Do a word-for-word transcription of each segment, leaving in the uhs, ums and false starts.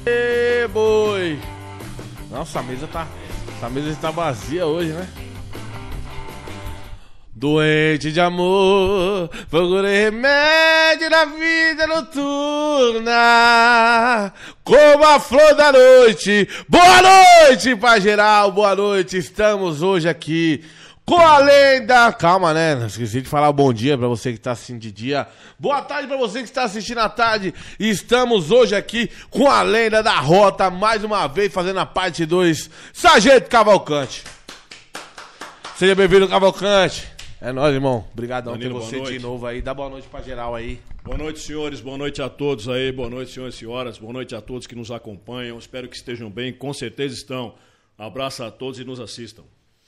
Ê, boi! Nossa, a mesa tá. Essa mesa está vazia hoje, né? Doente de amor, procurei remédio na vida noturna, como a flor da noite. Boa noite pra geral, boa noite. Estamos hoje aqui com a lenda. Calma, né? Não esqueci de falar bom dia pra você que tá assistindo de dia. Boa tarde pra você que está assistindo à tarde. Estamos hoje aqui com a lenda da rota, mais uma vez fazendo a parte dois. Sargento Cavalcante. Seja bem-vindo, Cavalcante. É nóis, irmão. Obrigadão por você de novo aí. Dá boa noite pra geral aí. Boa noite, senhores. Boa noite a todos aí. Boa noite, senhores e senhoras. Boa noite a todos que nos acompanham. Espero que estejam bem. Com certeza estão. Abraço a todos e nos assistam.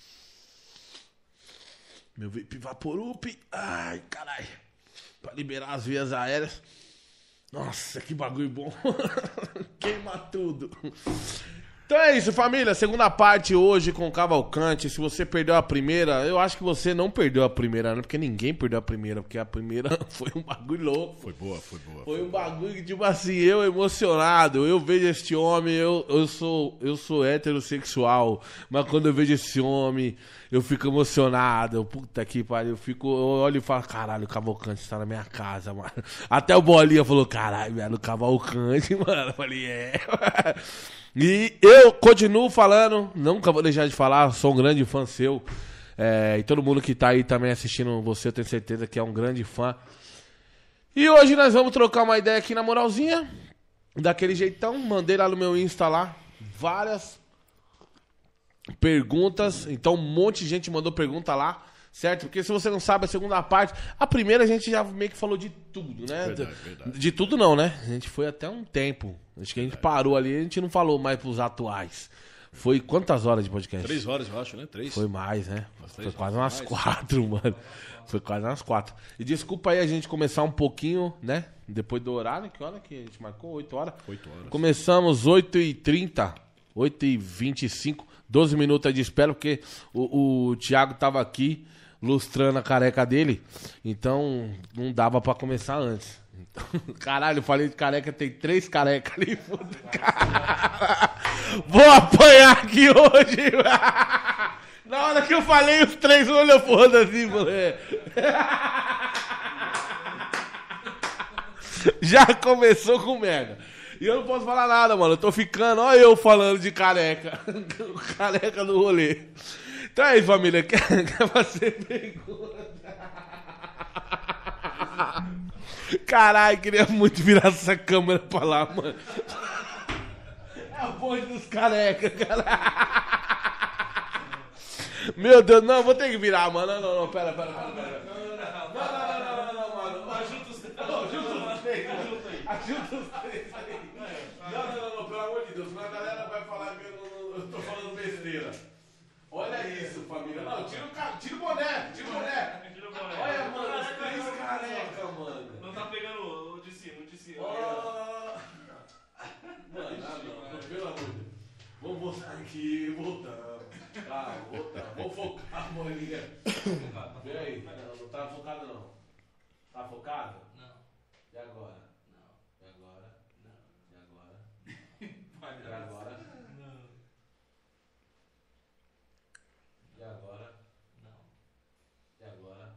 Meu vape Vaporup. Ai, caralho. Pra liberar as vias aéreas. Nossa, que bagulho bom. Queima tudo. Então é isso, família. Segunda parte hoje com o Cavalcante. Se você perdeu a primeira, eu acho que você não perdeu a primeira, né? Porque ninguém perdeu a primeira, porque a primeira foi um bagulho louco. Foi boa, foi boa. Foi, foi um boa. bagulho que, tipo assim, eu emocionado. Eu vejo este homem, eu, eu, sou, eu sou heterossexual, mas quando eu vejo esse homem, eu fico emocionado. Eu, puta que pariu, eu fico, eu olho e falo, caralho, o Cavalcante está na minha casa, mano. Até o Bolinha falou, caralho, velho, o Cavalcante, mano. Eu falei, é. E eu continuo falando, nunca vou deixar de falar, sou um grande fã seu. É, e todo mundo que tá aí também assistindo você, eu tenho certeza que é um grande fã. E hoje nós vamos trocar uma ideia aqui na moralzinha, daquele jeitão. Mandei lá no meu Insta lá, várias perguntas. Então um monte de gente mandou pergunta lá, certo? Porque se você não sabe a segunda parte, a primeira a gente já meio que falou de tudo, né? Verdade, verdade. De tudo não, né? A gente foi até um tempo. Acho que a gente parou ali, a gente não falou mais pros atuais. Foi quantas horas de podcast? Três horas, eu acho, né? Três. Foi mais, né? Foi quase umas mais. quatro, mano. Foi quase umas quatro. E desculpa aí a gente começar um pouquinho, né? Depois do horário, que hora que a gente marcou? Oito horas? Oito horas. Começamos oito e trinta, oito e vinte e cinco, doze minutos de espera, porque o, o Thiago tava aqui lustrando a careca dele, então não dava pra começar antes. Então, caralho, eu falei de careca, tem três carecas ali. Vou apanhar aqui hoje. Na hora que eu falei, os três olhou foda assim, moleque. Já começou com merda. E eu não posso falar nada, mano. Eu tô ficando, olha eu falando de careca. Careca do rolê. Então é isso, família. Quer, quer fazer pergunta? Caralho, queria muito virar essa câmera pra lá, mano. É a voz dos carecas, caralho. Meu Deus, não, vou ter que virar, mano. Não, não, não, pera, pera, pera. pera. Não, não, não, não, não, não, mano. Ajuda os três. Ajuda os três. Ajuda os três aí. Não, não, não, não, pelo amor de Deus. Senão a galera vai falar que eu, não, eu tô falando besteira. Olha isso, família. Não, tira o, ca... tira o boné, tira o boné. Tira o boné. Olha, mano, os três carecas, mano. Não tá pegando o de cima, o de cima. Oh. Não, não, não, pelo amor de Deus. Vamos voltar aqui, voltamos. Tá, voltamos. Vamos focar, bolinha. Vê aí. Não, não tá focado, não. Tá focado? Não. E agora? Não. E agora? Não. E agora? Vai, E agora? Não. E agora? Não. E agora?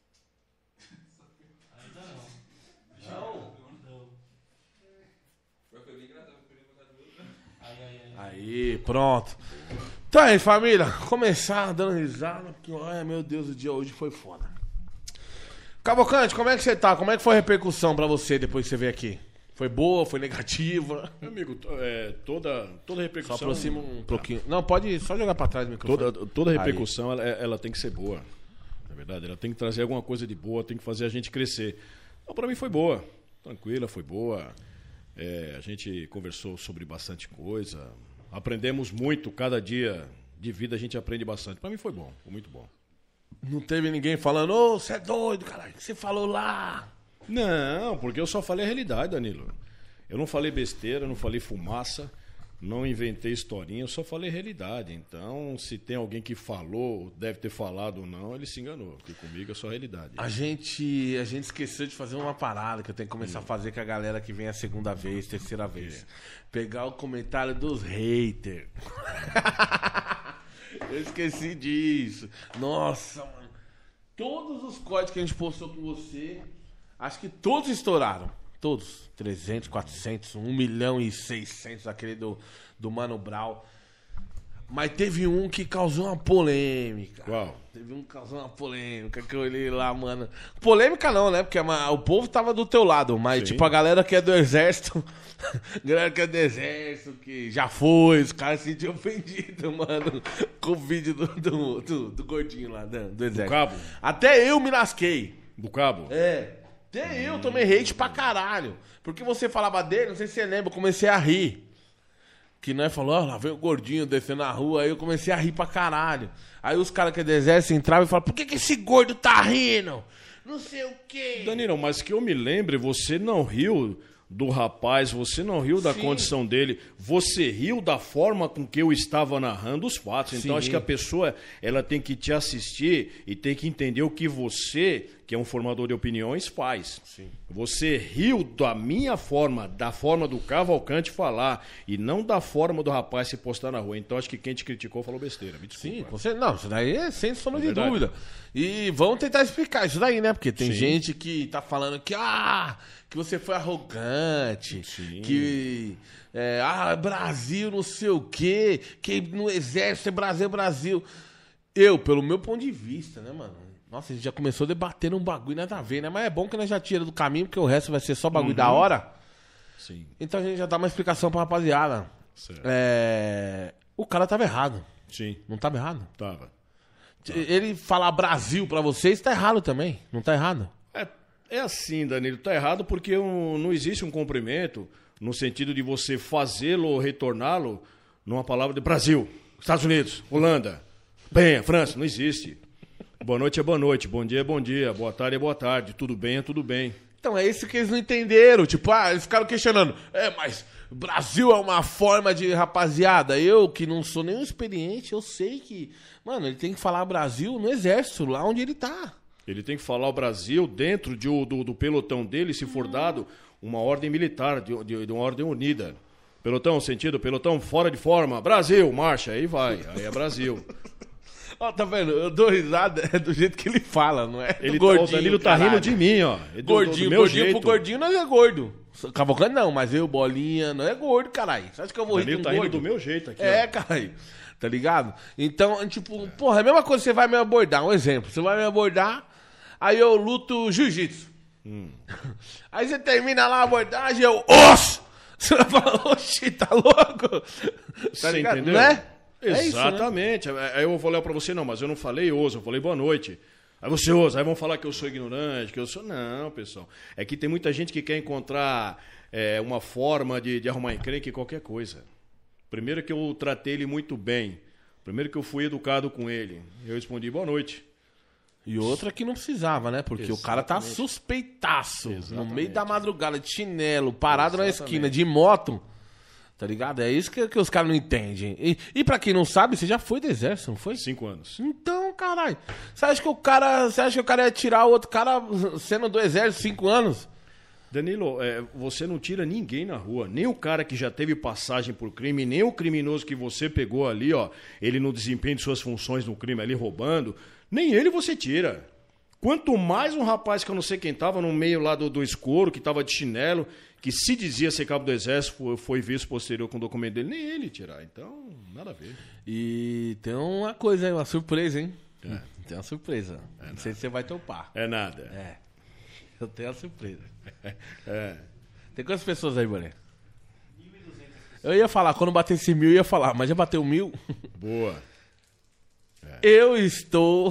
Ainda não. Não? Não. Foi o que eu vi engraçado, eu queria botar de outro. Ai, ai, ai. Aí, pronto. Então é isso, família. Começar dando risada, porque, ai meu Deus, o dia hoje foi foda. Cavalcante, como é que você tá? Como é que foi a repercussão pra você depois que você veio aqui? Foi boa, foi negativa? Meu amigo, to- é, toda, toda Só repercussão... aproxima um pouquinho. Não, pode só jogar pra trás o microfone. Toda, toda Aí. repercussão, ela, ela tem que ser boa. Na verdade, ela tem que trazer alguma coisa de boa, tem que fazer a gente crescer. Então, pra mim foi boa. Tranquila, foi boa. É, a gente conversou sobre bastante coisa. Aprendemos muito. Cada dia de vida a gente aprende bastante. Pra mim foi bom, foi muito bom. Não teve ninguém falando, ô, você é doido, caralho, o que você falou lá? Não, porque eu só falei a realidade, Danilo. Eu não falei besteira, eu não falei fumaça. não inventei historinha, eu só falei realidade. Então, se tem alguém que falou, deve ter falado ou não, ele se enganou. Porque comigo é só realidade. A gente, a gente esqueceu de fazer uma parada que eu tenho que começar Hum. a fazer com a galera que vem a segunda vez, terceira vez. Pegar o comentário dos haters. Eu esqueci disso. Nossa, mano. Todos os códigos que a gente postou com você, acho que todos estouraram. Todos. trezentos, quatrocentos, um milhão e seiscentos, aquele do, do Mano Brown. Mas teve um que causou uma polêmica. Qual? Teve um que causou uma polêmica que eu olhei lá, mano. Polêmica não, né? Porque a- o povo tava do teu lado. Mas, Sim. tipo, a galera que é do exército... a galera que é do exército, que já foi, os caras se sentiam ofendidos, mano. Com o vídeo do, do, do, do gordinho lá, do, do exército. cabo? Até eu me lasquei. Do cabo? É. Até eu tomei hate pra caralho. Porque você falava dele, não sei se você lembra, eu comecei a rir. Que nós falou, ó, lá veio o gordinho descendo na rua, aí eu comecei a rir pra caralho. Aí os caras que é do exército entravam e falavam, por que, que esse gordo tá rindo? Não sei o quê. Danilo, mas que eu me lembre, você não riu do rapaz, você não riu da Sim. condição dele, você riu da forma com que eu estava narrando os fatos. Então Sim. acho que a pessoa, ela tem que te assistir e tem que entender o que você, que é um formador de opiniões, faz. Sim. Você riu da minha forma, da forma do Cavalcante falar e não da forma do rapaz se postar na rua. Então acho que quem te criticou falou besteira. Me desculpa. Sim, você, não, isso daí é sem sombra É de verdade. dúvida. E vamos tentar explicar isso daí, né? Porque tem Sim. gente que tá falando que, ah, que você foi arrogante, Sim. que, é, ah, Brasil não sei o quê, que no exército é Brasil, é Brasil. Eu, pelo meu ponto de vista, né, mano? Nossa, a gente já começou a debater um bagulho nada a ver, né? Mas é bom que nós já tira do caminho, porque o resto vai ser só bagulho Uhum. da hora. Sim. Então a gente já dá uma explicação pra rapaziada. Certo. É, o cara tava errado. Sim, Não tava errado? tava. Ele falar Brasil pra vocês tá errado também. Não tá errado? É, é assim, Danilo, tá errado porque um- não existe um cumprimento no sentido de você fazê-lo ou retorná-lo numa palavra de Brasil, Estados Unidos, Holanda, Penha, França, não existe. Boa noite é boa noite, bom dia é bom dia, boa tarde é boa tarde, tudo bem é tudo bem. Então é isso que eles não entenderam. Tipo, ah, eles ficaram questionando. É, mas Brasil é uma forma de rapaziada. Eu, que não sou nenhum experiente, eu sei que... Mano, ele tem que falar Brasil no exército, lá onde ele tá. Ele tem que falar o Brasil dentro de, o- do, do pelotão dele, se for dado uma ordem militar, de, de- de uma ordem unida. Pelotão, sentido, pelotão fora de forma, Brasil, marcha, aí vai, aí é Brasil. Ó, tá vendo? Eu dou risada é do jeito que ele fala, não é? do Ele, gordinho, o Danilo tá caralho. rindo de mim, ó. Do- do- Gordinho, do meu gordinho jeito. pro gordinho não é gordo. Cavalcante não, mas eu, bolinha, não é gordo, caralho. Você acha que eu vou rir Danilo com tá rindo gordo? do meu jeito aqui, É, ó. caralho. Tá ligado? Então, tipo, porra, é a mesma coisa, você vai me abordar. Um exemplo, você vai me abordar, aí eu luto jiu-jitsu. Hum. Aí você termina lá a abordagem, eu, osso! Você vai falar, oxi, tá louco? Tá Você ligado? entendeu? Não é? É isso, né? Exatamente. Aí eu vou olhar pra você, não, mas eu não falei oso, eu falei boa noite. Aí você ousa, aí vão falar que eu sou ignorante, que eu sou... Não, pessoal. É que tem muita gente que quer encontrar é, uma forma de, de arrumar encrenca em qualquer coisa. Primeiro que eu tratei ele muito bem. Primeiro que eu fui educado com ele. Eu respondi boa noite. E outra que não precisava, né? Porque o cara tá Exatamente. suspeitaço. No Exatamente. meio da madrugada, de chinelo, parado na Exatamente. esquina, de moto. Tá ligado? É isso que, que os caras não entendem. E, e pra quem não sabe, você já foi do exército, não foi? Cinco anos. Então, caralho. Você acha que o cara. Você acha que o cara ia tirar o outro cara sendo do exército cinco anos? Danilo, é, você não tira ninguém na rua, nem o cara que já teve passagem por crime, nem o criminoso que você pegou ali, ó, ele no desempenho de suas funções no crime ali roubando, nem ele você tira. Quanto mais um rapaz que eu não sei quem tava no meio lá do, do escuro, que tava de chinelo, que se dizia ser cabo do exército, foi, foi visto posterior com o documento dele, nem ele tirar. Então, nada a ver. E tem uma coisa aí, uma surpresa, hein? Tem uma surpresa. não sei se você vai topar. É nada. É. Eu tenho uma surpresa. É. Tem quantas pessoas aí, Boné? Eu ia falar, quando batesse mil, eu ia falar, mas já bateu mil? Boa. Eu estou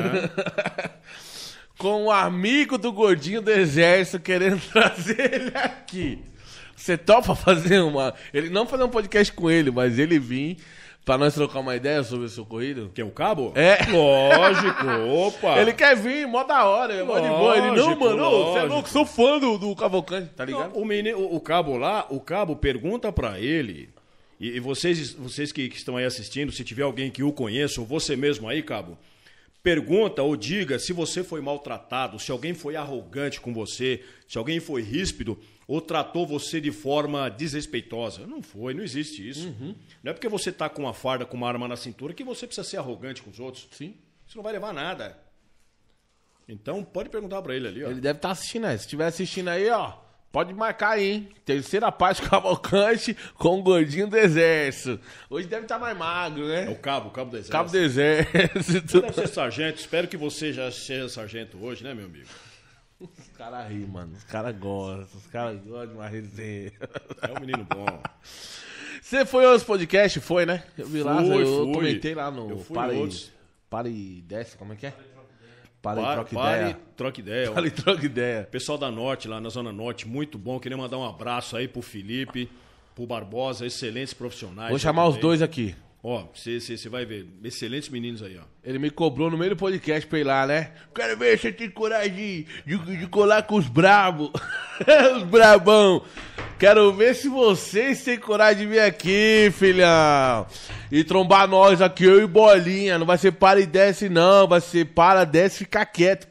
com um amigo do gordinho do exército querendo trazer ele aqui. Você topa fazer uma... Ele não fazer um podcast com ele, mas ele vir pra nós trocar uma ideia sobre o seu ocorrido? Quem é o cabo? É. Lógico, opa. Ele quer vir, mó da hora, é mó de boa. Ele, não, Lógico, mano, ô, você é lógico. louco, sou fã do, do Cavalcante, tá ligado? Não, o, menino, o, o cabo lá, o cabo pergunta pra ele E, e vocês, vocês que, que estão aí assistindo, se tiver alguém que o conheça, ou você mesmo aí, Cabo, pergunta ou diga se você foi maltratado, se alguém foi arrogante com você, se alguém foi ríspido ou tratou você de forma desrespeitosa. Não foi, não existe isso. Uhum. Não é porque você está com uma farda, com uma arma na cintura, que você precisa ser arrogante com os outros. Sim. Isso não vai levar a nada. Então, pode perguntar pra ele ali, ó. Ele deve estar assistindo aí. Se estiver assistindo aí, ó, pode marcar aí, hein? Terceira parte Cavalcante com o gordinho do exército. Hoje deve estar mais magro, É né? o cabo, o cabo do exército. Cabo do exército. Você deve ser sargento. Espero que você já seja sargento hoje, né, meu amigo? Os caras riem, mano. Os caras gostam. Os caras gostam de uma resenha. É um menino bom. Você foi aos podcasts? Foi, né? Eu vi lá, Fui, eu fui. comentei lá no Eu fui Para em e, outros. Para e Desce, como é que é? Para e Pare, Troca pare, Ideia. troca ideia. Para e Troca Ideia. Pessoal da Norte, lá na Zona Norte, muito bom. Queria mandar um abraço aí pro Felipe, pro Barbosa, excelentes profissionais. Vou chamar os dois aqui. Ó, você vai ver. Excelentes meninos aí, ó. Ele me cobrou no meio do podcast pra ir lá, né? Quero ver se você tem coragem de, de, de colar com os brabos. Os brabão. Quero ver se vocês têm coragem de vir aqui, filhão. E trombar nós aqui, eu e Bolinha. Não vai ser para e desce, não. Vai ser para, desce e fica quieto.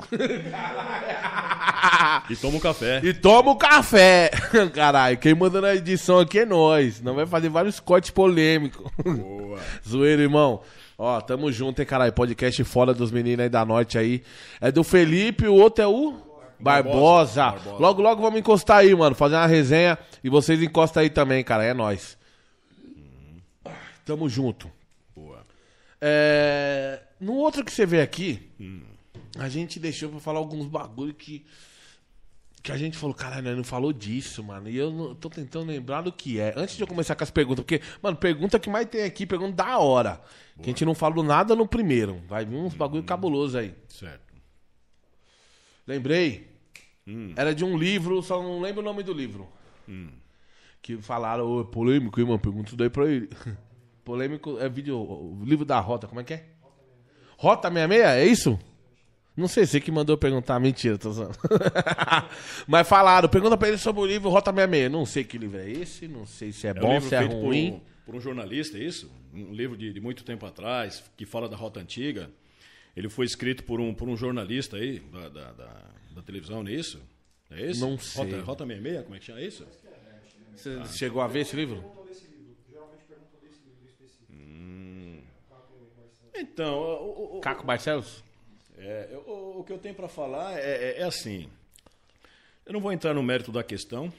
E toma um café. E toma o café. Caralho, quem manda na edição aqui é nós. Não vai fazer vários cortes polêmicos. Boa. Zoeiro, irmão. Ó, tamo junto, hein, caralho. Podcast fora dos meninos aí da Norte aí. É do Felipe, o outro é o Barbosa. Barbosa. Barbosa. Logo, logo vamos encostar aí, mano. Fazer uma resenha. E vocês encostam aí também, cara. É nóis. Hum. Tamo junto. Boa. É... No outro que você vê aqui, Hum. a gente deixou pra falar alguns bagulho que... Que a gente falou, caralho, nós não falou disso, mano. E eu não, tô tentando lembrar do que é. Antes de eu começar com as perguntas, porque, mano, pergunta que mais tem aqui, pergunta da hora. Boa. Que a gente não falou nada no primeiro. Vai vir uns bagulho cabuloso aí. Certo. Lembrei. Hum. Era de um livro, só não lembro o nome do livro. Hum. Que falaram, ô, é polêmico, hein, mano? Pergunta isso daí pra ele. Polêmico é vídeo, o livro da Rota, como é que é? Rota sessenta e seis, é isso? Não sei, você que mandou perguntar, mentira, tô usando. Mas falaram, pergunta pra ele sobre o livro Rota sessenta e seis. Não sei que livro é esse, não sei se é, É um bom, livro se é feito por ruim. um, por um jornalista, é isso? Um livro de, de muito tempo atrás, que fala da Rota Antiga. Ele foi escrito por um, por um jornalista aí, da, da, da, da televisão, não é isso? É esse? Não sei. Rota, Rota sessenta e seis, como é que chama? É isso? Você chegou a ver esse livro? Hum. Então, o, o, Caco Barcelos? É, eu, o, o que eu tenho para falar é, é, é assim. Eu não vou entrar no mérito da questão.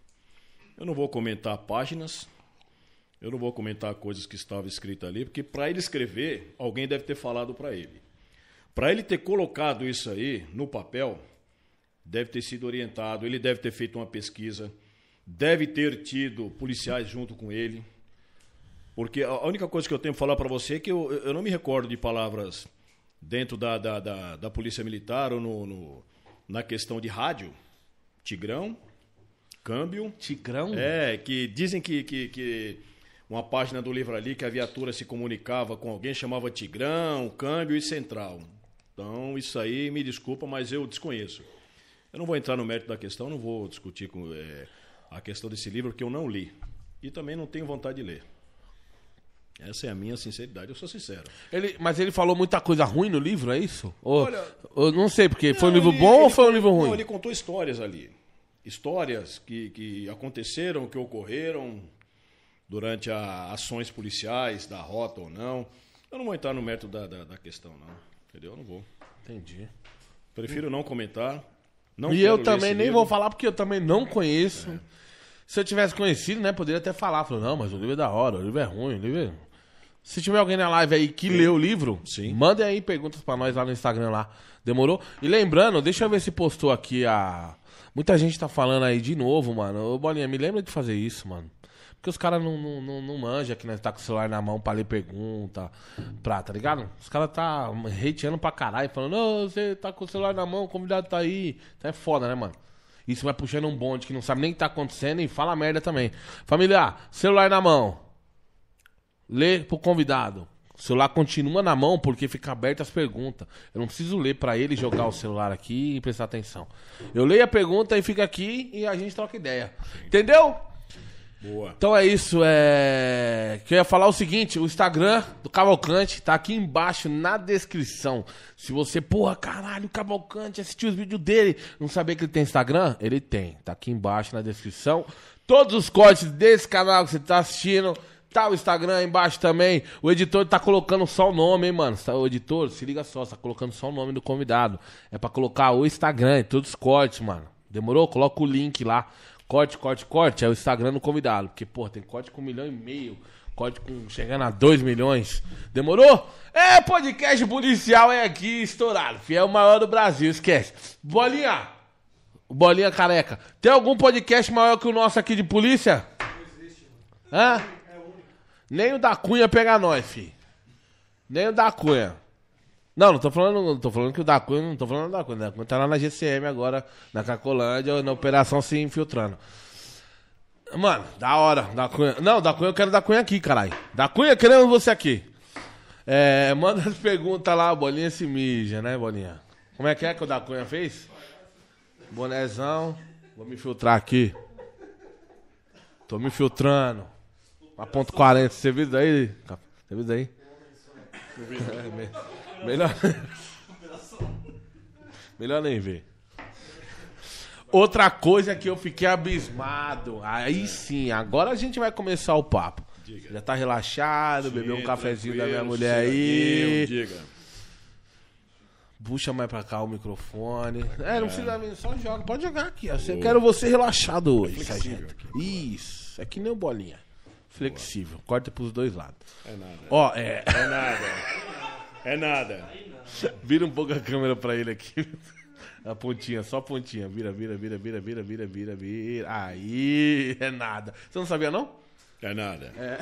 Eu não vou comentar páginas. Eu não vou comentar coisas que estavam escritas ali, porque para ele escrever, alguém deve ter falado para ele. Para ele ter colocado isso aí no papel, deve ter sido orientado, ele deve ter feito uma pesquisa, deve ter tido policiais junto com ele. Porque a única coisa que eu tenho para falar para você é que eu, eu não me recordo de palavras dentro da, da, da, da Polícia Militar ou no, no, na questão de rádio. Tigrão, câmbio. Tigrão? É, que dizem que, que, que uma página do livro ali, que a viatura se comunicava com alguém, chamava Tigrão, câmbio e central. Então, isso aí, me desculpa, mas eu desconheço. Eu não vou entrar no mérito da questão, não vou discutir com, é, a questão desse livro, que eu não li. E também não tenho vontade de ler. Essa é a minha sinceridade, eu sou sincero. Ele, mas ele falou muita coisa ruim no livro, é isso? Ou, Olha, eu não sei, porque foi um Não, livro ele- bom ou ele foi um con- livro ruim? Não, ele contou histórias ali. Histórias que, que aconteceram, que ocorreram durante a, ações policiais, da rota ou não. Eu não vou entrar no mérito da, da, da questão, não. Entendeu? Eu não vou. Entendi. Prefiro não comentar. Não E quero eu ler também esse nem livro. vou falar, porque eu também não conheço. Se eu tivesse conhecido, né, poderia até falar. Falou, não, mas o livro é da hora, o livro é ruim, o livro é... Se tiver alguém na live aí que leu o livro, Sim. mandem aí perguntas pra nós lá no Instagram lá. Demorou? E lembrando, deixa eu ver se postou aqui a... Muita gente tá falando aí de novo, mano. Ô, Bolinha, me lembra de fazer isso, mano. Porque os caras não, não, não, não manjam que nós tá com o celular na mão pra ler pergunta, pra, tá ligado? Os caras tá hateando pra caralho, falando, não, você tá com o celular na mão, o convidado tá aí. Então é foda, né, mano? Isso vai puxando um bonde que não sabe nem o que tá acontecendo e fala merda também. Familiar, celular na mão. Lê pro convidado. O celular continua na mão porque fica aberto as perguntas. Eu não preciso ler pra ele, jogar o celular aqui e prestar atenção. Eu leio a pergunta e fica aqui e a gente troca ideia. Entendeu? Boa. Então é isso, é... que eu ia falar o seguinte, o Instagram do Cavalcante tá aqui embaixo na descrição. Se você, porra, caralho, o Cavalcante, assistiu os vídeos dele, não sabia que ele tem Instagram? Ele tem, tá aqui embaixo na descrição. Todos os cortes desse canal que você tá assistindo, tá o Instagram aí embaixo também. O editor tá colocando só o nome, hein, mano. O editor, se liga só, tá colocando só o nome do convidado. É pra colocar o Instagram em todos os cortes, mano. Demorou? Coloca o link lá. Corte, corte, corte, é o Instagram do convidado. Porque, pô, tem corte com um milhão e meio, corte com chegando a dois milhões. Demorou? É, podcast policial é aqui, estourado. Fiel maior do Brasil, esquece. Bolinha, Bolinha careca. Tem algum podcast maior que o nosso aqui de polícia? Não existe, mano. Hã? É único. Nem o da Cunha pega nós, fi. Nem o da Cunha. Não, não tô falando, não tô falando que o da Cunha, não tô falando da Cunha, da Cunha tá lá na G C M agora, na Cacolândia, na operação se infiltrando. Mano, da hora, da Cunha. Não, da Cunha eu quero da Cunha aqui, caralho. Da Cunha queremos você aqui. É, manda as perguntas lá, Bolinha se mija, né, Bolinha? Como é que é que o da Cunha fez? Bonezão, vou me filtrar aqui. Tô me filtrando. A ponto quarenta, você viu daí? Você viu daí? É, Melhor... Melhor nem ver. Outra coisa que eu fiquei abismado. Aí sim, agora a gente vai começar o papo. Diga. Já tá relaxado, sim, bebeu um cafezinho da minha mulher aí. Diga. Puxa mais pra cá o microfone. É, não precisa mim, só joga. Pode jogar aqui. Eu oh. quero você relaxado hoje, sargento. Isso, é que nem o Bolinha. Flexível. Boa. Corta pros dois lados. É nada. Ó, é. É nada. É nada. Vira um pouco a câmera pra ele aqui. A pontinha, só a pontinha. Vira, vira, vira, vira, vira, vira, vira, vira. Aí, é nada. Você não sabia, não? É nada. É,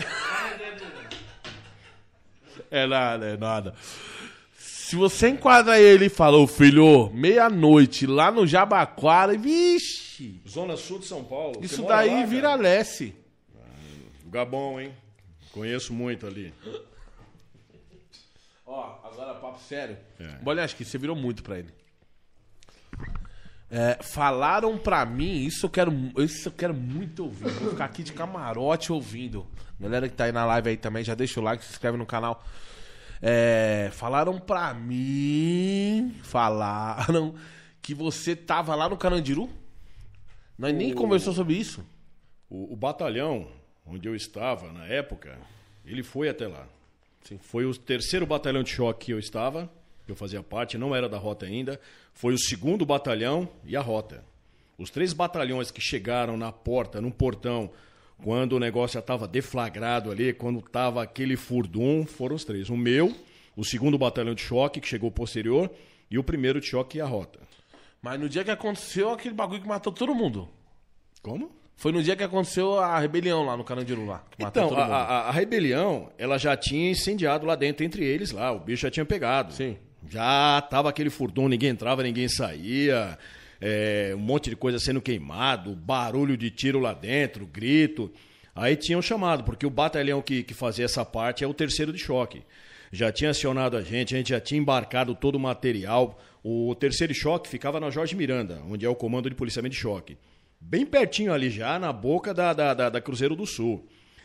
é nada, é nada. Se você enquadra ele e fala, ô filho, meia-noite, lá no Jabaquara, vixe. Zona Sul de São Paulo. Isso daí lá, vira Leste. Lugar bom, hein? Conheço muito ali. Ó, agora papo sério. É. Bolinha, acho que você virou muito pra ele. É, falaram pra mim, isso eu quero, isso eu quero muito ouvir. Vou ficar aqui de camarote ouvindo. Galera que tá aí na live aí também, já deixa o like, se inscreve no canal. É, falaram pra mim, falaram que você tava lá no Carandiru. Nós nem o, conversou sobre isso. O, o batalhão onde eu estava na época, ele foi até lá. Sim. Foi o terceiro batalhão de choque que eu estava, que eu fazia parte, não era da rota ainda. Foi o segundo batalhão e a rota. Os três batalhões que chegaram na porta, no portão, quando o negócio já estava deflagrado ali, quando estava aquele furdum, foram os três. O meu, o segundo batalhão de choque, que chegou posterior, e o primeiro de choque e a rota. Mas no dia que aconteceu aquele bagulho que matou todo mundo. Como? Foi no dia que aconteceu a rebelião lá no Carandiru lá. Que matou então, todo mundo. A, a, a rebelião, ela já tinha incendiado lá dentro, entre eles lá. O bicho já tinha pegado. Sim. Já tava aquele furdum, ninguém entrava, ninguém saía. É, um monte de coisa sendo queimado, barulho de tiro lá dentro, grito. Aí tinham chamado, porque o batalhão que, que fazia essa parte é o terceiro de choque. Já tinha acionado a gente, a gente já tinha embarcado todo o material. O terceiro de choque ficava na Jorge Miranda, onde é o comando de policiamento de choque. Bem pertinho ali já, na boca da, da, da, da Cruzeiro do Sul.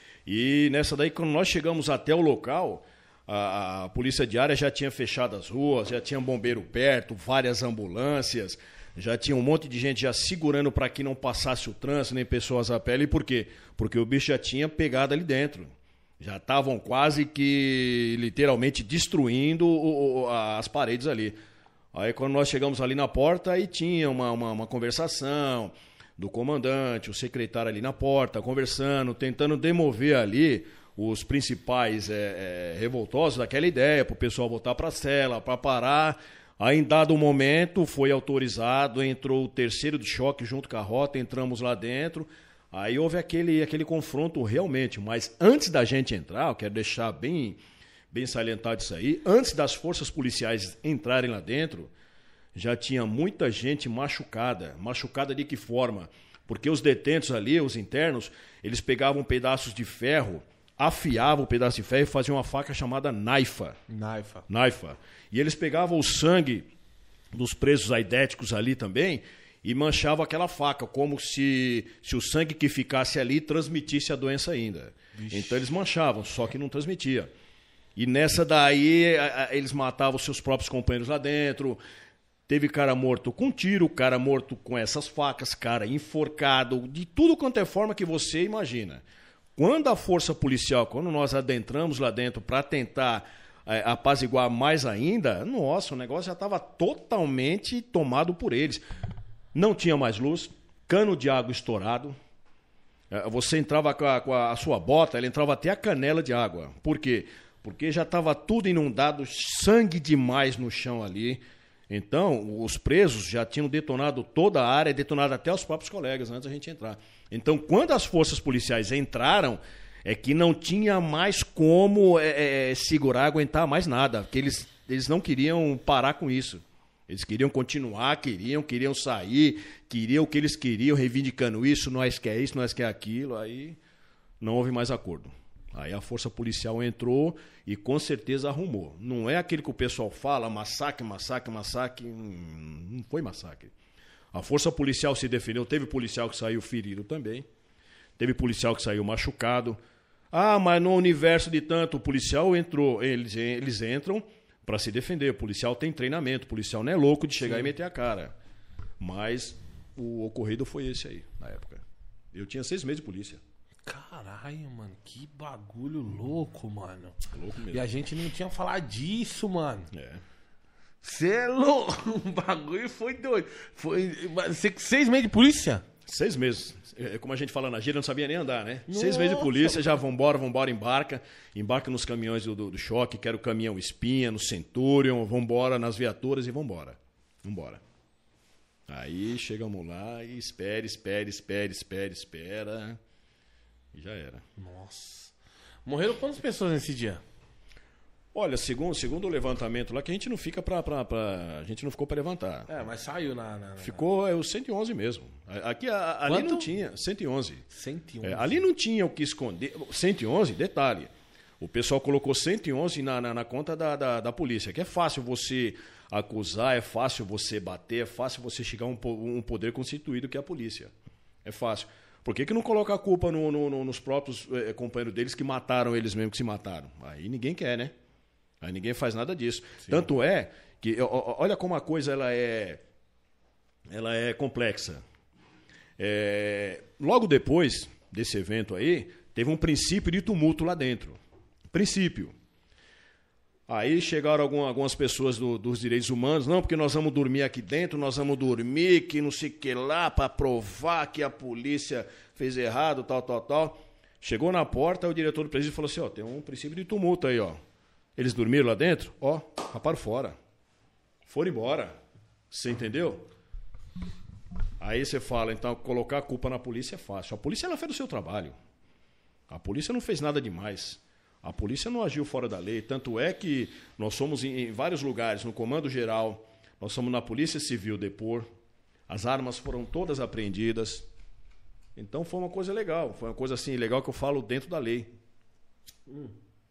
E nessa daí, quando nós chegamos até o local, a, a polícia diária já tinha fechado as ruas, já tinha bombeiro perto, várias ambulâncias, já tinha um monte de gente já segurando para que não passasse o trânsito, nem pessoas a pé. E por quê? Porque o bicho já tinha pegado ali dentro. Já estavam quase que, literalmente, destruindo o, o, as paredes ali. Aí quando nós chegamos ali na porta, aí tinha uma, uma, uma conversação do comandante, o secretário ali na porta, conversando, tentando demover ali os principais é, é, revoltosos daquela ideia, para o pessoal voltar para a cela, para parar. Aí, em dado momento, foi autorizado, entrou o terceiro de choque junto com a rota, entramos lá dentro. Aí houve aquele, aquele confronto realmente, mas antes da gente entrar, eu quero deixar bem, bem salientado isso aí, antes das forças policiais entrarem lá dentro, já tinha muita gente machucada. Machucada de que forma? Porque os detentos ali, os internos, eles pegavam pedaços de ferro, afiavam o pedaço de ferro e faziam uma faca chamada naifa. Naifa. Naifa. E eles pegavam o sangue dos presos aidéticos ali também e manchava aquela faca, como se, se o sangue que ficasse ali transmitisse a doença ainda. Vixe. Então eles manchavam, só que não transmitia. E nessa daí, a, a, eles matavam seus próprios companheiros lá dentro. Teve cara morto com tiro, cara morto com essas facas, cara enforcado, de tudo quanto é forma que você imagina. Quando a força policial, quando nós adentramos lá dentro para tentar é, apaziguar mais ainda, nossa, o negócio já estava totalmente tomado por eles. Não tinha mais luz, cano de água estourado. Você entrava com a, com a sua bota, ela entrava até a canela de água. Por quê? Porque já estava tudo inundado, sangue demais no chão ali. Então, os presos já tinham detonado toda a área, detonado até os próprios colegas antes da gente entrar. Então, quando as forças policiais entraram, é que não tinha mais como é, é, segurar, aguentar mais nada. Porque eles, eles não queriam parar com isso. Eles queriam continuar, queriam, queriam sair, queriam o que eles queriam, reivindicando isso, nós quer isso, nós quer aquilo. Aí não houve mais acordo. Aí a força policial entrou e com certeza arrumou. Não é aquele que o pessoal fala, massacre, massacre, massacre. Não foi massacre. A força policial se defendeu. Teve policial que saiu ferido também. Teve policial que saiu machucado. Ah, mas no universo de tanto, o policial entrou. Eles, eles entram para se defender. O policial tem treinamento. O policial não é louco de chegar Sim. e meter a cara. Mas o ocorrido foi esse aí, na época. Eu tinha seis meses de polícia. Caralho, mano, que bagulho louco, mano. Louco mesmo. E a gente não tinha falado disso, mano. É. Você é louco. O bagulho foi doido. Foi você, seis meses de polícia? Seis meses. É, como a gente fala na gíria, não sabia nem andar, né? Nossa. Seis meses de polícia, já vambora, vambora, embarca. Embarca nos caminhões do, do, do choque, quero o caminhão Espinha, no Centurion, vambora nas viaturas e vambora. Vambora. Aí chegamos lá e espera, espera, espera, espera, espera... E já era. Nossa. Morreram quantas pessoas nesse dia? Olha, segundo, segundo o levantamento lá, que a gente não fica pra, pra, pra... A gente não ficou pra levantar. É, mas saiu na... na, na... Ficou é, o cento e onze mesmo. Aqui, a, ali Quanto? não tinha. cento e onze. cento e onze. É, ali não tinha o que esconder. cento e onze, detalhe. O pessoal colocou cento e onze na, na, na conta da, da, da polícia, que é fácil você acusar, é fácil você bater, é fácil você chegar a um, um poder constituído que é a polícia. É fácil. Por que, que não coloca a culpa no, no, no, nos próprios eh, companheiros deles que mataram eles mesmos, que se mataram? Aí ninguém quer, né? Aí ninguém faz nada disso. Sim. Tanto é que, ó, olha como a coisa ela é, ela é complexa. É, logo depois desse evento aí, teve um princípio de tumulto lá dentro. Princípio. Aí chegaram algum, algumas pessoas do, dos direitos humanos, não, porque nós vamos dormir aqui dentro, nós vamos dormir, que não sei o que lá, para provar que a polícia fez errado, tal, tal, tal. Chegou na porta, o diretor do presídio falou assim, ó, tem um princípio de tumulto aí, ó. Eles dormiram lá dentro, ó, raparam fora. Foram embora. Você entendeu? Aí você fala, então, colocar a culpa na polícia é fácil. A polícia, ela fez o seu trabalho. A polícia não fez nada demais. A polícia não agiu fora da lei, tanto é que nós somos em, em vários lugares, no Comando Geral, nós somos na Polícia Civil depor, as armas foram todas apreendidas. Então foi uma coisa legal, foi uma coisa assim legal que eu falo dentro da lei. Hum.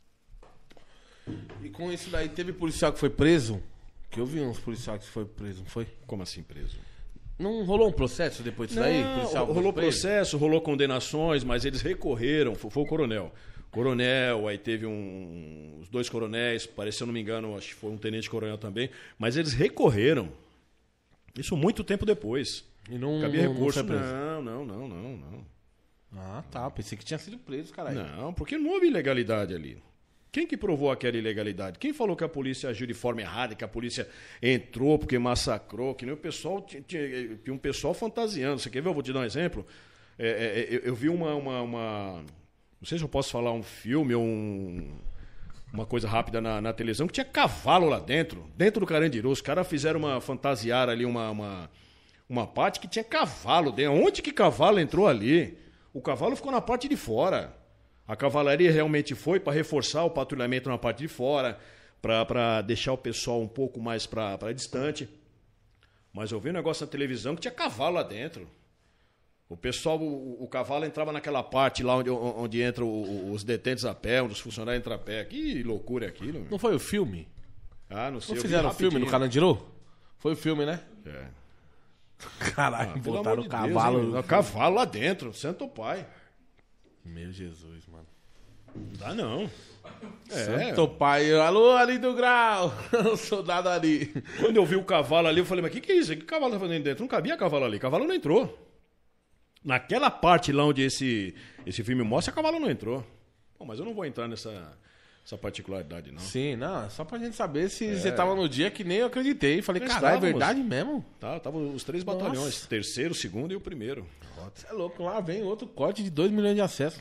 E com isso daí, teve policial que foi preso? Que eu vi uns policiais que foi preso, não foi? Como assim preso? Não rolou um processo depois disso não, daí? Policial rolou processo, rolou condenações, mas eles recorreram, foi, foi o coronel. Coronel, aí teve um, os dois coronéis, parece, se eu não me engano, acho que foi um tenente-coronel também, mas eles recorreram. Isso muito tempo depois. E não, cabia não, recurso. não foi preso? Não, não, não, não, não. Ah, tá. Pensei que tinha sido preso, caralho. Não, porque não houve ilegalidade ali. Quem que provou aquela ilegalidade? Quem falou que a polícia agiu de forma errada, que a polícia entrou porque massacrou, que nem o pessoal, tinha, tinha um pessoal fantasiando. Você quer ver? Eu vou te dar um exemplo. É, é, eu, eu vi uma... uma, uma Não sei se eu posso falar um filme ou um, uma coisa rápida na, na televisão, que tinha cavalo lá dentro, dentro do Carandiru. Os caras fizeram uma fantasiar ali, uma, uma, uma parte que tinha cavalo dentro. Onde que cavalo entrou ali? O cavalo ficou na parte de fora. A cavalaria realmente foi para reforçar o patrulhamento na parte de fora, para deixar o pessoal um pouco mais para distante. Mas eu vi um negócio na televisão que tinha cavalo lá dentro. O pessoal, o, o cavalo entrava naquela parte lá onde, onde entram os detentes a pé, onde os funcionários entram a pé. Que loucura é aquilo, meu. Não foi o filme? Ah, não sei. Não fizeram o filme no Carandiru? Foi o filme, né? É. Caralho, Ah, pelo botaram amor o de cavalo. Deus, hein? Cavalo lá dentro, santo pai. Meu Jesus, mano. Não dá não. É. Santo pai, alô, ali do grau. O soldado ali. Quando eu vi o cavalo ali, eu falei, mas o que, que é isso? O que o cavalo tá fazendo dentro? Não cabia cavalo ali, cavalo não entrou. Naquela parte lá onde esse, esse filme mostra, cavalo não entrou. Bom, mas eu não vou entrar nessa essa particularidade, não. Sim, não, só pra gente saber se é. você tava no dia que nem eu acreditei. Falei, Nós caralho, é estávamos. verdade mesmo? Tá, tava os três batalhões, Nossa. terceiro, segundo e o primeiro. Você é louco, lá vem outro corte de dois milhões de acessos.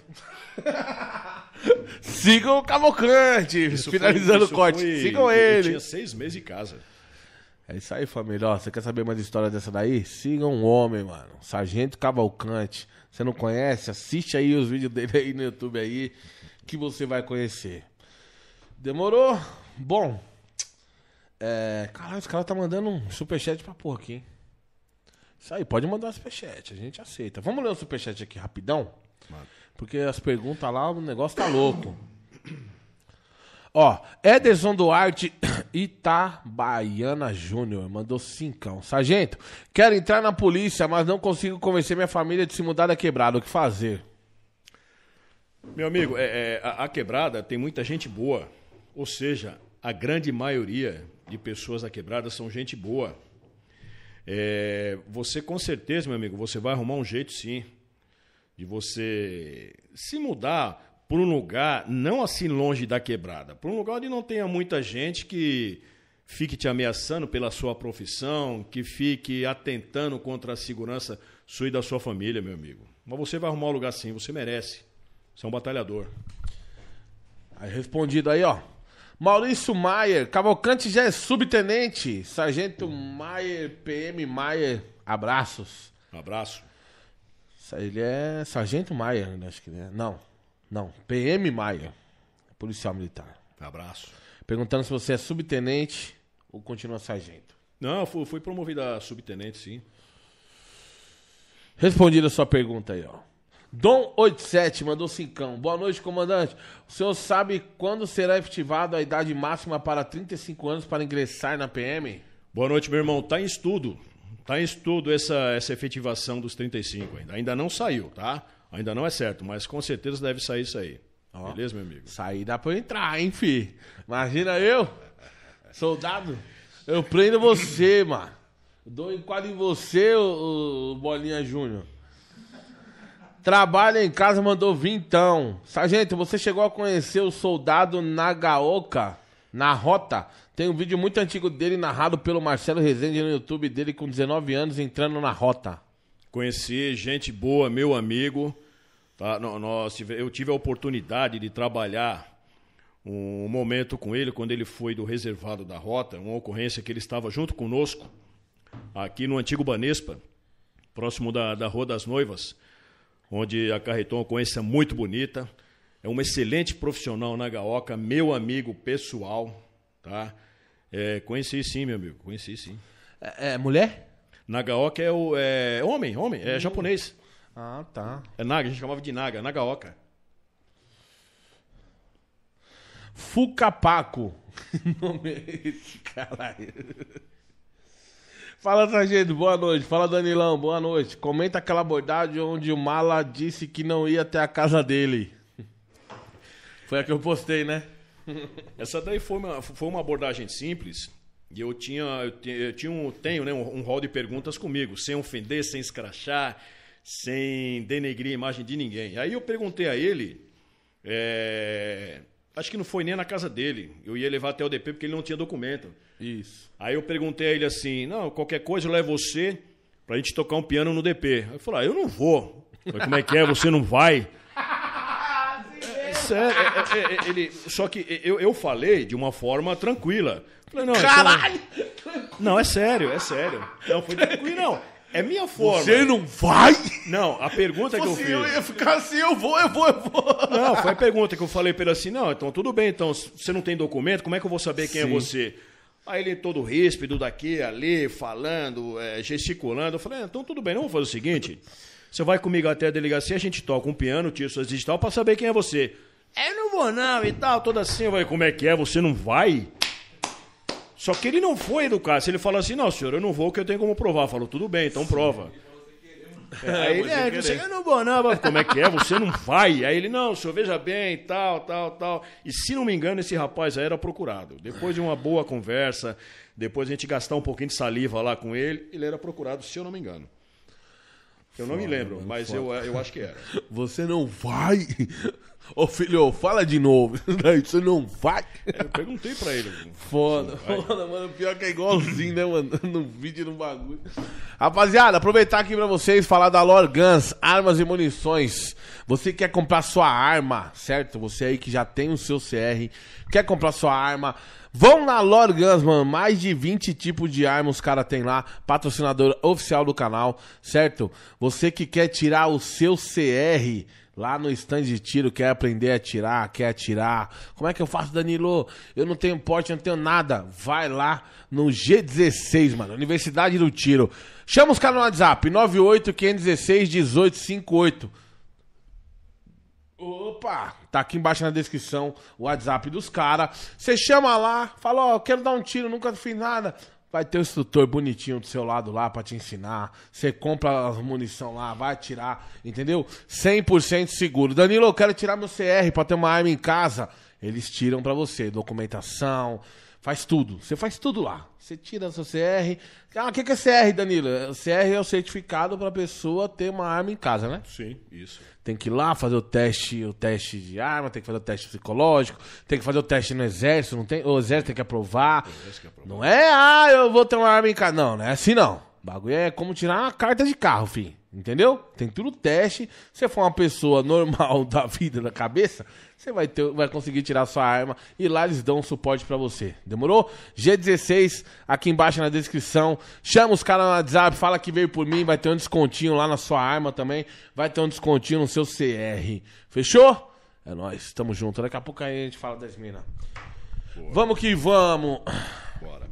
Sigam o Cavalcante, Isso finalizando foi- o corte. isso foi- Sigam eu- Eu ele. tinha seis meses de casa. É isso aí, família. Ó, você quer saber mais história dessa daí? Sigam um homem, mano. Sargento Cavalcante. Você não conhece? Assiste aí os vídeos dele aí no YouTube aí, que você vai conhecer. Demorou? Bom. É... Caralho, os caras tá mandando um superchat pra porra aqui, hein? Isso aí, pode mandar um superchat, a gente aceita. Vamos ler o superchat aqui rapidão? Mano. Porque as perguntas lá, o negócio tá louco. Ó, Ederson Duarte Itabaiana Júnior mandou cincão. Sargento, quero entrar na polícia, mas não consigo convencer minha família de se mudar da quebrada. O que fazer? Meu amigo, é, é, a, a quebrada tem muita gente boa. Ou seja, a grande maioria de pessoas da quebrada são gente boa. É, você com certeza, meu amigo, você vai arrumar um jeito sim de você se mudar para um lugar não assim longe da quebrada, para um lugar onde não tenha muita gente que fique te ameaçando pela sua profissão, que fique atentando contra a segurança sua e da sua família, meu amigo. Mas você vai arrumar um lugar sim, você merece. Você é um batalhador. Aí respondido aí, ó. Maurício Maier, Cavalcante já é subtenente. Sargento Maier, P M Maier, abraços. Um abraço. Ele é Sargento Maier, acho que é. Não, não, P M Maier, policial militar. Um abraço. Perguntando se você é subtenente ou continua sargento. Não, eu fui, fui promovido a subtenente, sim. Respondida a sua pergunta aí, ó. Dom oitenta e sete mandou cincão. Boa noite, comandante. O senhor sabe quando será efetivado a idade máxima para trinta e cinco anos para ingressar na P M? Boa noite, meu irmão. Tá em estudo. Tá em estudo essa, essa efetivação dos trinta e cinco ainda. Ainda não saiu, tá? Ainda não é certo, mas com certeza deve sair isso aí. Ó. Beleza, meu amigo? Sair dá pra eu entrar, hein, fi? Imagina eu, soldado, eu prendo você, mano. Eu dou um enquadro em você, o, o Bolinha Júnior. Trabalha em casa, mandou vintão. Sargento, você chegou a conhecer o soldado Nagaoka na rota? Tem um vídeo muito antigo dele narrado pelo Marcelo Rezende no YouTube dele com dezenove anos entrando na rota. Conheci gente boa, meu amigo. Tá? Nós, eu tive a oportunidade de trabalhar um momento com ele quando ele foi do reservado da rota, uma ocorrência que ele estava junto conosco, aqui no antigo Banespa, próximo da, da Rua das Noivas, onde acarretou uma ocorrência muito bonita. É um excelente profissional na Gaoca, meu amigo pessoal, tá? É, conheci sim, meu amigo, conheci sim. É, é mulher? Nagaoka é o é, homem, homem, é japonês. Ah, tá. É Naga, a gente chamava de Naga, Nagaoka. Fucapaco. Nome é esse, caralho. Fala, sargento, boa noite. Fala, Danilão, boa noite. Comenta aquela abordagem onde o Mala disse que não ia até a casa dele. Foi a que eu postei, né? Essa daí foi uma, foi uma abordagem simples. E eu tinha, eu, te- eu tinha um, tenho né, um, um rol de perguntas comigo, sem ofender, sem escrachar, sem denegrir a imagem de ninguém. Aí eu perguntei a ele, é, acho que não foi nem na casa dele, eu ia levar até o D P porque ele não tinha documento. Isso. Aí eu perguntei a ele assim, não, qualquer coisa eu levo você pra gente tocar um piano no D P. Aí ele falou, ah, eu não vou. Eu falei, como é que é, você não vai? Sério, é, é, é, ele, só que eu, eu falei de uma forma tranquila. Falei, não, Caralho! então- não, é sério, é sério. Não, foi tranquilo, não. É minha forma. Você não vai? Não, a pergunta que eu Fosse fiz. eu ia ficar assim, eu vou, eu vou, eu vou. Não, foi a pergunta que eu falei pra ele assim, não, então tudo bem, então, se você não tem documento, como é que eu vou saber quem Sim. é você? Aí ele todo ríspido daqui, ali, falando, é, gesticulando. Eu falei, ah, então tudo bem, não vou fazer o seguinte, você vai comigo até a delegacia, a gente toca um piano, tira suas digital pra saber quem é você. Eu não vou não e tal, toda assim. Eu falei, como é que é, você não vai? Só que ele não foi educado. Se ele falou assim, não, senhor, eu não vou, que eu tenho como provar. Falou, tudo bem, então prova. É, aí ele, é, você, eu não vou não. Como é que é? Você não vai? Aí ele, não, senhor, veja bem, tal, tal, tal. E se não me engano, esse rapaz aí era procurado. Depois de uma boa conversa, depois a gente gastar um pouquinho de saliva lá com ele, ele era procurado, se eu não me engano. Eu não foda, me lembro, mano, mas eu, eu acho que era. Você não vai? Ô filho, fala de novo. Você não vai? É, eu perguntei pra ele. Foda, foda, mano. Pior que é igualzinho, né, mano? No vídeo, no bagulho. Rapaziada, aproveitar aqui pra vocês falar da Lorgans, armas e munições. Você quer comprar sua arma, certo? Você aí que já tem o seu C R, quer comprar sua arma, vão na Lorgans, mano. Mais de vinte tipos de armas os caras tem lá. Patrocinador oficial do canal, certo? Você que quer tirar o seu C R lá no stand de tiro, quer aprender a atirar, quer atirar. Como é que eu faço, Danilo? Eu não tenho porte, eu não tenho nada. Vai lá no G dezesseis, mano. Universidade do Tiro. Chama os caras no WhatsApp, nove oito, quinhentos e dezesseis, dezoito cinquenta e oito. Opa! Tá aqui embaixo na descrição o WhatsApp dos caras. Você chama lá, fala, ó, oh, quero dar um tiro, nunca fiz nada. Vai ter o instrutor bonitinho do seu lado lá pra te ensinar. Você compra as munição lá, vai atirar, entendeu? cem por cento seguro. Danilo, eu quero tirar meu C R pra ter uma arma em casa. Eles tiram pra você, documentação, faz tudo. Você faz tudo lá. Você tira seu C R. Ah, o que, que é C R, Danilo? O C R é o certificado pra pessoa ter uma arma em casa, né? Sim, isso. Tem que ir lá fazer o teste, o teste de arma, tem que fazer o teste psicológico, tem que fazer o teste no exército, não tem? O exército tem que aprovar. Que aprovar. Não é, ah, eu vou ter uma arma em casa. Não, não é assim não. O bagulho é como tirar uma carta de carro, filho. Entendeu? Tem tudo teste. Se você for uma pessoa normal da vida, da cabeça, você vai, ter, vai conseguir tirar sua arma e lá eles dão um suporte pra você. Demorou? G dezesseis, aqui embaixo na descrição. Chama os caras no WhatsApp, fala que veio por mim, vai ter um descontinho lá na sua arma também. Vai ter um descontinho no seu C R. Fechou? É nóis, tamo junto. Daqui a pouco aí a gente fala das minas. Vamos que vamos. Bora.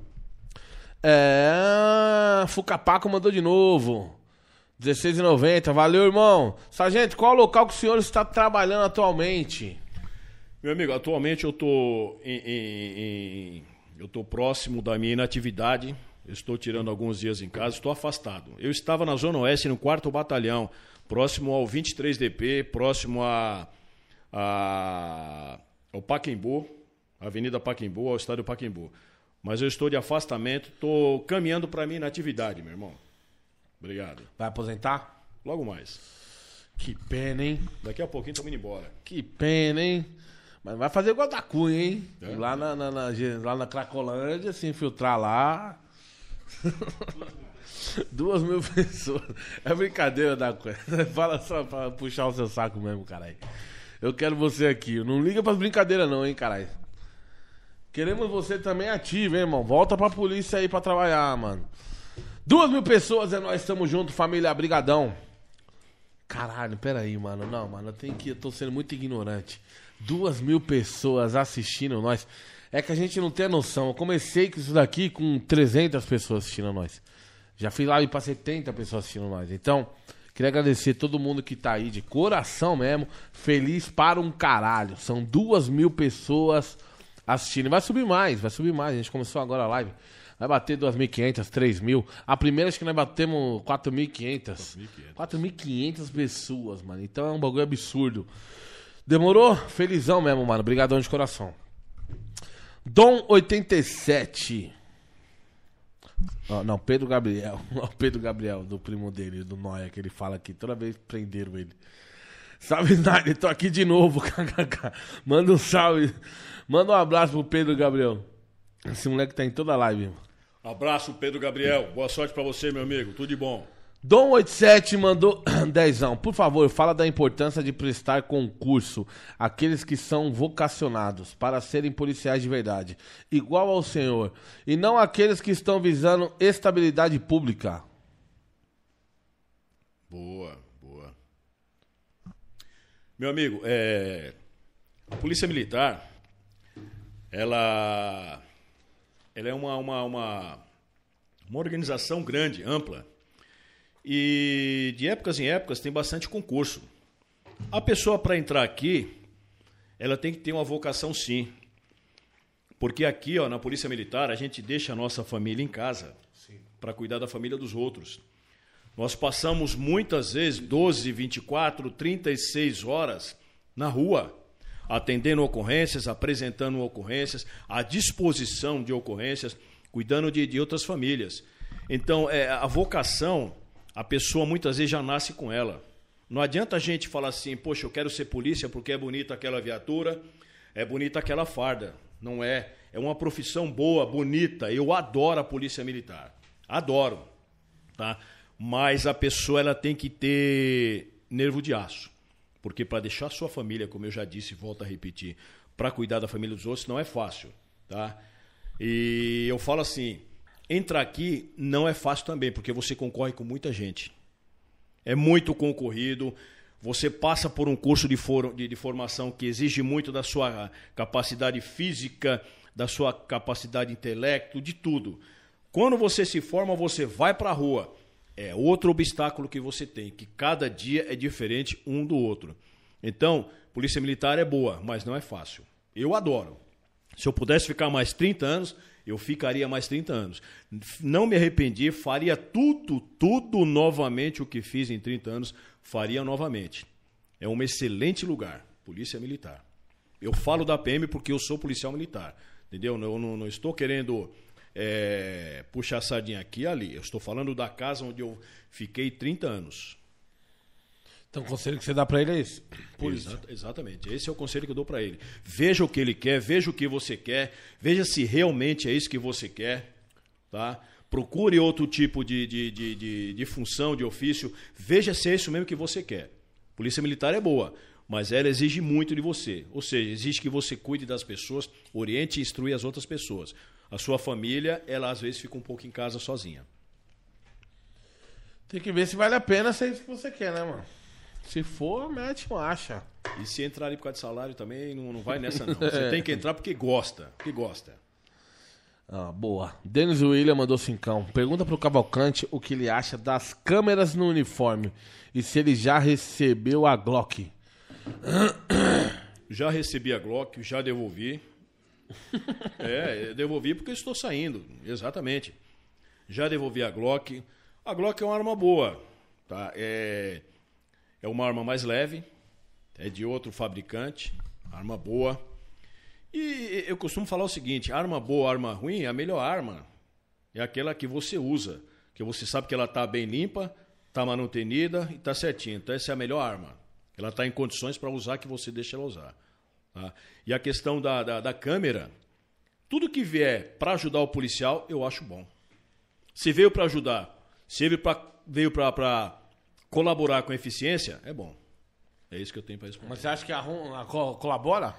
É... Fucapaco mandou de novo. dezesseis e noventa, valeu, irmão. Sargento, qual é o local que o senhor está trabalhando atualmente? Meu amigo, atualmente eu tô em, em, em, eu tô próximo da minha inatividade. Eu estou tirando alguns dias em casa, estou afastado. Eu estava na Zona Oeste, no quarto Batalhão, próximo ao vinte e três D P, próximo a, a, ao Pacaembu, Avenida Pacaembu, ao Estádio Pacaembu. Mas eu estou de afastamento, estou caminhando para a minha inatividade, meu irmão. Obrigado. Vai aposentar? Logo mais. Que pena, hein? Daqui a pouquinho estamos indo embora. Que pena, hein? Mas vai fazer igual da Cunha, hein? É? Lá, na, na, na, lá na Cracolândia, se infiltrar lá. Duas mil pessoas. É brincadeira da Cunha. Fala só pra puxar o seu saco mesmo, caralho. Eu quero você aqui. Não liga pras brincadeiras não, hein, caralho. Queremos você também ativo, hein, irmão? Volta pra polícia aí pra trabalhar, mano. Duas mil pessoas, é nós, estamos juntos, família, brigadão. Caralho, peraí, mano. Não, mano, eu tenho que... Eu tô sendo muito ignorante. Duas mil pessoas assistindo nós. É que a gente não tem noção. Eu comecei com isso daqui com trezentas pessoas assistindo nós. Já fiz live pra setenta pessoas assistindo nós. Então, queria agradecer todo mundo que tá aí de coração mesmo. Feliz para um caralho. São duas mil pessoas assistindo. Vai subir mais, vai subir mais. A gente começou agora a live. Vai bater duas mil e quinhentas, três mil. A primeira acho que nós batemos quatro mil e quinhentas. quatro mil e quinhentas pessoas, mano. Então é um bagulho absurdo. Demorou? Felizão mesmo, mano. Obrigadão de coração. Dom oitenta e sete. Oh, não, Pedro Gabriel. O Pedro Gabriel, do primo dele, do Noia, que ele fala aqui. Toda vez prenderam ele. Salve, Nari. Tô aqui de novo. Manda um salve. Manda um abraço pro Pedro Gabriel. Esse moleque tá em toda a live, mano. Abraço, Pedro Gabriel. Boa sorte pra você, meu amigo. Tudo de bom. Dom oitenta e sete mandou dezão. Por favor, fala da importância de prestar concurso àqueles que são vocacionados para serem policiais de verdade, igual ao senhor, e não aqueles que estão visando estabilidade pública. Boa, boa. Meu amigo, é... a Polícia Militar, ela, ela é uma, uma, uma, uma organização grande, ampla. E de épocas em épocas tem bastante concurso. A pessoa, para entrar aqui, ela tem que ter uma vocação, sim. Porque aqui, ó, na Polícia Militar, a gente deixa a nossa família em casa para cuidar da família dos outros. Nós passamos muitas vezes doze, vinte e quatro, trinta e seis horas na rua, atendendo ocorrências, apresentando ocorrências, à disposição de ocorrências, cuidando de, de outras famílias. Então, é, a vocação, a pessoa muitas vezes já nasce com ela. Não adianta a gente falar assim, poxa, eu quero ser polícia porque é bonita aquela viatura, é bonita aquela farda. Não é. É uma profissão boa, bonita. Eu adoro a Polícia Militar. Adoro. Tá? Mas a pessoa ela tem que ter nervo de aço. Porque para deixar a sua família, como eu já disse, volto a repetir, para cuidar da família dos outros, não é fácil. Tá? E eu falo assim, entrar aqui não é fácil também, porque você concorre com muita gente. É muito concorrido. Você passa por um curso de, for, de, de formação que exige muito da sua capacidade física, da sua capacidade intelecto, de tudo. Quando você se forma, você vai para a rua. É outro obstáculo que você tem, que cada dia é diferente um do outro. Então, Polícia Militar é boa, mas não é fácil. Eu adoro. Se eu pudesse ficar mais trinta anos, eu ficaria mais trinta anos. Não me arrependi, faria tudo, tudo novamente o que fiz em trinta anos, faria novamente. É um excelente lugar, Polícia Militar. Eu falo da P M porque eu sou policial militar, entendeu? Eu não, não estou querendo é, puxar a sardinha aqui e ali. Eu estou falando da casa onde eu fiquei trinta anos. Então o conselho que você dá para ele é esse? Exa- exatamente, esse é o conselho que eu dou para ele. Veja o que ele quer, veja o que você quer, veja se realmente é isso que você quer, tá? Procure outro tipo de, de, de, de, de função, de ofício, veja se é isso mesmo que você quer. Polícia Militar é boa, mas ela exige muito de você, ou seja, exige que você cuide das pessoas, oriente e instrui as outras pessoas. A sua família, ela às vezes fica um pouco em casa sozinha. Tem que ver se vale a pena ser isso que você quer, né, mano? Se for, mete acha. E se entrar ali por causa de salário também, não, não vai nessa não. Você tem que entrar porque gosta, porque gosta. Ah, boa. Denis William mandou cincão. Pergunta pro Cavalcante o que ele acha das câmeras no uniforme e se ele já recebeu a Glock. Já recebi a Glock, já devolvi. É, devolvi porque estou saindo, exatamente. Já devolvi a Glock. A Glock é uma arma boa, tá? É, é uma arma mais leve, é de outro fabricante, arma boa. E eu costumo falar o seguinte, arma boa, arma ruim, a melhor arma é aquela que você usa, que você sabe que ela está bem limpa, está manutenida e está certinha. Então essa é a melhor arma. Ela está em condições para usar, que você deixa ela usar. Tá? E a questão da, da, da câmera, tudo que vier para ajudar o policial, eu acho bom. Se veio para ajudar, se veio para colaborar com a eficiência, é bom. É isso que eu tenho para responder. Mas você acha que a, a, a colabora?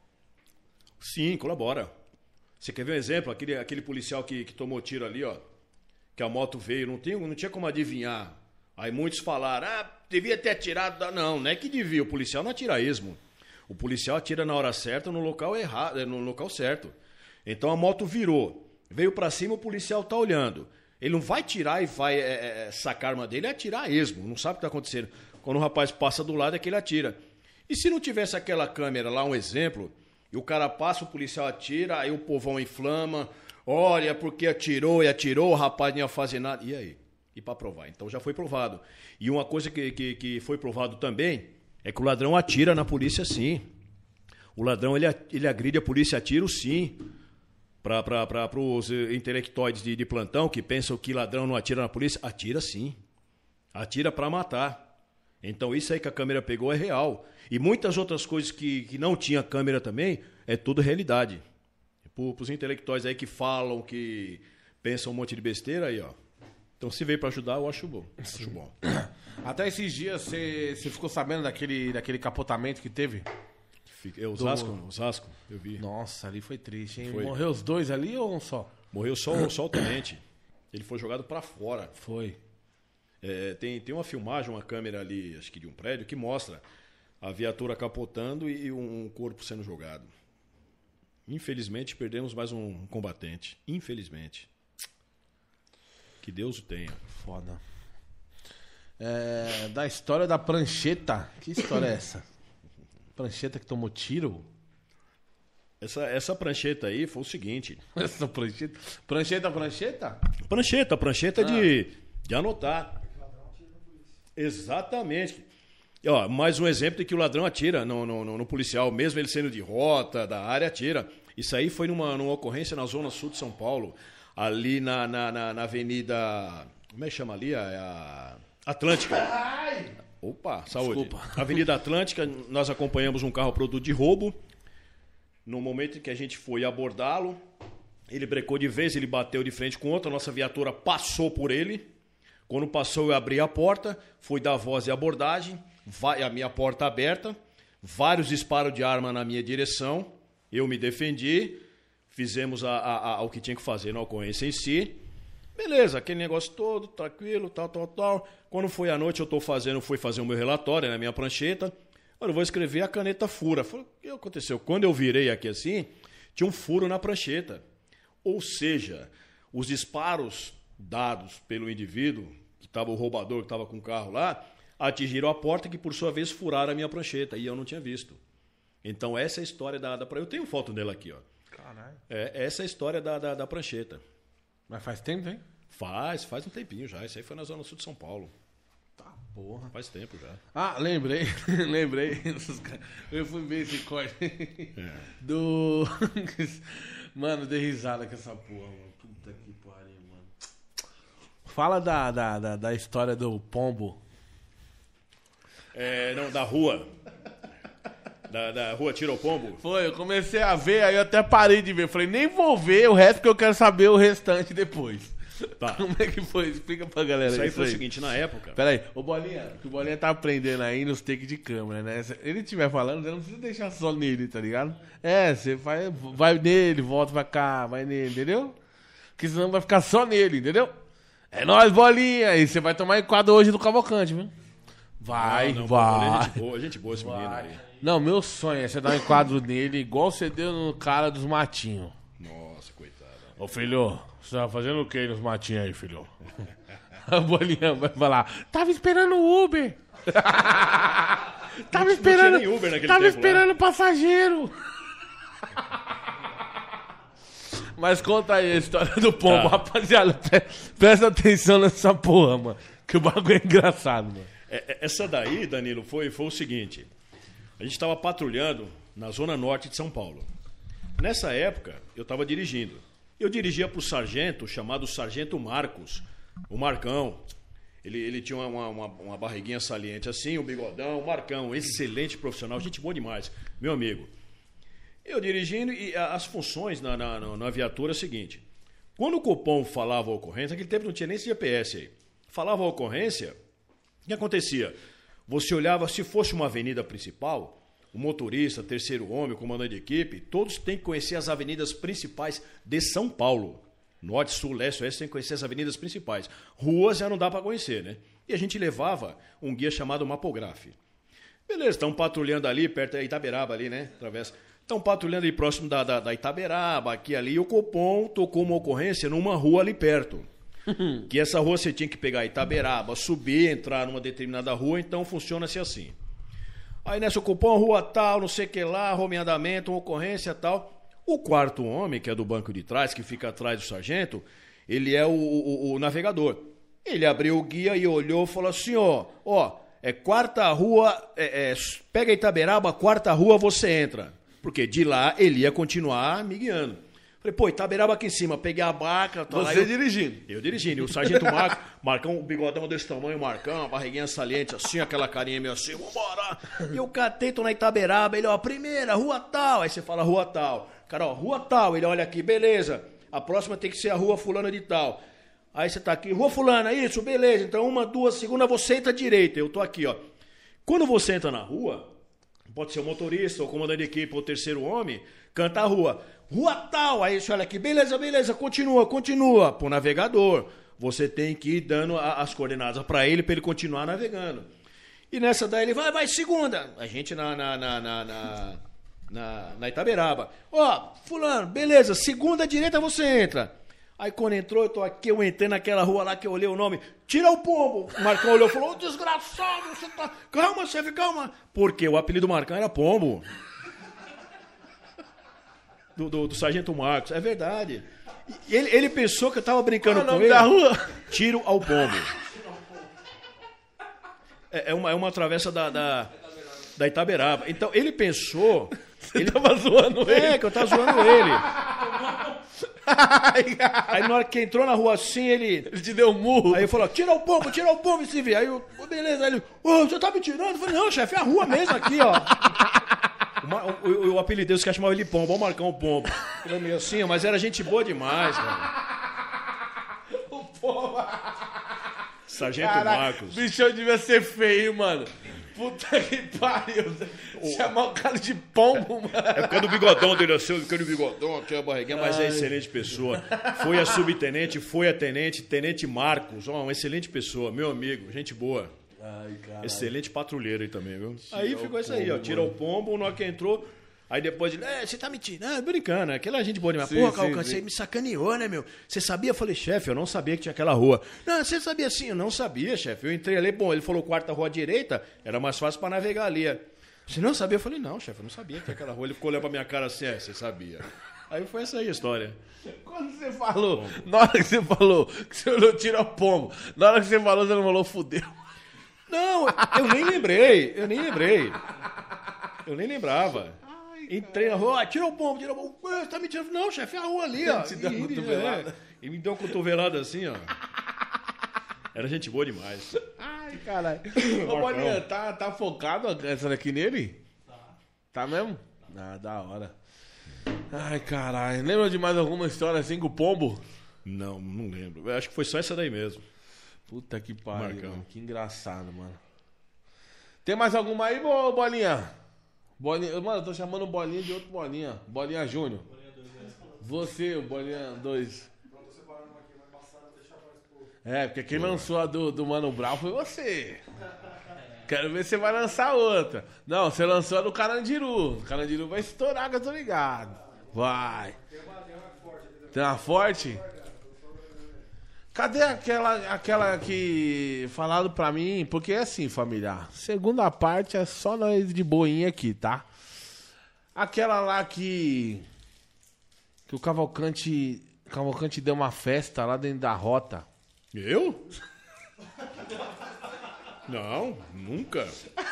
Sim, colabora. Você quer ver um exemplo? Aquele, aquele policial que, que tomou tiro ali, ó, que a moto veio, não, tem, não tinha como adivinhar. Aí muitos falaram, ah, devia ter atirado. Não, não é que devia, o policial não atira a esmo. O policial atira na hora certa, no local errado, no local certo. Então a moto virou, veio para cima, o policial tá olhando. Ele não vai tirar e vai é, é, sacar a arma dele, é atirar a esmo, não sabe o que tá acontecendo. Quando o rapaz passa do lado é que ele atira. E se não tivesse aquela câmera lá, um exemplo, e o cara passa, o policial atira, aí o povão inflama, olha, porque atirou e atirou, o rapaz não ia fazer nada. E aí? E para provar? Então já foi provado. E uma coisa que, que, que foi provado também é que o ladrão atira na polícia, sim. O ladrão, ele, ele agride a polícia a tiro, sim. Para os intelectuais de, de plantão que pensam que ladrão não atira na polícia, atira sim. Atira para matar. Então isso aí que a câmera pegou é real. E muitas outras coisas que, que não tinha câmera também, é tudo realidade. Para os intelectuais aí que falam, que pensam um monte de besteira aí, ó. Então se veio para ajudar, eu acho bom. Acho bom. Até esses dias você ficou sabendo daquele, daquele capotamento que teve? É Osasco, Do... Osasco, eu vi. Nossa, ali foi triste, hein? Foi. Morreu os dois ali ou um só? Morreu só, só o tenente. Ele foi jogado para fora. Foi. É, tem, tem uma filmagem, uma câmera ali, acho que de um prédio, que mostra a viatura capotando e um corpo sendo jogado. Infelizmente, perdemos mais um combatente. Infelizmente. Que Deus o tenha. Foda. É, da história da prancheta. Que história é essa? Prancheta que tomou tiro? Essa, essa prancheta aí foi o seguinte. Essa prancheta. Prancheta, prancheta? Prancheta, prancheta Ah. de, de anotar. Exatamente. E, ó, mais um exemplo de que o ladrão atira no, no, no, no policial, mesmo ele sendo de rota, da área, atira. Isso aí foi numa, numa ocorrência na zona sul de São Paulo, ali na, na, na, na avenida... Como é que chama ali? É a Atlântica. Opa, saúde. Desculpa. Avenida Atlântica, nós acompanhamos um carro produto de roubo. No momento em que a gente foi abordá-lo, ele brecou de vez, ele bateu de frente com outro, a nossa viatura passou por ele. Quando passou, eu abri a porta, fui dar voz de abordagem, vai, a minha porta aberta, vários disparos de arma na minha direção, eu me defendi, fizemos a, a, a, o que tinha que fazer na ocorrência em si. Beleza, aquele negócio todo, tranquilo, tal, tal, tal. Quando foi à noite, eu tô fazendo, fui fazer o meu relatório na minha prancheta. Olha, eu vou escrever, a caneta fura. Falei, o que aconteceu? Quando eu virei aqui assim, tinha um furo na prancheta. Ou seja, os disparos dados pelo indivíduo, que estava o roubador, que estava com o carro lá, atingiram a porta, que por sua vez furaram a minha prancheta. E eu não tinha visto. Então essa é a história da... da eu tenho foto dela aqui, ó. Caralho. É, essa é a história da, da, da prancheta. Mas faz tempo, hein? Faz, faz um tempinho já. Isso aí foi na zona sul de São Paulo. Tá, porra. Faz tempo já. Ah, lembrei. lembrei. Eu fui ver esse corte do... Mano, dei risada com essa porra, mano. Puta que pariu, mano. Fala da, da, da, da história do pombo. É, não, da rua. Da, da rua Tira o Pombo. Foi, eu comecei a ver, aí eu até parei de ver. Falei, nem vou ver o resto, porque eu quero saber o restante depois. Tá. Como é que foi? Explica pra galera Isso aí isso foi aí. o seguinte, na época... Pera aí, ô Bolinha, que o Bolinha tá aprendendo aí nos takes de câmera, né? Se ele estiver falando, você não precisa deixar só nele, tá ligado? É, você vai, vai nele, volta pra cá, vai nele, entendeu? Porque senão vai ficar só nele, entendeu? É nóis, Bolinha! E você vai tomar enquadro hoje do Cavalcante, viu? Vai, não, não, vai. Gente boa, gente boa esse menino aí. Não, meu sonho é você dar um enquadro nele igual você deu no cara dos matinhos. Nossa, coitado. Ô filho, você tá fazendo o que nos matinhos aí, filho? A Bolinha vai falar, tava esperando o Uber. tava Não esperando. tinha nem Uber naquele tava tempo esperando passageiro. Mas conta aí a história do pombo, Tá. rapaziada. pre- Presta atenção nessa porra, mano. Que o bagulho é engraçado, mano. É, é, essa daí, Danilo, foi, foi o seguinte. A gente estava patrulhando na zona norte de São Paulo. Nessa época, eu estava dirigindo. Eu dirigia para o sargento, chamado Sargento Marcos, o Marcão. Ele, ele tinha uma, uma, uma barriguinha saliente assim, o bigodão, o Marcão, excelente profissional, gente boa demais, meu amigo. Eu dirigindo e a- as funções na, na, na- na viatura é o seguinte. Quando o Copom falava a ocorrência, naquele tempo não tinha nem esse G P S aí, falava a ocorrência, o que acontecia? Você olhava, se fosse uma avenida principal, o motorista, terceiro homem, o comandante de equipe, todos têm que conhecer as avenidas principais de São Paulo. Norte, sul, leste, oeste, tem que conhecer as avenidas principais. Ruas já não dá para conhecer, né? E a gente levava um guia chamado Mapografe. Beleza, estão patrulhando ali, perto da Itaberaba ali, né? Através. Estão patrulhando ali próximo da, da, da Itaberaba, aqui ali, e o Copom tocou uma ocorrência numa rua ali perto. Que essa rua você tinha que pegar Itaberaba, subir, entrar numa determinada rua, então funciona-se assim. Aí nessa Copom, rua tal, não sei o que lá, rua em andamento, uma ocorrência tal. O quarto homem, que é do banco de trás, que fica atrás do sargento, ele é o, o, o navegador. Ele abriu o guia e olhou e falou assim, ó, ó, é quarta rua, é, é, pega Itaberaba, quarta rua você entra. Porque de lá ele ia continuar me guiando. Falei, pô, Itaberaba aqui em cima, peguei a barca. Tá lá, Você eu, dirigindo. eu dirigindo, e o sargento Marco, Marcão, o bigodão desse tamanho, Marcão, a barriguinha saliente assim, aquela carinha meio assim, vambora. E eu catei, tô na Itaberaba, ele, ó, primeira, rua tal. Aí você fala, rua tal. Cara, ó, rua tal, ele olha aqui, beleza. A próxima tem que ser a rua fulana de tal. Aí você tá aqui, rua fulana, isso, beleza. Então uma, duas, segunda, você entra à direita. Eu tô aqui, ó. Quando você entra na rua, pode ser o motorista, ou o comandante de equipe, ou o terceiro homem, canta a rua. Rua tal, aí você olha aqui, beleza, beleza, continua, continua. Pro navegador, você tem que ir dando a, as coordenadas para ele, para ele continuar navegando. E nessa daí ele vai, vai, segunda. A gente na, na, na, na, na, na, na Itaberaba. Ó, fulano, beleza, segunda direita você entra. Aí quando entrou, eu tô aqui, eu entrei naquela rua lá que eu olhei o nome, Tira o Pombo. O Marcão olhou e falou, ô desgraçado, você tá... Calma, chefe, calma. Porque o apelido do Marcão era Pombo. do, do, do Sargento Marcos. É verdade. E ele, ele pensou que eu tava brincando Qual o com nome ele. da rua? Tiro ao pombo. É, é, uma, é uma travessa da, da, da Itaberaba. Então, ele pensou... Você ele tava zoando ele. É, que eu tava zoando ele. Aí na hora que entrou na rua assim, ele... Ele te deu um murro. Aí eu falou, tira o pombo, tira o pombo, se vê. Aí eu, oh, beleza. Aí ele, ô, você tá me tirando? Eu falei, não, chefe, é a rua mesmo aqui, ó. O, o, o, o apelido desse que chamava ele Pombo, vamos marcar um pombo. Ele é meio assim, mas era gente boa demais, cara. O pombo. Sargento Caraca, Marcos. bichão devia ser feio, mano. Puta que pariu. Chamar o cara de pombo, mano. É porque é do bigodão dele, assim, aquele bigodão, aqui a barriguinha, mas é excelente pessoa. Foi a subtenente, foi a tenente, tenente Marcos, ó, uma excelente pessoa, meu amigo, gente boa. Ai, caralho. Excelente patrulheiro aí também, viu? Tira aí o ficou isso aí, ó, pombo, tira mano. o pombo, na hora que entrou, aí depois ele, é, você tá me tirando, brincando, né? Aquela gente boa demais. Sim, Porra, sim, Calcã, sim. você me sacaneou, né, meu? Você sabia? Eu falei, chefe, eu não sabia que tinha aquela rua. Não, você sabia sim, eu não sabia, chefe. Eu entrei ali, bom, ele falou quarta rua à direita, era mais fácil pra navegar ali. Você não sabia? Eu falei, não, chefe, eu não sabia que tinha aquela rua. Ele ficou olhando pra minha cara assim, é, você sabia. Aí foi essa aí a história. Quando você falou, na hora que você falou que você olhou tirar o pombo, na hora que você falou, você não falou, fudeu. Não, eu nem lembrei, eu nem lembrei. Eu nem lembrava. Entrei na rua, ah, tira o pombo, tira o pombo. Ué, tá me tirando? Não, chefe, é a rua ali, ó. Te deu uma E- cotovelada. é, E me deu uma cotovelada assim, ó. Era gente boa demais. Ai, caralho. Ô, Bolinha, tá, tá focado essa daqui nele? Tá. Tá mesmo? Ah, da hora. Ai, caralho. Lembra de mais alguma história assim com o pombo? Não, não lembro. Eu acho que foi só essa daí mesmo. Puta que pariu, Marcão. mano. Que engraçado, mano. Tem mais alguma aí, bo- Bolinha? Bolinha? Mano, eu tô chamando Bolinha de outro Bolinha. Bolinha Júnior. Você, o Bolinha dois. É, porque quem lançou a do, do Mano Brown foi você. Quero ver se você vai lançar outra. Não, você lançou a do Carandiru. O Carandiru vai estourar, que eu tô ligado. Vai. Tem uma forte? Cadê aquela, aquela que falaram pra mim? Porque é assim, familiar. Segunda parte é só nós de boinha aqui, tá? Aquela lá que... Que o Cavalcante... O Cavalcante deu uma festa lá dentro da rota. Eu? Não, nunca.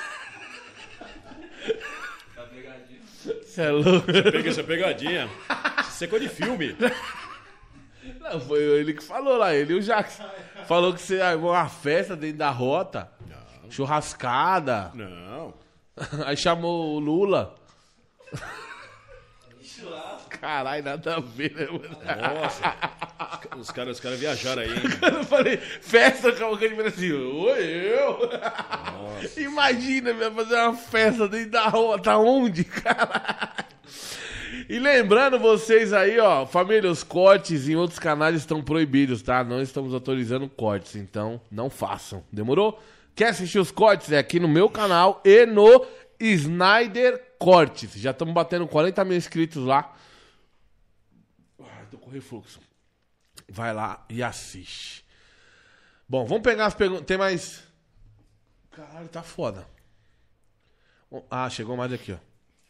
Você é louco? Pega essa pegadinha. Isso é coisa de filme. Não, foi ele que falou lá. Ele e o Jackson. Falou que você armou uma festa dentro da rota. Não. Churrascada. Não. Aí chamou o Lula. Caralho, nada a ver, né, mano? Nossa. Os caras os caras viajaram aí, hein? Eu falei, festa Cavalcante Brasil. Oi, eu? Imagina, vai fazer uma festa dentro da rota. Onde, caralho? E lembrando vocês aí, ó, família, os cortes em outros canais estão proibidos, tá? Não estamos autorizando cortes, então não façam. Demorou? Quer assistir os cortes? É aqui no meu canal e no Snyder Cortes. Já estamos batendo quarenta mil inscritos lá. Ai, tô com refluxo. Vai lá e assiste. Bom, vamos pegar as perguntas. Tem mais... Caralho, tá foda. Ah, chegou mais aqui, ó.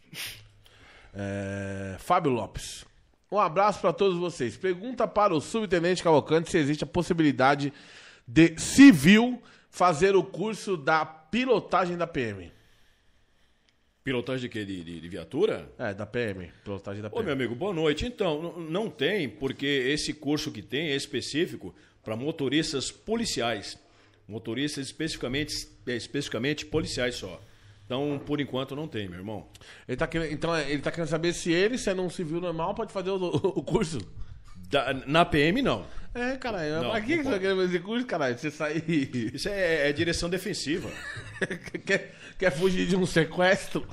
É... Fábio Lopes. Um abraço pra todos vocês. Pergunta para o subtenente Cavalcante se existe a possibilidade de civil fazer o curso da pilotagem da P M. Pilotagem de quê? De, de, de viatura? É, da P M. Pilotagem da P Ô, M. meu amigo, boa noite. Então, n- não tem, porque esse curso que tem é específico para motoristas policiais. Motoristas especificamente, é, especificamente policiais só. Então, por enquanto, não tem, meu irmão. Ele tá querendo, então, ele tá querendo saber se ele, sendo um civil normal, pode fazer o, o curso. Da- na P M, não. É, caralho. Não, Pra que não você tá querendo fazer esse curso, caralho? Você sair... Isso é, é direção defensiva. quer, quer fugir de um sequestro?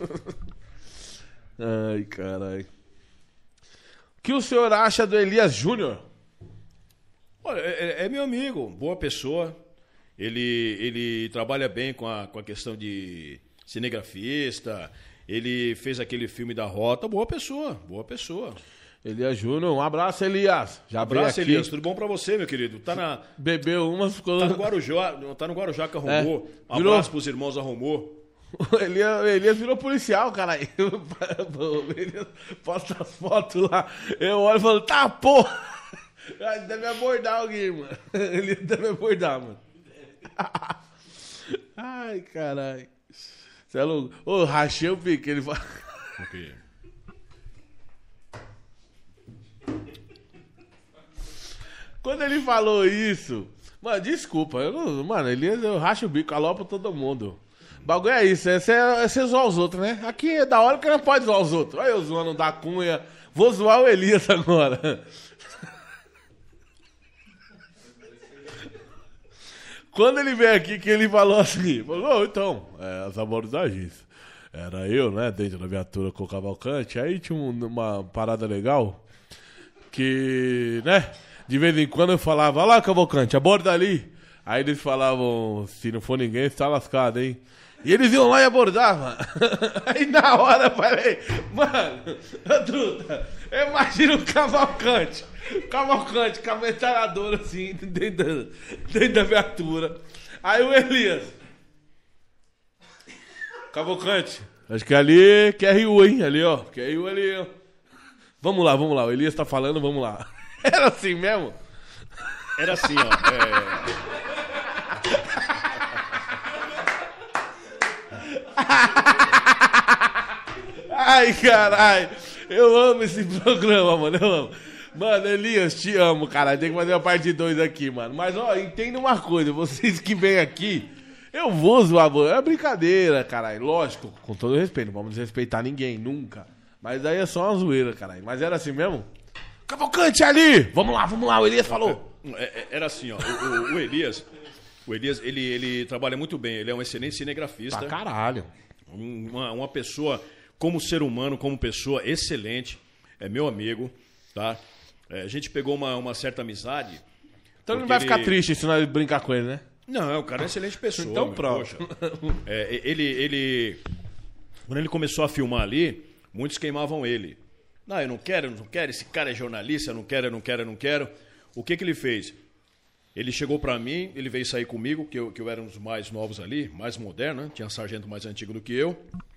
Ai, caralho. O que o senhor acha do Elias Júnior? Olha, é, é meu amigo, boa pessoa. Ele, ele trabalha bem com a, com a questão de cinegrafista. Ele fez aquele filme da Rota. Boa pessoa, boa pessoa. Elias Júnior, um abraço, Elias. Já veio Abraço, aqui, Elias. Tudo bom pra você, meu querido? Tá, na, bebeu umas, ficou... tá no Guarujá, tá no Guarujá que arrumou. É, Um virou- abraço pros irmãos arrumou. O Elias, o Elias virou policial, caralho. O Elias posta as fotos lá. Eu olho e falo, tá, porra. Deve abordar alguém, mano. Ele deve abordar, mano. Ai, caralho. Você é louco. Ô, rachei o pique. Ele fala... O quê? Quando ele falou isso... Mano, desculpa. Eu não, mano, Elias, eu racho o bico, alopo todo mundo. O bagulho é isso, é você é, é zoar os outros, né? Aqui é da hora que não pode zoar os outros. Olha eu zoando da Cunha. Vou zoar o Elias agora. Quando ele veio aqui, que ele falou assim, falou, oh, então, é, as abordagens, era eu, né, dentro da viatura com o Cavalcante, aí tinha um, uma parada legal, que, né, de vez em quando eu falava, olha lá, Cavalcante, aborda ali. Aí eles falavam, se não for ninguém, você tá lascado, hein. E eles iam lá e abordavam. Aí na hora eu falei, mano, truta, imagina o Cavalcante. Cavalcante com a metralhadora assim, dentro da, dentro da viatura. Aí o Elias. Cavalcante, acho que ali que é Q R U, hein? Ali, ó. Q R U ali, ó. Vamos lá, vamos lá. O Elias tá falando, vamos lá. Era assim mesmo? Era assim, ó. É... Ai, caralho. Eu amo esse programa, mano. Eu amo. Mano, Elias, te amo, cara. Tem que fazer a parte dois aqui, mano. Mas, ó, entenda uma coisa. Vocês que vêm aqui, eu vou zoar. É brincadeira, caralho. Lógico, com todo respeito. Não vamos desrespeitar ninguém, nunca. Mas aí é só uma zoeira, caralho. Mas era assim mesmo? Cavalcante ali! Vamos lá, vamos lá. O Elias falou. Era assim, ó. O, o, o Elias, o Elias ele, ele trabalha muito bem. Ele é um excelente cinegrafista. Pra caralho. Uma, uma pessoa, como ser humano, como pessoa, excelente. É meu amigo, tá? É, a gente pegou uma, uma certa amizade. Então ele não vai ele... ficar triste se nós brincar com ele, né? Não, o cara é uma excelente pessoa. Então meu, pronto. É, ele, ele... Quando ele começou a filmar ali, muitos queimavam ele. Não, eu não quero, eu não quero, esse cara é jornalista, eu não quero, eu não quero, eu não quero. O que que ele fez? Ele chegou pra mim, ele veio sair comigo, que eu, que eu era um dos mais novos ali, mais moderno, né? Tinha um sargento mais antigo do que eu.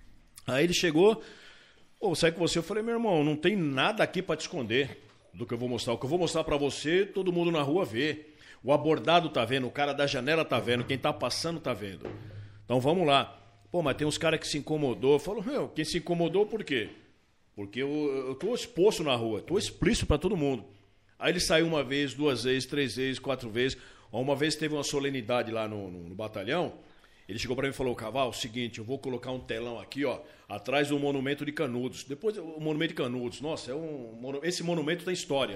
Aí ele chegou, pô, saí com você, eu falei, meu irmão, não tem nada aqui pra te esconder do que eu vou mostrar. O que eu vou mostrar pra você, todo mundo na rua vê. O abordado tá vendo, o cara da janela tá vendo, quem tá passando tá vendo. Então vamos lá. Pô, mas tem uns caras que se incomodou. Falou, meu, quem se incomodou por quê? Porque eu, eu tô exposto na rua, tô explícito pra todo mundo. Aí ele saiu uma vez, duas vezes, três vezes, quatro vezes. Uma vez teve uma solenidade lá no, no, no batalhão. Ele chegou pra mim e falou, Cavalo, seguinte, eu vou colocar um telão aqui, ó, atrás do Monumento de Canudos. Depois, o Monumento de Canudos, nossa, é um, esse monumento tem história.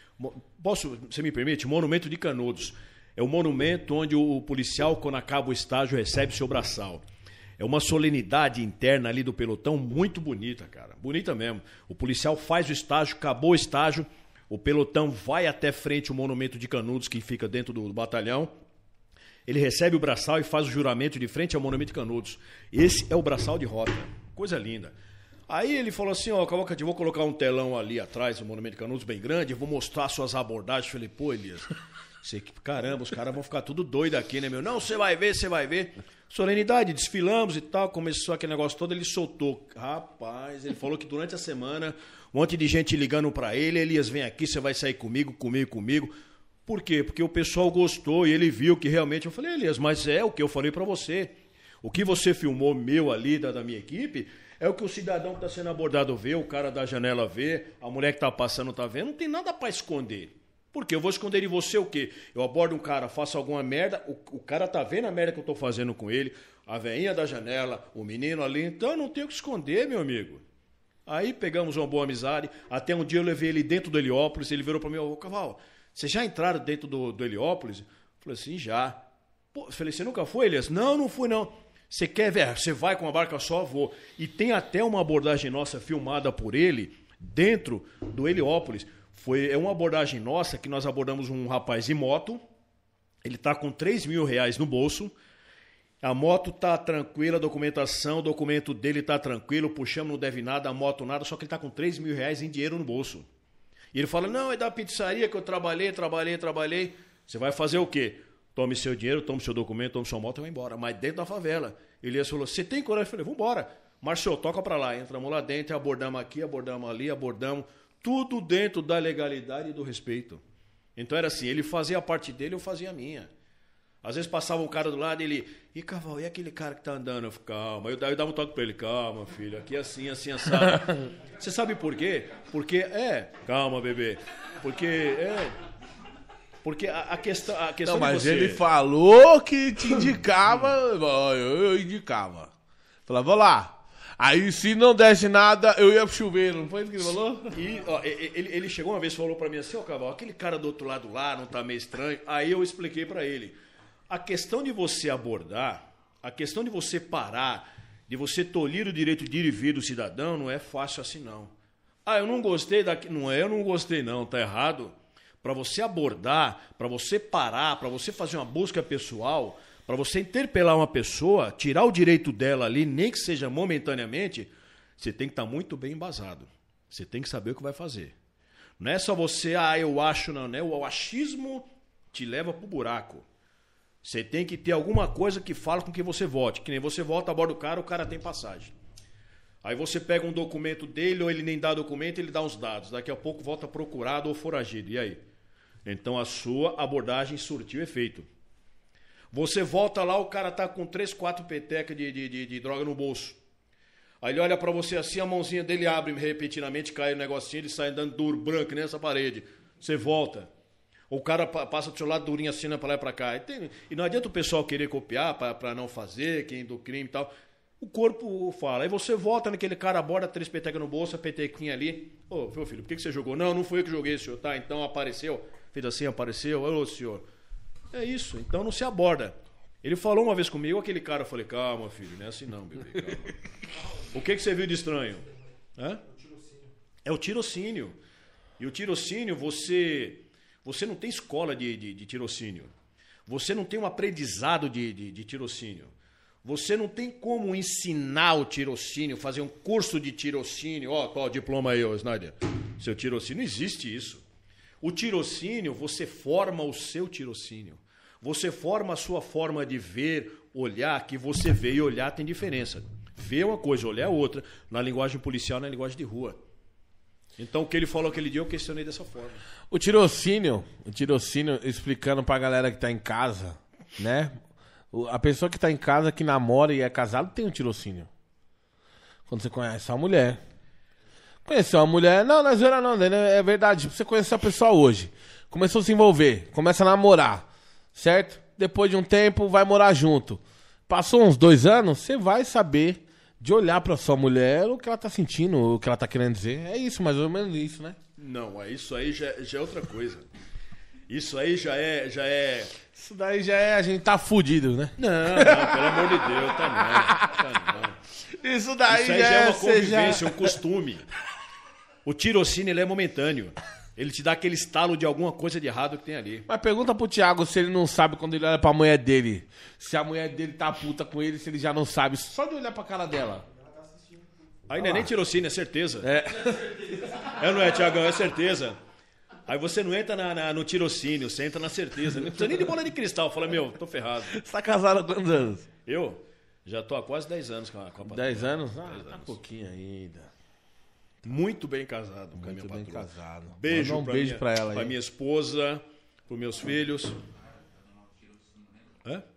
Posso, você me permite? Monumento de Canudos. É o monumento onde o policial, quando acaba o estágio, recebe seu braçal. É uma solenidade interna ali do pelotão muito bonita, cara. Bonita mesmo. O policial faz o estágio, acabou o estágio, o pelotão vai até frente ao Monumento de Canudos, que fica dentro do batalhão. Ele recebe o braçal e faz o juramento de frente ao Monumento de Canudos. Esse é o braçal de rota. Coisa linda. Aí ele falou assim, ó, Cavalcante, vou colocar um telão ali atrás do Monumento de Canudos bem grande, vou mostrar suas abordagens. Eu falei, pô, Elias, sei que, caramba, os caras vão ficar tudo doido aqui, né, meu? Não, você vai ver, você vai ver. Solenidade, desfilamos e tal, começou aquele negócio todo, ele soltou. Rapaz, ele falou que durante a semana, um monte de gente ligando pra ele, Elias, vem aqui, você vai sair comigo, comigo, comigo. Por quê? Porque o pessoal gostou e ele viu que realmente... Eu falei, Elias, mas é o que eu falei pra você. O que você filmou meu ali, da, da minha equipe, é o que o cidadão que está sendo abordado vê, o cara da janela vê, a mulher que está passando está vendo, não tem nada para esconder. Por quê? Eu vou esconder de você o quê? Eu abordo um cara, faço alguma merda, o, o cara tá vendo a merda que eu estou fazendo com ele, a veinha da janela, o menino ali, então eu não tenho o que esconder, meu amigo. Aí pegamos uma boa amizade, até um dia eu levei ele dentro do Heliópolis, ele virou para mim, ô Cavalo, vocês já entraram dentro do, do Heliópolis? Eu falei assim, já. Pô, eu falei, você nunca foi, Elias? Não, não fui não. Você quer ver? Você vai com uma barca só? Vou. E tem até uma abordagem nossa filmada por ele dentro do Heliópolis. Foi, é uma abordagem nossa que nós abordamos um rapaz de moto. Ele está com três mil reais no bolso. A moto está tranquila, a documentação, o documento dele está tranquilo, puxamos, não deve nada, a moto nada, só que ele está com três mil reais em dinheiro no bolso. E ele fala, não, é da pizzaria que eu trabalhei, trabalhei, trabalhei. Você vai fazer o quê? Tome seu dinheiro, tome seu documento, tome sua moto e vai embora. Mas dentro da favela. Elias falou, você tem coragem? Eu falei, vambora. Marcelo, toca pra lá. Entramos lá dentro, abordamos aqui, abordamos ali, abordamos. Tudo dentro da legalidade e do respeito. Então era assim, ele fazia a parte dele, eu fazia a minha. Às vezes passava um cara do lado e ele, e Cavalo, e aquele cara que tá andando? Eu falei, calma. Eu, eu dava um toque pra ele, calma, filho, aqui é assim, assim, assado. Você sabe por quê? Porque, é, calma, bebê. Porque, é... Porque a, a questão, a questão Não, de mas você... ele falou que te indicava, eu, eu indicava. Falava, lá. Aí, se não desse nada, eu ia pro chuveiro. Não foi isso que ele falou? E, ó, ele, ele chegou uma vez e falou pra mim assim, ó, Cavalo, aquele cara do outro lado lá não tá meio estranho? Aí eu expliquei pra ele. A questão de você abordar, a questão de você parar, de você tolir o direito de ir e vir do cidadão, não é fácil assim, não. Ah, eu não gostei daqui. Não é, eu não gostei, não. Tá errado. Para você abordar, para você parar, para você fazer uma busca pessoal, para você interpelar uma pessoa, tirar o direito dela ali, nem que seja momentaneamente, você tem que estar muito bem embasado. Você tem que saber o que vai fazer. Não é só você, ah, eu acho, não, né? O achismo te leva pro buraco. Você tem que ter alguma coisa que fala com que você vote. Que nem você volta a bordo do cara, o cara tem passagem. Aí você pega um documento dele, ou ele nem dá documento, ele dá uns dados. Daqui a pouco volta procurado ou foragido. E aí? Então a sua abordagem surtiu efeito. Você volta lá, o cara tá com três, quatro petecas de, de, de, de droga no bolso. Aí ele olha pra você assim, a mãozinha dele abre repentinamente, cai o negocinho, ele sai andando duro, branco, nessa parede. Você volta. O cara passa do seu lado durinho assim, pra lá e pra cá. E, tem, e não adianta o pessoal querer copiar pra, pra não fazer, quem do crime e tal. O corpo fala. Aí você volta naquele cara, aborda três petecas no bolso, a petequinha ali. Ô, meu filho, por que, que você jogou? Não, não fui eu que joguei, senhor. Tá, então apareceu. Fez assim, apareceu. Ô, senhor. É isso, então não se aborda. Ele falou uma vez comigo, aquele cara, eu falei, calma, filho, não é assim não, bebê, calma. O que, que você viu de estranho? Hã? É o tirocínio. E o tirocínio, você, você não tem escola de, de, de tirocínio. Você não tem um aprendizado de, de, de tirocínio. Você não tem como ensinar o tirocínio, fazer um curso de tirocínio. Ó, qual o diploma aí, ô Snyder? Seu tirocínio, não existe isso. O tirocínio, você forma o seu tirocínio. Você forma a sua forma de ver, olhar, que você vê e olhar tem diferença. Ver é uma coisa, olhar é outra. Na linguagem policial, na linguagem de rua. Então, o que ele falou aquele dia, eu questionei dessa forma. O tirocínio, o tirocínio, explicando pra galera que tá em casa, né? A pessoa que tá em casa, que namora e é casado, tem um tirocínio. Quando você conhece uma mulher. Conheceu uma mulher, não, não é zoeira não, é verdade. Você conheceu a pessoa hoje, começou a se envolver, começa a namorar, certo? Depois de um tempo, vai morar junto. Passou uns dois anos, você vai saber de olhar pra sua mulher o que ela tá sentindo, o que ela tá querendo dizer. É isso, mais ou menos isso, né? Não, isso aí já, já é outra coisa. Isso aí já é, já é... Isso daí já é, a gente tá fudido, né? Não, não, pelo amor de Deus, tá não, tá não. Isso daí, Isso aí já, já é uma você já- convivência, um costume. O tirocínio, ele é momentâneo. Ele te dá aquele estalo de alguma coisa de errado que tem ali. Mas pergunta pro Thiago se ele não sabe quando ele olha pra mulher dele. Se a mulher dele tá puta com ele, se ele já não sabe. Só de olhar pra cara dela. Aí não é nem tirocínio, é certeza. É. É, não é, Tiagão? É certeza. Aí você não entra na, na- no tirocínio, você entra na certeza. Não precisa nem de bola de cristal. Fala, meu, tô ferrado. Você tá casado há quantos anos? Eu já tô há quase dez anos com a, com a patroa. Dez anos? Ah, Dez tá anos. pouquinho ainda. Muito bem casado com a minha Muito bem patroa. casado. Beijo, Manda um pra, beijo minha, pra ela pra aí. minha esposa, pros meus filhos. Hã?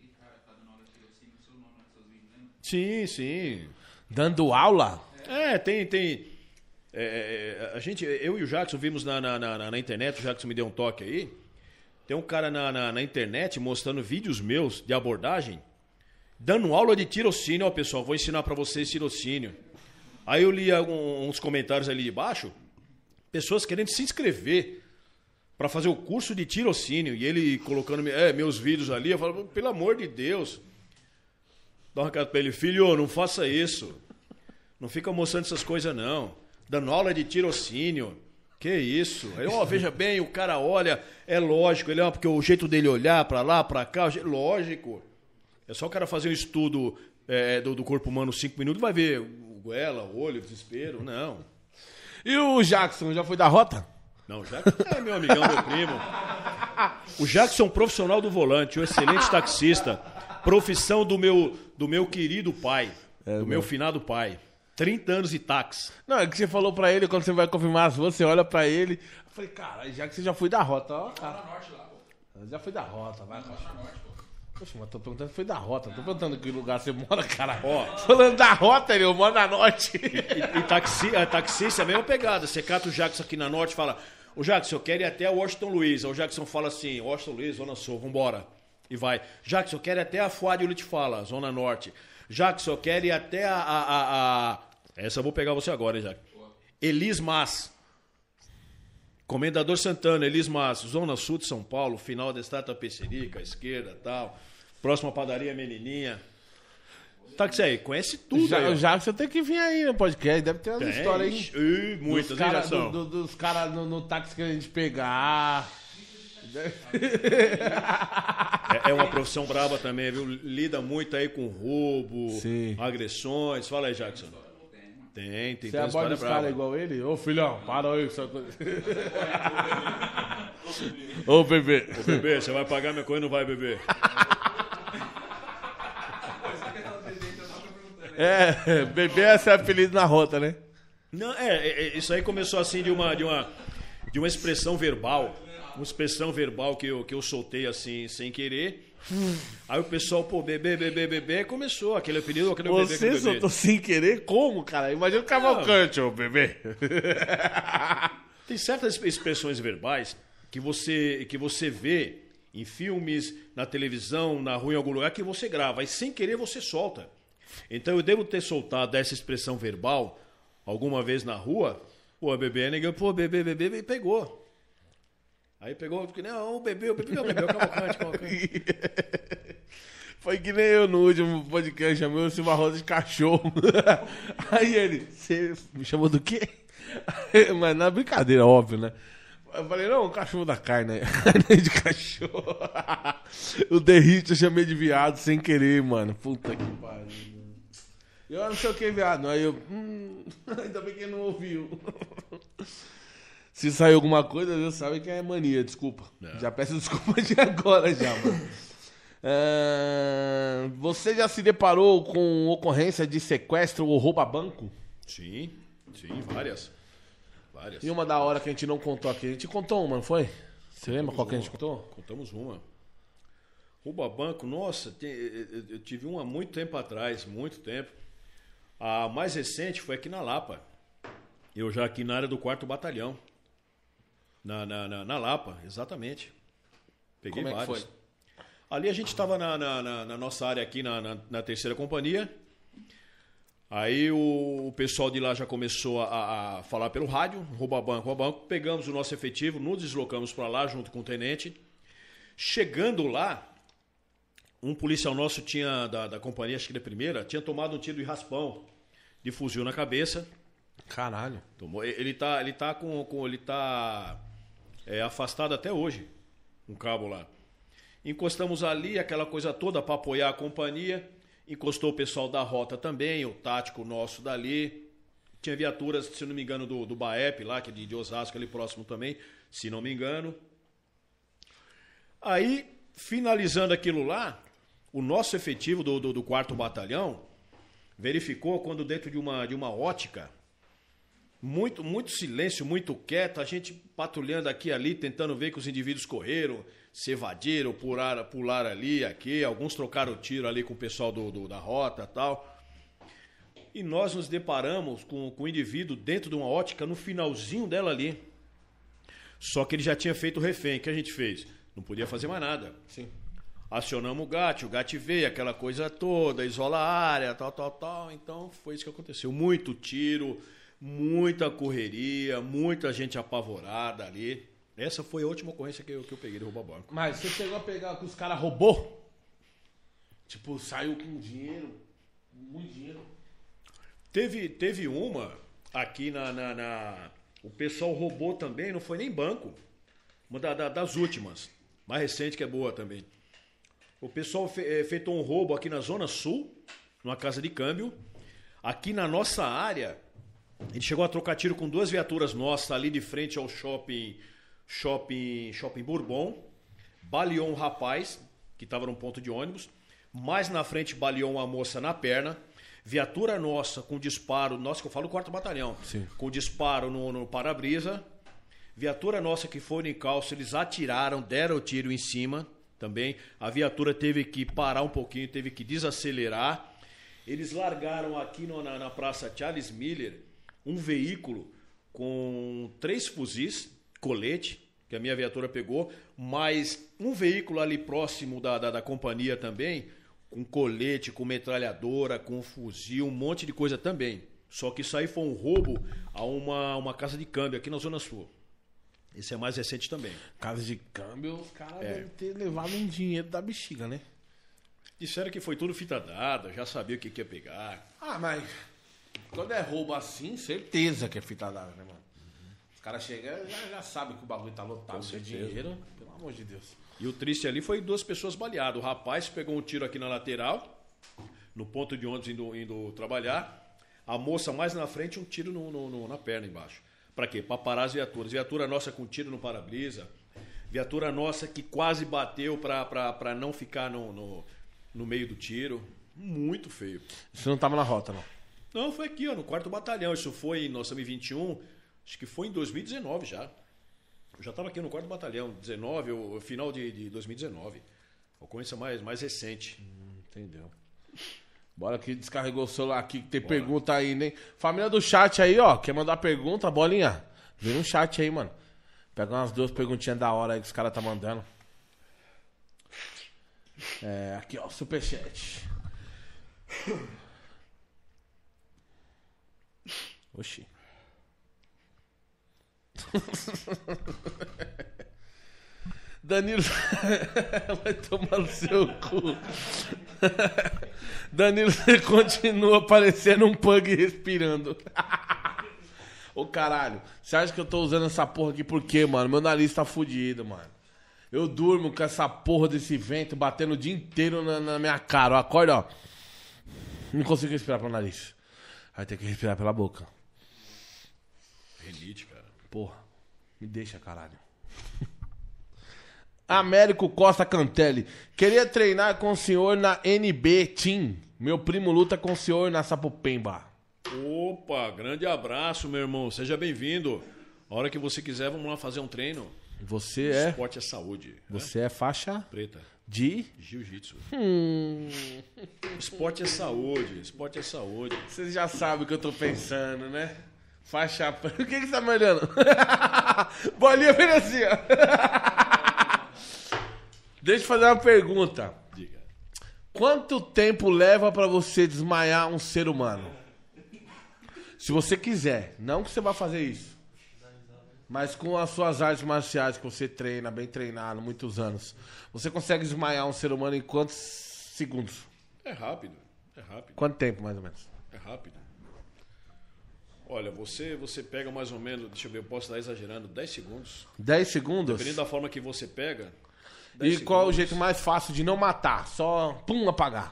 Sim, sim. Dando aula? É, tem. tem é, a gente, eu e o Jackson vimos na, na, na, na internet, o Jackson me deu um toque aí. Tem um cara na, na, na internet mostrando vídeos meus de abordagem, dando aula de tirocínio. Ó, pessoal, vou ensinar pra vocês tirocínio. Aí eu li algum- uns comentários ali de baixo, pessoas querendo se inscrever pra fazer o curso de tirocínio. E ele colocando é, meus vídeos ali, eu falo, pelo amor de Deus. Dá um recado pra ele, filho, não faça isso. Não fica mostrando essas coisas, não. Dando aula de tirocínio. Que isso? Aí, ó, veja bem, o cara olha, é lógico, ele, ó, porque o jeito dele olhar pra lá, pra cá, o jeito- lógico. É só o cara fazer um estudo é, do, do corpo humano cinco minutos, vai ver o goela, o olho, o desespero. Não. E o Jackson, já foi da rota? Não, o Jackson é meu amigão, meu primo. O Jackson é um profissional do volante, um excelente taxista. Profissão do meu, do meu querido pai, É, do mano. meu finado pai. trinta anos de táxi. Não, é que você falou pra ele, quando você vai confirmar as ruas, você olha pra ele. Eu falei, cara, já que você já foi da rota, ó, cara. Norte lá, pô. Já foi da rota, vai, cara. Norte, pô. Poxa, mas tô perguntando se foi da rota. Tô perguntando que lugar você mora, cara. Ó. Falando da rota, ele, eu moro na norte. E, e taxi, a taxista é a mesma pegada. Você cata o Jackson aqui na norte e fala: Ô Jackson, eu quero ir até Washington Luiz. Aí o Jackson fala assim: Washington Luiz, Zona Sul, vambora. E vai. Jackson, eu quero ir até a Fuad Uli te fala, Zona Norte. Jackson, eu quero ir até a. a, a, a... Essa eu vou pegar você agora, hein, Jackson. Elis Mas. Comendador Santana, Elis Mas, Zona Sul de São Paulo, final da Estátua Pecerica, esquerda e tal. Próxima padaria Menininha. Táxi aí, conhece tudo Já, aí. ó. o Jackson tem que vir aí no podcast, deve ter umas Tem, histórias aí. ixi, muitas, dos hein, cara, Jackson? do- do- dos caras no, no táxi que a gente pegar. É, é uma profissão braba também, viu? Lida muito aí com roubo, Sim. agressões. Fala aí, Jackson. Tem, tem. Você tem aborda história os caras braba. igual ele? Ô filhão, para aí. Só... Ô bebê. Ô, bebê, você vai pagar minha coisa ou não vai, bebê? É, bebê é seu apelido na rota, né? Não, é, é, é, isso aí começou assim de uma, de uma, de uma expressão verbal. Uma expressão verbal que eu, que eu soltei assim, sem querer. Aí o pessoal, pô, bebê, bebê, bebê, começou aquele apelido, aquele bebê, Você aquele bebê. soltou sem querer? Como, cara? Imagina o Cavalcante, ô bebê. Tem certas expressões verbais que você, que você vê em filmes, na televisão, na rua, em algum lugar, que você grava. E sem querer você solta. Então eu devo ter soltado essa expressão verbal alguma vez na rua. Pô, bebê, ninguém, pô, bebê, bebê, e pegou. Aí pegou, porque não, o bebê, o bebê, o bebê, o Cavalcante, o Cavalcante. Foi que nem eu no último podcast, chamei o Silva Rosa de cachorro. Aí ele, você me chamou do quê? Mas na brincadeira, óbvio, né? Eu falei, não, cachorro da carne, carne de cachorro. O Derrite eu chamei de viado sem querer, mano. Puta que pariu. Eu não sei o que, viado. Aí eu, hum, ainda bem que ele não ouviu. Se saiu alguma coisa, Deus sabe que é mania, desculpa. É. Já peço desculpa de agora já, mano. Ah, você já se deparou com ocorrência de sequestro ou rouba-banco? Sim, sim, várias. Várias. E uma da hora que a gente não contou aqui. A gente contou uma, não foi? Você lembra qual que a gente contou? Contamos uma. Rouba banco, nossa, tem- eu eu tive uma há muito tempo atrás, muito tempo. A mais recente foi aqui na Lapa. Eu já aqui na área do quarto batalhão. Na, na, na, na Lapa, exatamente. Peguei Como é que vários. foi? Ali a gente estava na, na, na- na nossa área aqui, na, na, na terceira companhia. Aí o, o pessoal de lá já começou a, a falar pelo rádio, rouba banco, rouba banco. Pegamos o nosso efetivo, nos deslocamos para lá junto com o tenente. Chegando lá, um policial nosso tinha, da, da companhia, acho que da primeira, tinha tomado um tiro de raspão, de fuzil na cabeça. Caralho. Tomou, ele tá, ele tá com, com ele tá é, afastado até hoje, um cabo lá. Encostamos ali, aquela coisa toda para apoiar a companhia. Encostou o pessoal da rota também, o tático nosso dali. Tinha viaturas, se não me engano, do, do BAEP lá, que é de, de Osasco, ali próximo também, se não me engano. Aí, finalizando aquilo lá, o nosso efetivo do, do, do quarto batalhão verificou quando dentro de uma, de uma ótica, muito, muito silêncio, muito quieto, a gente patrulhando aqui e ali, tentando ver que os indivíduos correram, se evadiram, pularam, pularam ali, aqui, alguns trocaram tiro ali com o pessoal do, do- da rota e tal. E nós nos deparamos com, com o indivíduo dentro de uma ótica no finalzinho dela ali. Só que ele já tinha feito refém. O que a gente fez? Não podia fazer mais nada. Sim. Acionamos o GAT, o GAT veio, aquela coisa toda, isola a área, tal, tal, tal. Então foi isso que aconteceu. Muito tiro, muita correria, muita gente apavorada ali. Essa foi a última ocorrência que eu, que eu peguei de roubar banco. Mas você chegou a pegar que os caras roubou? Tipo, saiu com dinheiro, muito dinheiro. Teve, teve uma aqui na, na, na- O pessoal roubou também, não foi nem banco. Uma da- da- das últimas. Mais recente, que é boa também. O pessoal fe, eh, feitou um roubo aqui na Zona Sul, numa casa de câmbio. Aqui na nossa área, a gente chegou a trocar tiro com duas viaturas nossas ali de frente ao shopping, shopping, shopping Bourbon. Baleou um rapaz que estava num ponto de ônibus. Mais na frente baleou uma moça na perna. Viatura nossa com disparo, nossa que eu falo quarto batalhão, Sim. com disparo no, no para-brisa. Viatura nossa que foi no encalço, eles atiraram, deram o tiro em cima também. A viatura teve que parar um pouquinho, teve que desacelerar. Eles largaram aqui no, na, na Praça Charles Miller um veículo com três fuzis, colete, que a minha viatura pegou, mais um veículo ali próximo da, da, da companhia também, com colete, com metralhadora, com fuzil, um monte de coisa também. Só que isso aí foi um roubo a uma, uma casa de câmbio aqui na Zona Sul. Esse é mais recente também. Casa de câmbio, os caras É. devem ter levado um dinheiro da bexiga, né? Disseram que foi tudo fita dada, já sabia o que, que ia pegar. Ah, mas quando é roubo assim, certeza que é fita dada, né, mano? Os caras chegam e já, já sabem que o bagulho tá lotado de certeza. dinheiro. Pelo amor de Deus. E o triste ali foi duas pessoas baleadas. O rapaz pegou um tiro aqui na lateral, no ponto de ônibus indo, indo trabalhar. A moça mais na frente, um tiro no, no- no- na perna embaixo. Pra quê? Pra parar as viaturas. Viatura nossa com tiro no para-brisa. Viatura nossa que quase bateu pra, pra, pra não ficar no, no, no meio do tiro. Muito feio. Isso não tava na rota, não. Não, foi aqui, ó, no quarto batalhão. Isso foi em, nós estamos em vinte e um, acho que foi em dois mil e dezenove já. Eu já estava aqui no quarto batalhão, dezenove, o final de, de dois mil e dezenove. A ocorrência mais, mais recente. Entendeu? Bora que descarregou o celular aqui, que tem pergunta aí, né? Família do chat aí, ó. Quer mandar pergunta, bolinha? Vem no chat aí, mano. Pega umas duas perguntinhas da hora aí que os caras tá mandando. É, aqui, ó, superchat. Oxi. Danilo. Vai tomar no seu cu. Danilo, você continua parecendo um pug respirando. Ô caralho, você acha que eu tô usando essa porra aqui por quê, mano? Meu nariz tá fudido, mano. Eu durmo com essa porra desse vento batendo o dia inteiro na, na minha cara. Eu acordo, ó. Não consigo respirar pelo nariz. Vai ter que respirar pela boca. Renite, cara. Porra, me deixa, caralho. Américo Costa Cantelli. Queria treinar com o senhor na N B Team. Meu primo luta com o senhor na Sapopemba. Opa, grande abraço, meu irmão. Seja bem-vindo. A hora que você quiser, vamos lá fazer um treino. Você é... Esporte é saúde. Né? Você é faixa Preta. de... Jiu-jitsu. Hum... Esporte é saúde. Esporte é saúde. Você já sabe o que eu tô pensando, né? Faixa... O que que você tá me olhando? Bolinha Venecia. Deixa eu fazer uma pergunta. Diga. Quanto tempo leva pra você desmaiar um ser humano? Se você quiser. Não que você vai fazer isso. Mas com as suas artes marciais que você treina, bem treinado, muitos anos. Você consegue desmaiar um ser humano em quantos segundos? É rápido. É rápido. Quanto tempo, mais ou menos? É rápido. Olha, você, você pega mais ou menos, deixa eu ver, eu posso estar exagerando, dez segundos. dez segundos? Dependendo da forma que você pega. E dez qual é o segundos. jeito mais fácil de não matar? Só, pum, apagar.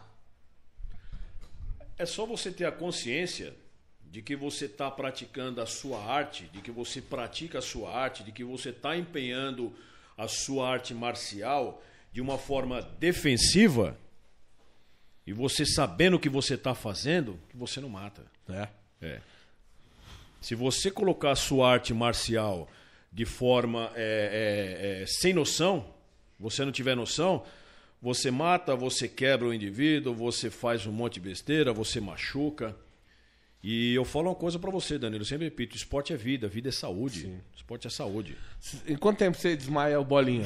É só você ter a consciência de que você está praticando a sua arte, de que você pratica a sua arte, de que você está empenhando a sua arte marcial de uma forma defensiva e você sabendo o que você está fazendo, que você não mata. É. É. Se você colocar a sua arte marcial de forma é, é, é, sem noção, você não tiver noção, você mata, você quebra o indivíduo, você faz um monte de besteira, você machuca. E eu falo uma coisa pra você, Danilo, eu sempre repito, esporte é vida, vida é saúde. Sim. Esporte é saúde. Em quanto tempo você desmaia o bolinha?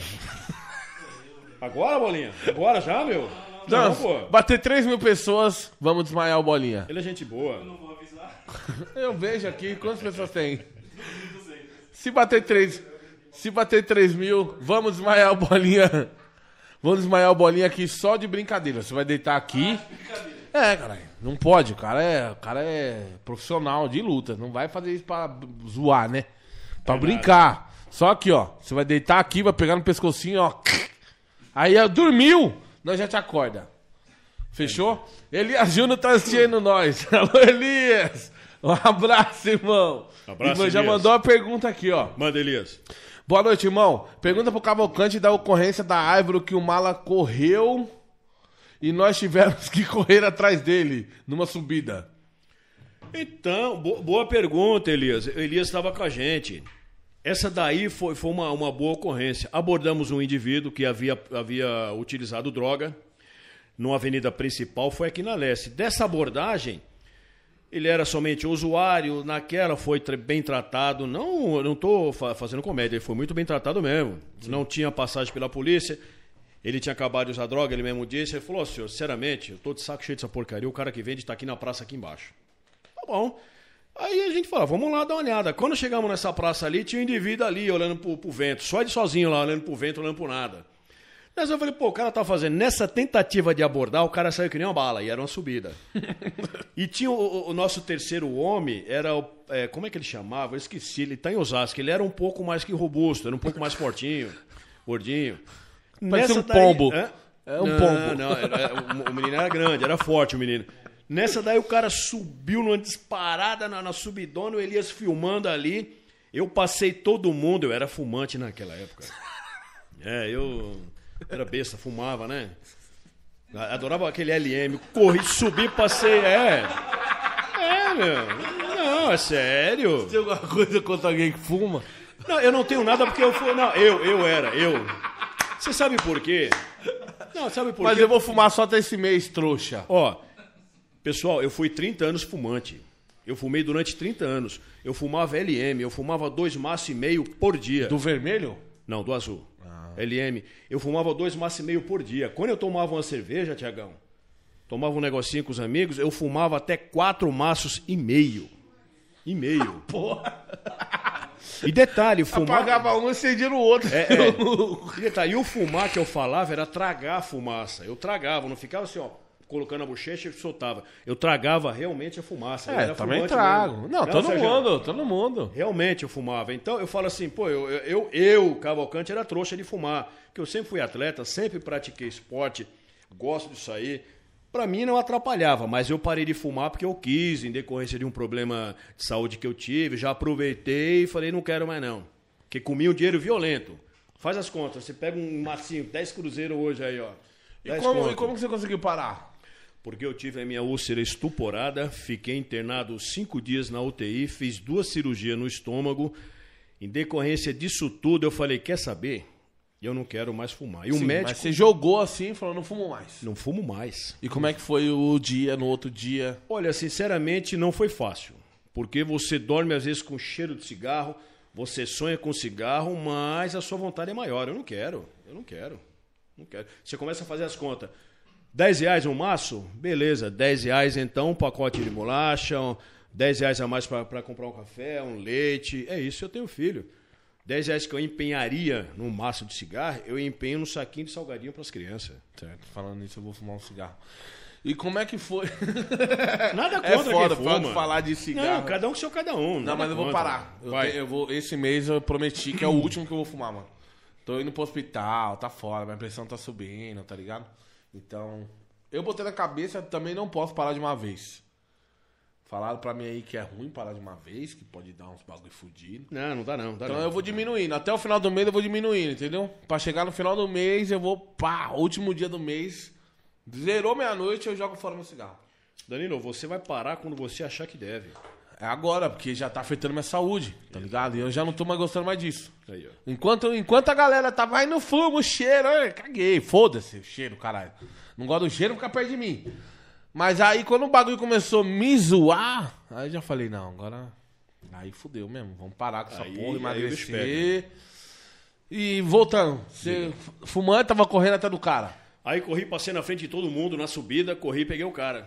Agora, Bolinha? Agora já, meu? Não, Não, pô. bater três mil pessoas, vamos desmaiar o bolinha. Ele é gente boa. Não vou avisar. Eu vejo aqui quantas pessoas tem. Se bater três, se bater três mil, vamos desmaiar o bolinha. Vamos desmaiar o bolinha aqui só de brincadeira. Você vai deitar aqui. É, caralho. Não pode. O cara é, o cara é profissional de luta. Não vai fazer isso pra zoar, né? Pra brincar. Só aqui, ó. Você vai deitar aqui, vai pegar no pescocinho, ó. Aí, ó, dormiu. Nós já te acorda. Fechou? Elias Júnior tá assistindo nós. Alô, Elias. Um abraço, irmão. Abraço, Irmão, já Elias. mandou uma pergunta aqui, ó. Manda, Elias. Boa noite, irmão. Pergunta pro Cavalcante da ocorrência da Árvore que o Mala correu e nós tivemos que correr atrás dele numa subida? Então, bo- boa pergunta, Elias. Elias estava com a gente. Essa daí foi, foi uma, uma boa ocorrência. Abordamos um indivíduo que havia, havia utilizado droga numa avenida principal, foi aqui na Leste. Dessa abordagem, ele era somente usuário, naquela foi tra- bem tratado. Não, eu não estou fa- fazendo comédia, ele foi muito bem tratado mesmo. Sim. Não tinha passagem pela polícia, ele tinha acabado de usar droga, ele mesmo disse. Ele falou, oh, senhor, sinceramente, eu estou de saco cheio dessa porcaria, o cara que vende está aqui na praça aqui embaixo. Tá bom. Aí a gente falou, vamos lá dar uma olhada. Quando chegamos nessa praça ali, tinha um indivíduo ali olhando pro, pro vento, só ele sozinho lá, olhando pro vento, olhando pro nada. Mas eu falei, pô, o cara tá fazendo, nessa tentativa de abordar, o cara saiu que nem uma bala, e era uma subida. E tinha o, o nosso terceiro homem, era o, é, como é que ele chamava? Eu esqueci, ele tá em Osasco, ele era um pouco mais que robusto, era um pouco mais fortinho, gordinho. Parece um daí, pombo. Hã? É um não, pombo. Não, era, o, o menino era grande, era forte o menino. Nessa daí o cara subiu numa disparada na, na subidona, o Elias filmando ali. Eu passei todo mundo, eu era fumante naquela época. É, eu era besta, fumava, né? Adorava aquele L M. Corri, subi, passei, é. É, meu. Não, é sério. Tem alguma coisa contra alguém que fuma? Não, eu não tenho nada porque eu fui. Não, eu, eu era, eu. Você sabe por quê? Não, sabe por Mas quê? eu vou fumar só até esse mês, trouxa. Ó, pessoal, eu fui trinta anos fumante. Eu fumei durante trinta anos. Eu fumava L M, eu fumava dois maços e meio por dia. Do vermelho? Não, do azul. Ah. L M. Eu fumava dois maços e meio por dia. Quando eu tomava uma cerveja, Tiagão, tomava um negocinho com os amigos, eu fumava até quatro maços e meio. E meio. Porra. E detalhe, fumar... Apagava um e acendia no outro. É, é. E detalhe, e o fumar que eu falava era tragar a fumaça. Eu tragava, não ficava assim, ó, colocando a bochecha e soltava. Eu tragava realmente a fumaça. Eu É, era também fumante trago. mesmo. Não, todo Sérgio? mundo, todo mundo. Realmente eu fumava. Então eu falo assim, pô, eu, eu, eu, Cavalcante, era trouxa de fumar. Porque eu sempre fui atleta, sempre pratiquei esporte, gosto disso aí. Pra mim não atrapalhava, mas eu parei de fumar porque eu quis, em decorrência de um problema de saúde que eu tive. Já aproveitei e falei, não quero mais não. Porque comi um dinheiro violento. Faz as contas, você pega um massinho, dez cruzeiros hoje aí, ó. E como, e como que você conseguiu parar? Porque eu tive a minha úlcera estuporada, fiquei internado cinco dias na U T I, fiz duas cirurgias no estômago. Em decorrência disso tudo, eu falei, quer saber? Eu não quero mais fumar. E o Sim, médico... Mas você jogou assim e falou, não fumo mais. Não fumo mais. E como é que foi o dia, no outro dia? Olha, sinceramente, não foi fácil. Porque você dorme, às vezes, com cheiro de cigarro, você sonha com cigarro, mas a sua vontade é maior. Eu não quero, eu não quero, não quero. Você começa a fazer as contas. dez reais um maço? Beleza, dez reais então um pacote de bolacha, dez reais a mais para comprar um café, um leite. É isso, eu tenho filho. dez reais que eu empenharia num maço de cigarro, eu empenho num saquinho de salgadinho para as crianças. Certo, falando nisso, eu vou fumar um cigarro. E como é que foi? Nada contra é foda, quem fuma. de falar de cigarro. Não, cada um com seu cada um. Não, mas eu vou contra. parar. Eu, Vai. te- eu vou, esse mês eu prometi que é o último que eu vou fumar, mano. Tô indo pro hospital, tá fora, minha pressão tá subindo, tá ligado? Então, eu botei na cabeça, também não posso parar de uma vez. Falaram pra mim aí que é ruim parar de uma vez, que pode dar uns bagulho fudido. Não, não dá não. Dá Então não. eu vou diminuindo. Até o final do mês eu vou diminuindo, entendeu? Pra chegar no final do mês eu vou, pá, último dia do mês, zerou meia-noite eu jogo fora meu cigarro. Danilo, você vai parar quando você achar que deve. É agora, porque já tá afetando minha saúde, tá ligado? E eu já não tô mais gostando mais disso. Aí, ó. Enquanto, enquanto a galera tava aí no fumo, o cheiro, eu caguei, foda-se o cheiro, caralho. Não gosto do cheiro, fica perto de mim. Mas aí quando o bagulho começou a me zoar, aí eu já falei, não, agora... Aí fudeu mesmo, vamos parar com essa Aí- porra, aí o bicho emagrecer. E voltando, você fumante tava correndo até do cara. Aí corri, passei na frente de todo mundo, na subida, corri e peguei o cara.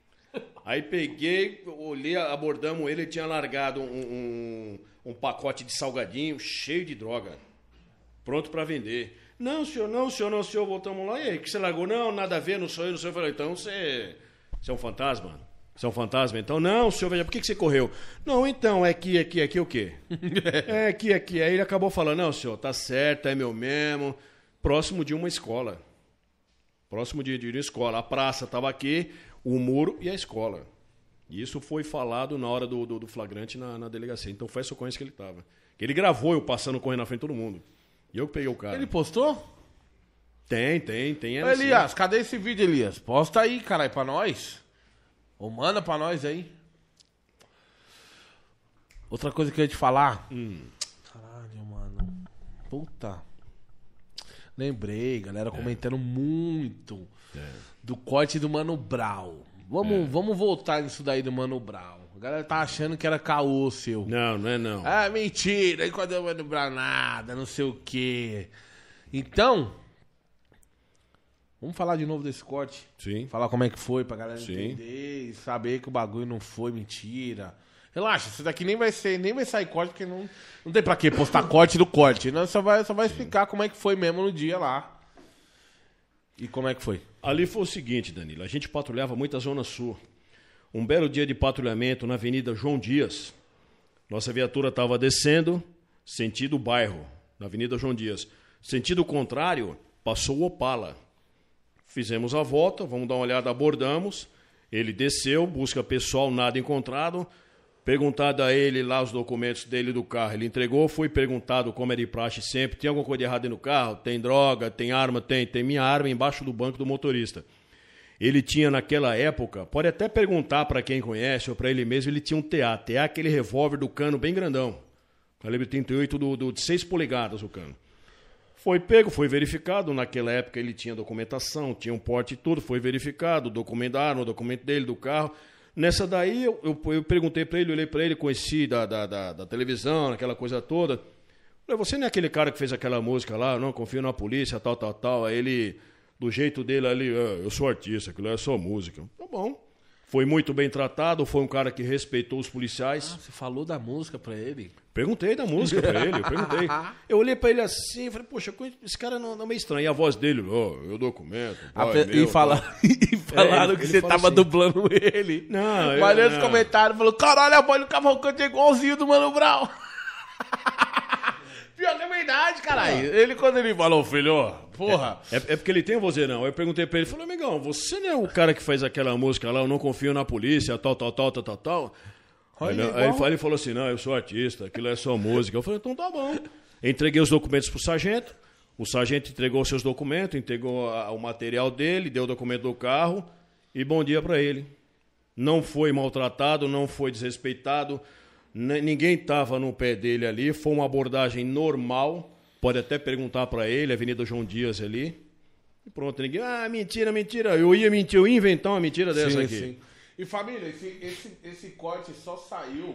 Aí peguei, olhei, abordamos ele, ele tinha largado um, um, um pacote de salgadinho cheio de droga. Pronto pra vender. Não, senhor, não, senhor, não, senhor, voltamos lá. E aí, que você largou? Não, nada a ver, não sou eu, não sou eu. Eu falei, então você, você é um fantasma? Você é um fantasma? Então, não, senhor, veja, por que, que você correu? Não, então, é aqui, aqui, aqui o quê? É aqui, aqui. Aí ele acabou falando, não, senhor, tá certo, é meu mesmo. Próximo de uma escola. Próximo de, de uma escola. A praça estava aqui, o muro e a escola. E isso foi falado na hora do, do, do flagrante na, na delegacia. Então foi essa ocorrência que ele estava. Ele gravou eu passando, correndo na frente de todo mundo. E eu que peguei o cara. Ele postou? Tem, tem, tem. Ô, Elias, cadê esse vídeo, Elias? Posta aí, caralho, pra nós. Ou manda pra nós aí. Outra coisa que eu ia te falar. Hum. Caralho, mano. Puta. Lembrei, galera comentando muito É. do corte do Mano Brown. Vamos, vamos voltar nisso daí do Mano Brown. A galera tá achando que era caô seu. Não, não é não. Ah, mentira. Aí quando eu Mano Brown nada, não sei o quê. Então, vamos falar de novo desse corte. Sim. Falar como é que foi pra galera Sim. entender e saber que o bagulho não foi mentira. Relaxa, isso daqui nem vai ser, nem vai sair corte, porque não, não tem pra que postar corte do corte. Não, só vai, só vai explicar como é que foi mesmo no dia lá. E como é que foi? Ali foi o seguinte, Danilo, a gente patrulhava muito a Zona Sul. Um belo dia de patrulhamento na Avenida João Dias. Nossa viatura estava descendo, sentido bairro, na Avenida João Dias. Sentido contrário, passou o Opala. Fizemos a volta, vamos dar uma olhada, abordamos. Ele desceu, busca pessoal, nada encontrado. Perguntado a ele lá os documentos dele do carro, ele entregou, foi perguntado como é de praxe sempre, tem alguma coisa de errado no carro? Tem droga, tem arma? Tem, tem minha arma embaixo do banco do motorista. Ele tinha naquela época, pode até perguntar para quem conhece ou para ele mesmo, ele tinha um T A, T A é aquele revólver do cano bem grandão, calibre trinta e oito do, do, de seis polegadas o cano. Foi pego, foi verificado, naquela época ele tinha documentação, tinha um porte e tudo, foi verificado, o documento da arma, o documento dele, do carro. Nessa daí, eu, eu, eu perguntei pra ele, olhei pra ele, conheci da, da, da, da televisão, aquela coisa toda. Falei, você não é aquele cara que fez aquela música lá, não confio na polícia, tal, tal, tal. Aí ele, do jeito dele ali, ah, eu sou artista, aquilo é só música. Tá bom. Foi muito bem tratado, foi um cara que respeitou os policiais. Ah, você falou da música pra ele? Perguntei da música pra ele, eu perguntei. Eu olhei pra ele assim, falei, poxa, esse cara não, não é meio estranho. E a voz dele, ó, oh, eu documento, pai, Pe- meu, e, fala- tal. e falaram ele- que ele você fala tava assim. dublando ele. Não, eu- Mas nesse não. comentário falou: caralho, a voz do Cavalcante é igualzinho do Mano Brown. Pior que é verdade, caralho. Ele, quando ele falou, filho, porra. É, é porque ele tem um vozeirão. Eu perguntei pra ele, falei, amigão, você não é o cara que faz aquela música lá, eu não confio na polícia, tal, tal, tal, tal, tal, tal. Aí, Olha, ele- igual. aí ele falou- ele falou assim, não, eu sou artista, aquilo é só música. Eu falei, então tá bom. Entreguei os documentos pro sargento, o sargento entregou os seus documentos, entregou a- o material dele, deu o documento do carro e bom dia pra ele. Não foi maltratado, não foi desrespeitado, n- ninguém estava no pé dele ali, foi uma abordagem normal, pode até perguntar pra ele, Avenida João Dias ali. E pronto, ninguém, ah, mentira, mentira, eu ia mentir, eu ia inventar uma mentira dessa Sim, aqui. sim. E família, esse, esse, esse corte só saiu.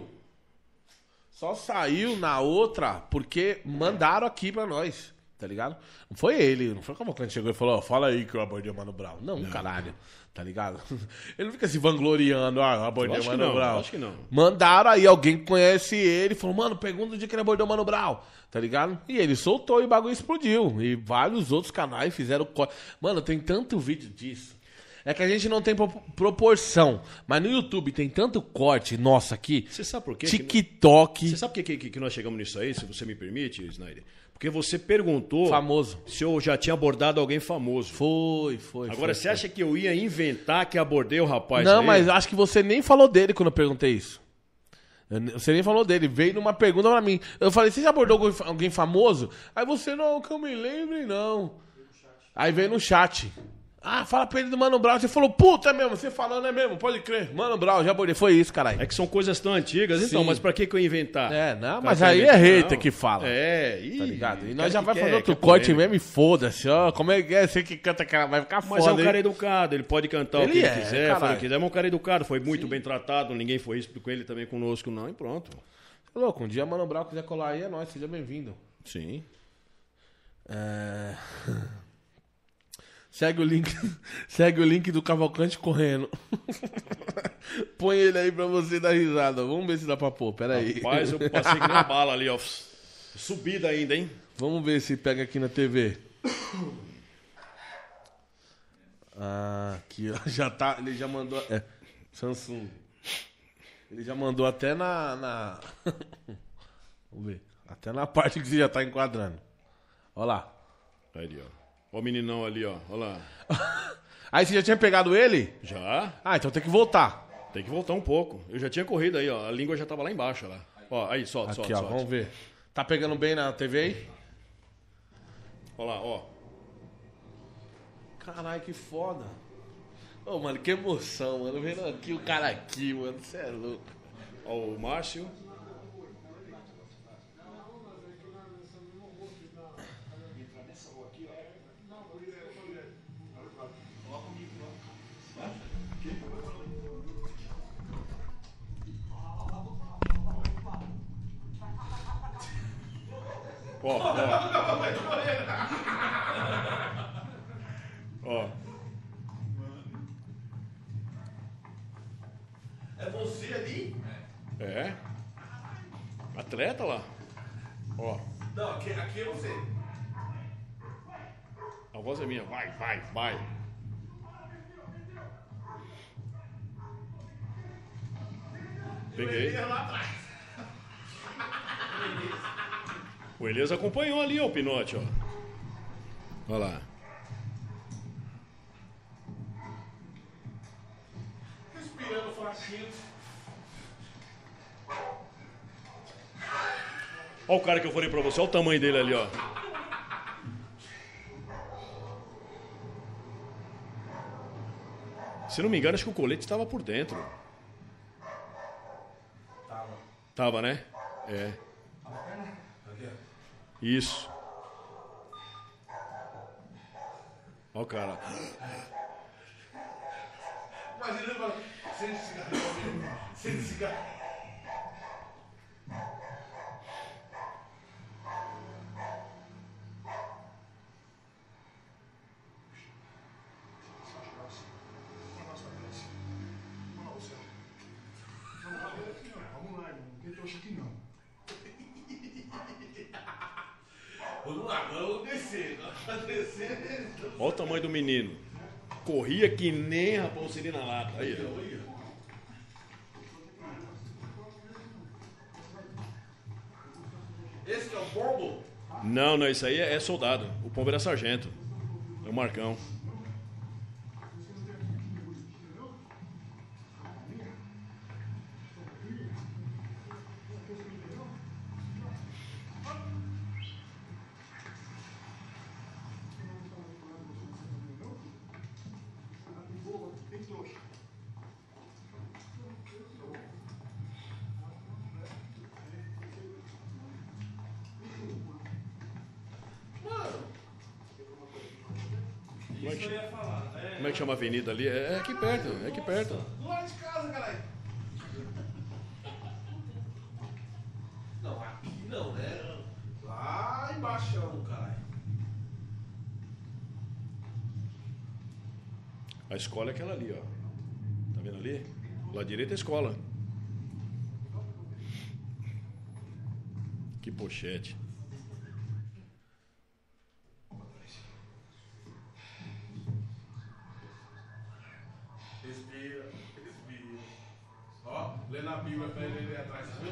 Só saiu na outra porque mandaram aqui pra nós, tá ligado? Não foi ele, não foi como quando chegou e falou, ó, fala aí que eu abordei o Mano Brown. Não, caralho, tá ligado? Ele não fica se vangloriando, ah, eu abordei o Lógico que Mano não, Brown. lógico que não. Mandaram aí, alguém que conhece ele, falou, mano, pergunta o dia que ele abordou o Mano Brown, tá ligado? E ele soltou e o bagulho explodiu. E vários outros canais fizeram corte. Mano, tem tanto vídeo disso. É que a gente não tem pro- proporção. Mas no YouTube tem tanto corte, nossa, aqui. Você sabe por quê? TikTok. Você sabe por que, que, que nós chegamos nisso aí, se você me permite, Snyder? Porque você perguntou Famoso. se eu já tinha abordado alguém famoso. Foi, foi. Agora, foi, você foi. acha que eu ia inventar que abordei o rapaz Não, aí? mas acho que você nem falou dele quando eu perguntei isso. Eu ne- Você nem falou dele. Veio numa pergunta pra mim. Eu falei, você já abordou alguém fa- alguém famoso? Aí você, não, que eu me lembre, não. Aí veio no chat. Ah, fala pra ele do Mano Brown. Você falou, puta mesmo, você falando é mesmo, pode crer. Mano Brown, já abordei. Foi isso, caralho. É que são coisas tão antigas, então, Sim. mas pra que, que eu ia inventar? É, não, Cara, mas pra aí é inventar, hater não. que fala. É, ih, Tá ligado? E cara nós já que vai quer, fazer outro quer corte polêmica. mesmo e foda-se, ó. Como é que é? Você que canta, cara, vai ficar Mas foda. é um hein? cara educado, ele pode cantar o Ele que ele é, quiser, caralho. fazer o que quiser, mas é um cara educado, foi muito bem tratado, ninguém foi ríspido com ele também conosco, não, e pronto. Ô, louco, um dia Mano Brown quiser colar aí, é nóis, seja bem-vindo. Sim. É... Segue o link, segue o link do Cavalcante correndo. Põe ele aí pra você dar risada. Vamos ver se dá pra pôr, pera aí. Rapaz, eu passei que nem uma bala ali, ó. Subida ainda, hein? Vamos ver se pega aqui na T V. Ah, aqui, ó. Já tá, ele já mandou... É, Samsung. Ele já mandou até na... na... Vamos ver. Até na parte que você já tá enquadrando. Olha lá. Aí, ó. Ó o meninão ali, ó. Olha lá. Aí você já tinha pegado ele? Já? Ah, então tem que voltar. Tem que voltar um pouco. Eu já tinha corrido aí, ó. A língua já tava lá embaixo, lá. Ó, aí, solta, Aqui, solta, ó, solta. vamos ver. Tá pegando bem na T V aí? Olha lá, ó. Caralho, que foda. Ô, mano, que emoção, mano. Vendo aqui o cara aqui, mano. Você é louco. Ó, o Márcio. Ó, ó. Ó. É você ali? É. Atleta lá. Ó. Não, aqui, aqui é você. A voz é minha. Vai, vai, vai. Peguei. Lá atrás. O Elias acompanhou ali, ó, o Pinote, ó. Olha lá. Respirando fraquinho. Olha o cara que eu falei pra você, olha o tamanho dele ali, ó. Se não me engano, acho que o colete estava por dentro. Tava. Tava, né? É. Aqui, ó. Isso. Olha o cara. Imagina ele falando, sente cigarro, sente cigarro. Vamos lá, irmão. Quem trouxe aqui não. Vamos lá, agora eu vou descer. Agora eu vou descer. Olha o tamanho do menino. Corria que nem raposinha na lata. Aí, ó. Esse que é o pombo? Não, não, isso aí é, é soldado. O pombo era sargento. É o Marcão. Quem trouxe? Como é, que, Eu ia falar. É, como é que chama a avenida ali? É, é aqui perto, é aqui perto. Do lado de casa, caralho. Não, aqui não, né? Lá embaixo, caralho. A escola é aquela ali, ó. Tá vendo ali? Lá direita é a escola. Que pochete. Respira, respira. Ó, lendo a Bíblia pra ele ali atrás, viu?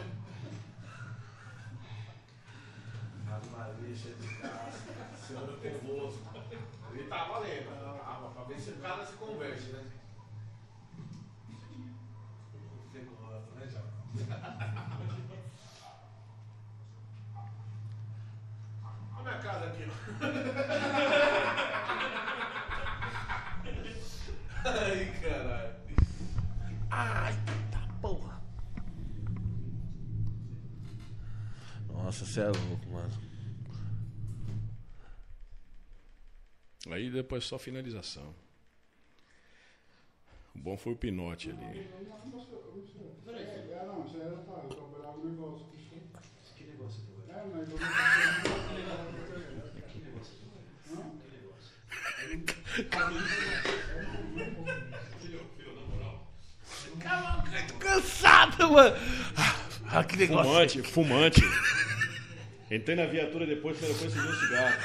Ave Maria, cheio de graça, Senhor é convosco. Ele tava lendo, tava, pra ver se o cara se converte, né? Você gosta, né, João? Olha a minha casa aqui, ó. Ai, caralho. Ai, tá porra. Nossa, você é louco, mano. Aí depois só finalização. O bom foi o Pinote ali. É, não, isso aí era tá. Eu trabalhava no negócio. que negócio você É, mas eu Que negócio não. Calma, eu tô cansado, mano. Ah, que negócio. Fumante, fumante. Entrei na viatura depois, depois acendi um cigarro.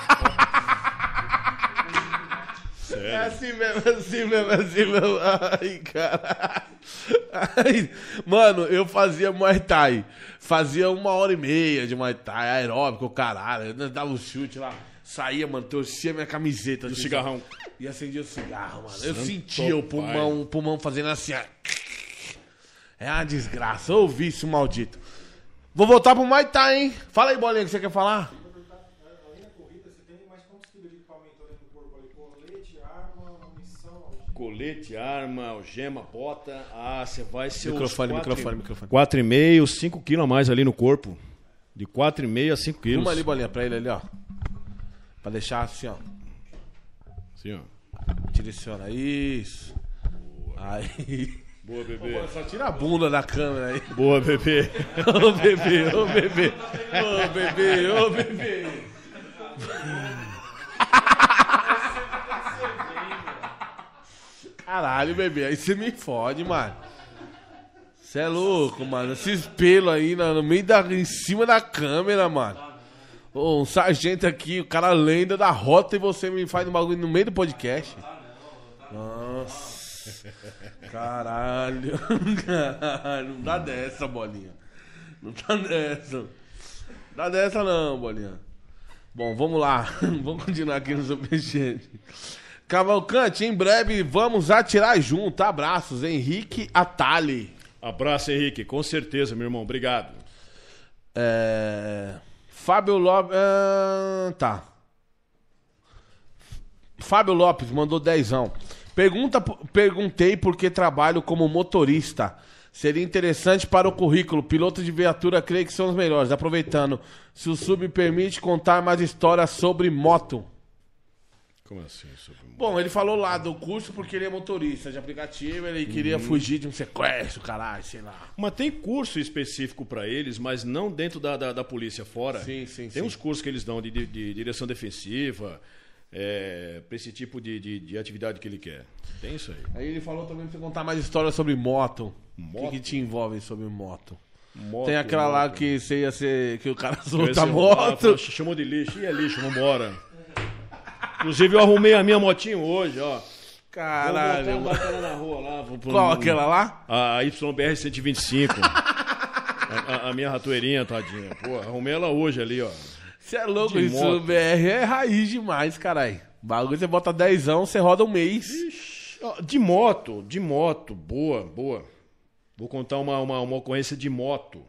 É Sério. assim mesmo, é assim mesmo, é assim mesmo. Ai, caralho. Ai, mano, eu fazia Muay Thai. Fazia uma hora e meia de Muay Thai, aeróbico, caralho. Eu dava um chute lá. Saía, mano, torcia minha camiseta. Do assim, cigarrão. E acendia o cigarro, mano. Eu Santo sentia o pulmão, o pulmão fazendo assim, ó. É uma desgraça. Ô vício maldito. Vou voltar pro Muay Thai, hein? Fala aí, bolinha, que você quer falar? Além da corrida, você tem mais mais quantos tipos de equipamento ali no corpo ali? Colete, arma, munição, algema. Colete, arma, algema, bota. Ah, você vai ser Microfone, uns quatro, microfone, microfone. quatro e meio, cinco quilos a mais ali no corpo. De quatro e meio a cinco quilos. Uma ali, bolinha, pra ele ali, ó. Pra deixar assim, ó. Assim, ó. Direciona. Isso. Aí. Boa, bebê. Só tira a bunda da câmera aí. Boa, bebê. Ô bebê, ô bebê. Ô bebê, ô bebê. Caralho, bebê. Aí você me fode, mano. Você é louco, mano. Esses pelos aí no no meio da. Em cima da câmera, mano. Ô, um sargento aqui, o cara lenda da rota e você me faz um bagulho no meio do podcast. Nossa. Caralho. Caralho. Não dá dessa, bolinha. Não dá dessa. Não dá dessa não, bolinha. Bom, vamos lá. Vamos continuar aqui no Superchat. Cavalcante, em breve vamos atirar junto. Abraços, Henrique Atali. Abraço, Henrique. Com certeza, meu irmão. Obrigado. É... Fábio Lopes. Ah, tá. Fábio Lopes mandou dezão. Pergunta, perguntei por que trabalho como motorista. Seria interessante para o currículo. Piloto de viatura, creio que são os melhores. Aproveitando, se o sub permite contar mais histórias sobre moto. Como assim? Sobre... Bom, ele falou lá do curso porque ele é motorista de aplicativo. Ele queria fugir de um sequestro, caralho, sei lá. Mas tem curso específico para eles, mas não dentro da, da, da polícia fora. Sim, sim, Tem sim. uns cursos que eles dão de, de, de direção defensiva, é, para esse tipo de, de, de atividade que ele quer. Tem isso aí. Aí ele falou também pra você contar mais histórias sobre moto. O Moto? que, que te envolve sobre moto? Moto, Tem aquela lá moto. que você ia ser. Que o cara Esse solta a é um- moto. ah, chamou de lixo. E é lixo, vambora. Inclusive eu arrumei a minha motinho hoje, ó. Caralho. Vou botar uma bacana na rua lá. Vou pôr Qual um- aquela lá? A Y B R cento e vinte e cinco. a, a- a minha ratoeirinha, tadinha. Pô, arrumei ela hoje ali, ó. Você é louco, De isso moto. B R é raiz demais, caralho. Bagulho, você bota dezão, você roda um mês. Ixi, ó, de moto, de moto. Boa, boa. Vou contar uma, uma, uma ocorrência de moto.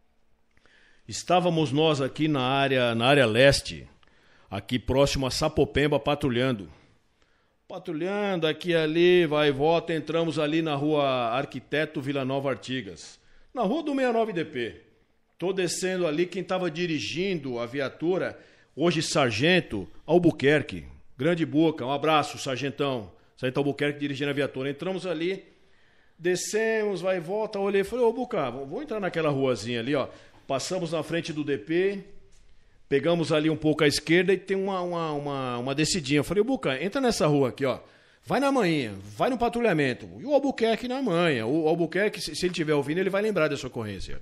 Estávamos nós aqui na área, na área leste, aqui próximo a Sapopemba, patrulhando. Patrulhando aqui e ali, vai e volta, entramos ali na rua Arquiteto Vila Nova Artigas. Na rua do sessenta e nove D P. Tô descendo ali, quem estava dirigindo a viatura, hoje sargento Albuquerque. Grande boca, um abraço, sargentão. Sargento Albuquerque dirigindo a viatura. Entramos ali, descemos, vai e volta, olhei e falei, ô Buca, vou entrar naquela ruazinha ali, ó. Passamos na frente do D P, pegamos ali um pouco à esquerda e tem uma, uma, uma, uma descidinha. Eu falei, ô Buca, entra nessa rua aqui, ó. Vai na manhã, vai no patrulhamento. E o Albuquerque na manhã. O Albuquerque, se, se ele estiver ouvindo, ele vai lembrar dessa ocorrência.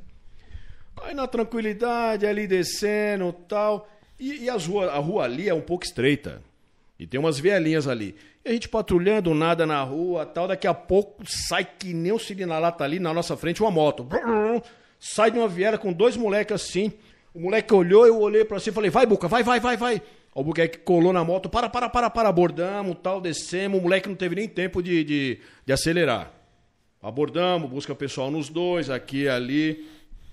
Aí na tranquilidade, ali descendo e tal. E, e as rua, a rua ali é um pouco estreita. E tem umas vielinhas ali. E a gente patrulhando, nada na rua tal. Daqui a pouco sai que nem um sirina-lata ali na nossa frente uma moto. Sai de uma viela com dois moleques assim. O moleque olhou, eu olhei pra cima e falei, vai, Buca, vai, vai, vai, vai. O Albuquerque colou na moto, para, para, para, para, abordamos, tal, descemos. O moleque não teve nem tempo de, de, de acelerar. Abordamos, busca pessoal nos dois, aqui e ali.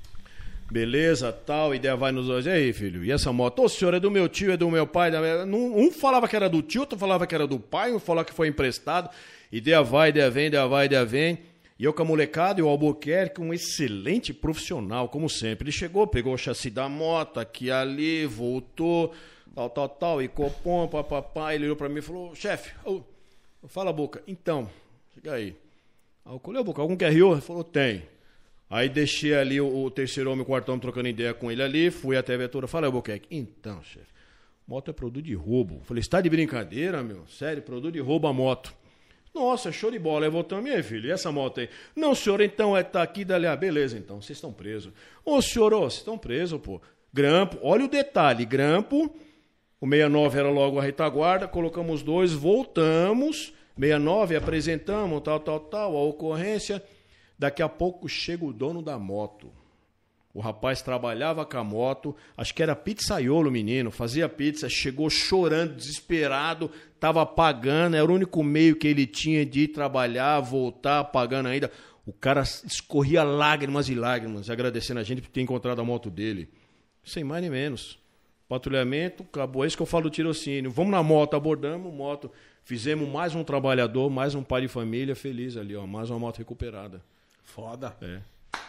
Beleza, tal, a ideia vai nos dois. E aí, filho, e essa moto? Ô, senhor, é do meu tio, é do meu pai. Da minha... Um falava que era do tio, outro falava que era do pai, um falava que foi emprestado. Ideia vai, ideia vem, ideia vai, ideia vem. E eu com a molecada e o Albuquerque, um excelente profissional, como sempre. Ele chegou, pegou o chassi da moto, aqui e ali, voltou, tal, tal, tal, e copom, papapá. Ele olhou pra mim e falou, chefe, oh, fala, Boca, então, chega aí. Aí eu falei, Boca, algum Q R O? Ele falou, tem. Aí deixei ali o, o terceiro homem, o quarto homem, trocando ideia com ele ali, fui até a viatura, falei, Albuquerque, então, chefe, moto é produto de roubo. Falei, você tá de brincadeira, meu? Sério, produto de roubo a moto. Nossa, show de bola. Aí voltamos, e aí, filho, e essa moto aí? Não, senhor, então, é tá aqui, dali. Ah, beleza, então, vocês estão presos. Ô, senhor, ô, vocês estão presos, pô. Grampo, olha o detalhe, grampo, o sessenta e nove era logo a retaguarda, colocamos dois, voltamos, sessenta e nove, apresentamos, tal, tal, tal, a ocorrência. Daqui a pouco chega o dono da moto. O rapaz trabalhava com a moto, acho que era pizzaiolo o menino, fazia pizza, chegou chorando, desesperado, estava pagando, era o único meio que ele tinha de ir trabalhar, voltar, pagando ainda. O cara escorria lágrimas e lágrimas, agradecendo a gente por ter encontrado a moto dele. Sem mais nem menos. patrulhamento, acabou. É isso que eu falo do tirocínio. Vamos na moto, abordamos moto, fizemos mais um trabalhador, mais um pai de família feliz ali, ó, mais uma moto recuperada. Foda. É.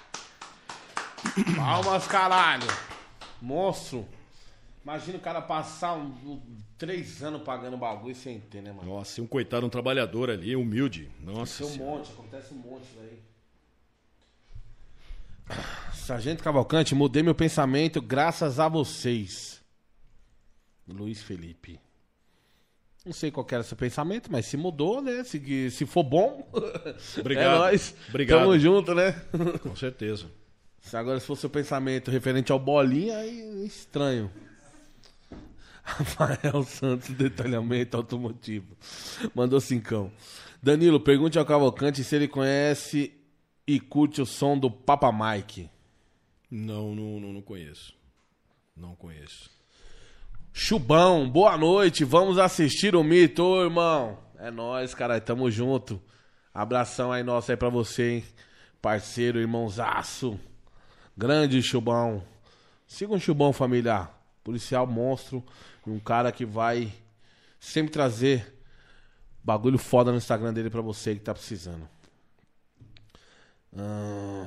Palmas, caralho. Monstro. Imagina o cara passar um, um, três anos pagando bagulho sem ter, né, mano? Nossa, um coitado, um trabalhador ali, humilde. Nossa. Isso é um Senhora. monte, acontece um monte daí. Sargento Cavalcante, mudei meu pensamento graças a vocês. Luiz Felipe. Não sei qual que era seu pensamento, mas se mudou, né? Se, se for bom, Obrigado. é nóis. Obrigado. Tamo junto, né? Com certeza. Se agora se for seu pensamento referente ao bolinha, aí estranho. Rafael Santos, detalhamento automotivo. Mandou cincão. Danilo, pergunte ao Cavalcante se ele conhece e curte o som do Papa Mike. Não, não, não, não conheço. Não conheço. Chubão, boa noite. Vamos assistir o mito, ô irmão. É nóis, caralho. Tamo junto. Abração aí nosso aí pra você, hein? Parceiro, irmãozaço. Grande Chubão. Siga um Chubão, família. Policial monstro. Um cara que vai sempre trazer bagulho foda no Instagram dele pra você que tá precisando. Ah...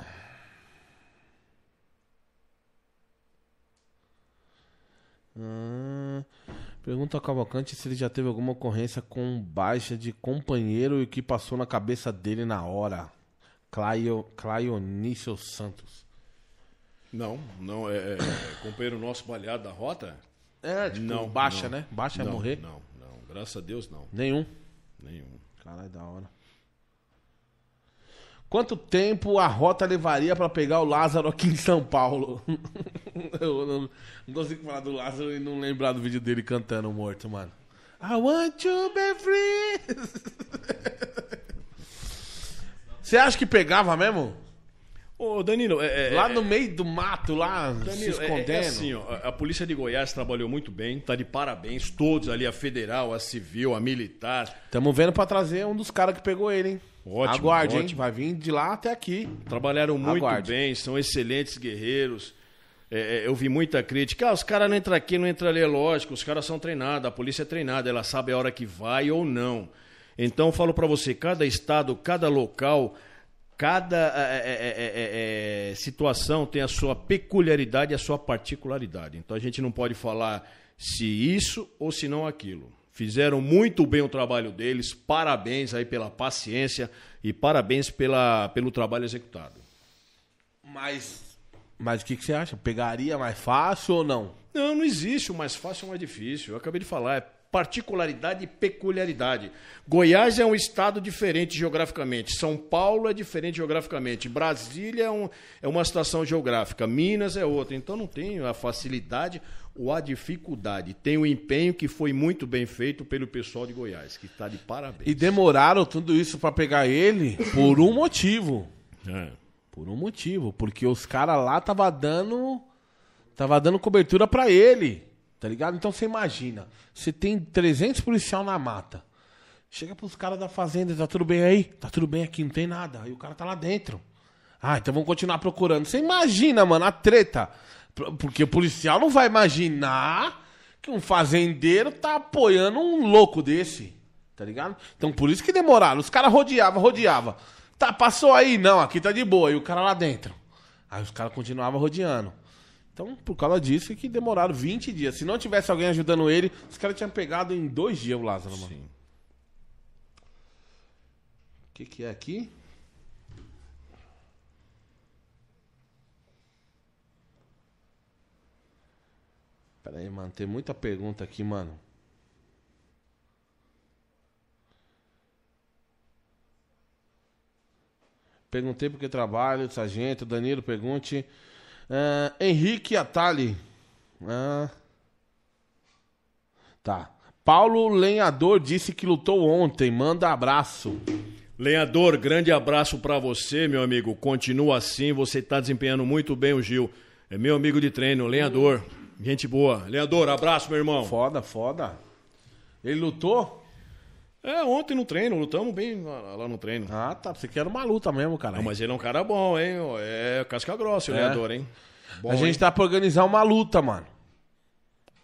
Ah, pergunta ao Cavalcante se ele já teve alguma ocorrência com baixa de companheiro e o que passou na cabeça dele na hora. Claio, Claionício Santos. Não, não. É, é companheiro nosso baleado da rota? É, tipo, não, baixa, não, né? Baixa é não, morrer? Não, não. Graças a Deus, não. Nenhum? Nenhum. Caralho, da hora. Quanto tempo a rota levaria pra pegar o Lázaro aqui em São Paulo? Eu não, não consigo falar do Lázaro e não lembrar do vídeo dele cantando morto, mano. I want to be free. Você acha que pegava mesmo? Ô, Danilo, é, é, Lá no meio do mato, lá, Danilo, se é- escondendo. É, assim, ó, a, a Polícia de Goiás trabalhou muito bem, tá de parabéns, todos ali, a federal, a civil, a militar. Tamo vendo pra trazer um dos caras que pegou ele, hein? Ótimo, Aguarde, hein? ótimo. Vai vir de lá até aqui. Trabalharam muito Aguarde. bem, são excelentes guerreiros. É, é, eu vi muita crítica. Ah, os caras não entram aqui, não entram ali, é lógico. Os caras são treinados, a polícia é treinada, ela sabe a hora que vai ou não. Então, eu falo pra você, cada estado, cada local, cada é, é, é, é, é, situação tem a sua peculiaridade e a sua particularidade. Então, a gente não pode falar se isso ou se não aquilo. Fizeram muito bem o trabalho deles, parabéns aí pela paciência e parabéns pela, pelo trabalho executado. Mas, mas o que, que você acha? Pegaria mais fácil ou não? Não, não existe o mais fácil ou o mais difícil. Eu acabei de falar, é particularidade e peculiaridade. Goiás é um estado diferente geograficamente, São Paulo é diferente geograficamente, Brasília é, um, é uma situação geográfica, Minas é outra. Então não tem a facilidade ou a dificuldade. Tem o empenho que foi muito bem feito pelo pessoal de Goiás, que está de parabéns. E demoraram tudo isso pra pegar ele por um motivo. É. Por um motivo. Porque os caras lá tava dando. Tava dando cobertura pra ele. Tá ligado? Então você imagina. Você tem trezentos policial na mata. Chega pros caras da fazenda. Tá tudo bem aí? Tá tudo bem aqui, não tem nada. Aí o cara tá lá dentro. Ah, então vamos continuar procurando. Você imagina, mano, a treta. Porque o policial não vai imaginar que um fazendeiro tá apoiando um louco desse. Tá ligado? Então por isso que demoraram. Os caras rodeavam, rodeavam. Tá, passou aí? Não, aqui tá de boa. E o cara lá dentro. Aí os caras continuavam rodeando. Então, por causa disso é que demoraram vinte dias. Se não tivesse alguém ajudando ele, os caras tinham pegado em dois dias o Lázaro, mano. Sim. O que que é aqui? Pera aí, mano. Tem muita pergunta aqui, mano. Perguntei porque trabalho, sargento. Danilo, pergunte. Uh, Henrique Atali. Uh, tá. Paulo Lenhador disse que lutou ontem. Manda abraço. Lenhador, grande abraço pra você, meu amigo. Continua assim, você tá desempenhando muito bem o Gil. É meu amigo de treino, Lenhador. Gente boa. Lenhador, abraço, meu irmão. Foda, foda. Ele lutou? É, ontem no treino, lutamos bem lá, lá no treino. Ah, tá. Você quer uma luta mesmo, cara. Não, mas ele é um cara bom, hein? É casca grossa, o É. Lenhador, hein? Bom, A gente hein? tá pra organizar uma luta, mano.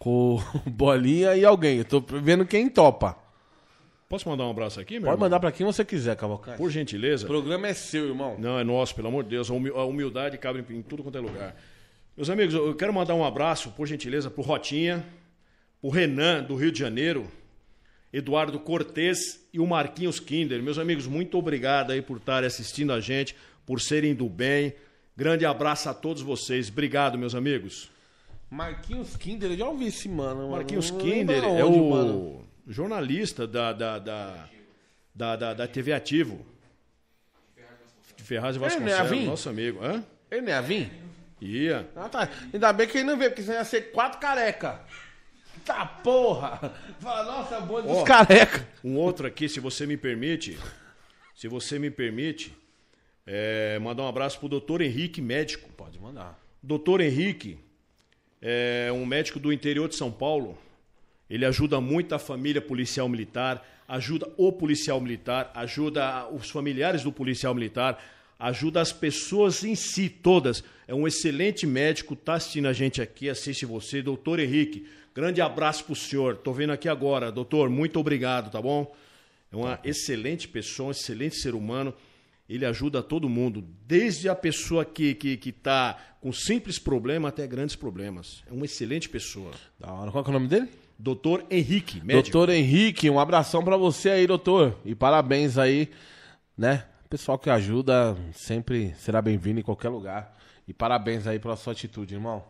com o Bolinha e alguém. Eu tô vendo quem topa. Posso mandar um abraço aqui, meu Pode irmão? mandar pra quem você quiser, Cavalcante. Por gentileza. O programa é seu, irmão. Não, é nosso, pelo amor de Deus. A humil- a humildade cabe em tudo quanto é lugar. Meus amigos, eu quero mandar um abraço, por gentileza, pro Rotinha, pro Renan, do Rio de Janeiro, Eduardo Cortez e o Marquinhos Kinder. Meus amigos, muito obrigado aí por estarem assistindo a gente, por serem do bem. Grande abraço a todos vocês. Obrigado, meus amigos. Marquinhos Kinder, eu já ouvi esse mano. mano. Marquinhos Não Kinder lembro é aonde, o mano. jornalista da, da, da, da, da, da T V Ativo. De Ferraz de Ele não é Vasconcelos, Avim? nosso amigo. Hã? Ele não é Avim? Ia. Ah, tá. Ainda bem que ele não veio, porque senão ia ser quatro careca. Tá porra! Fala, nossa, é bom dos Ó. careca. Um outro aqui, se você me permite, se você me permite, é, mandar um abraço pro doutor Henrique, médico. Pode mandar. doutor Henrique é um médico do interior de São Paulo. Ele ajuda muito a família policial militar, ajuda o policial militar, ajuda os familiares do policial militar, ajuda as pessoas em si, todas. É um excelente médico, tá assistindo a gente aqui, assiste você, doutor Henrique. Grande abraço pro senhor. Tô vendo aqui agora, doutor, muito obrigado, tá bom? É uma excelente pessoa, um excelente ser humano. Ele ajuda todo mundo, desde a pessoa que que que tá com simples problema até grandes problemas. É uma excelente pessoa. Da hora. Qual que é o nome dele? doutor Henrique, médico. Doutor Henrique, um abração pra você aí, doutor. E parabéns aí, né? Pessoal que ajuda sempre será bem-vindo em qualquer lugar. E parabéns aí pela sua atitude, irmão.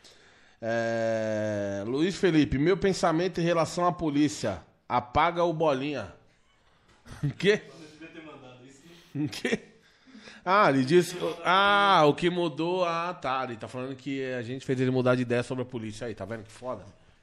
É... Luiz Felipe, meu pensamento em relação à polícia. Apaga o Bolinha. O quê? O quê? Ah, ele disse... Ah, o que mudou... Ah, tá. Ele tá falando que a gente fez ele mudar de ideia sobre a polícia aí. Tá vendo que foda?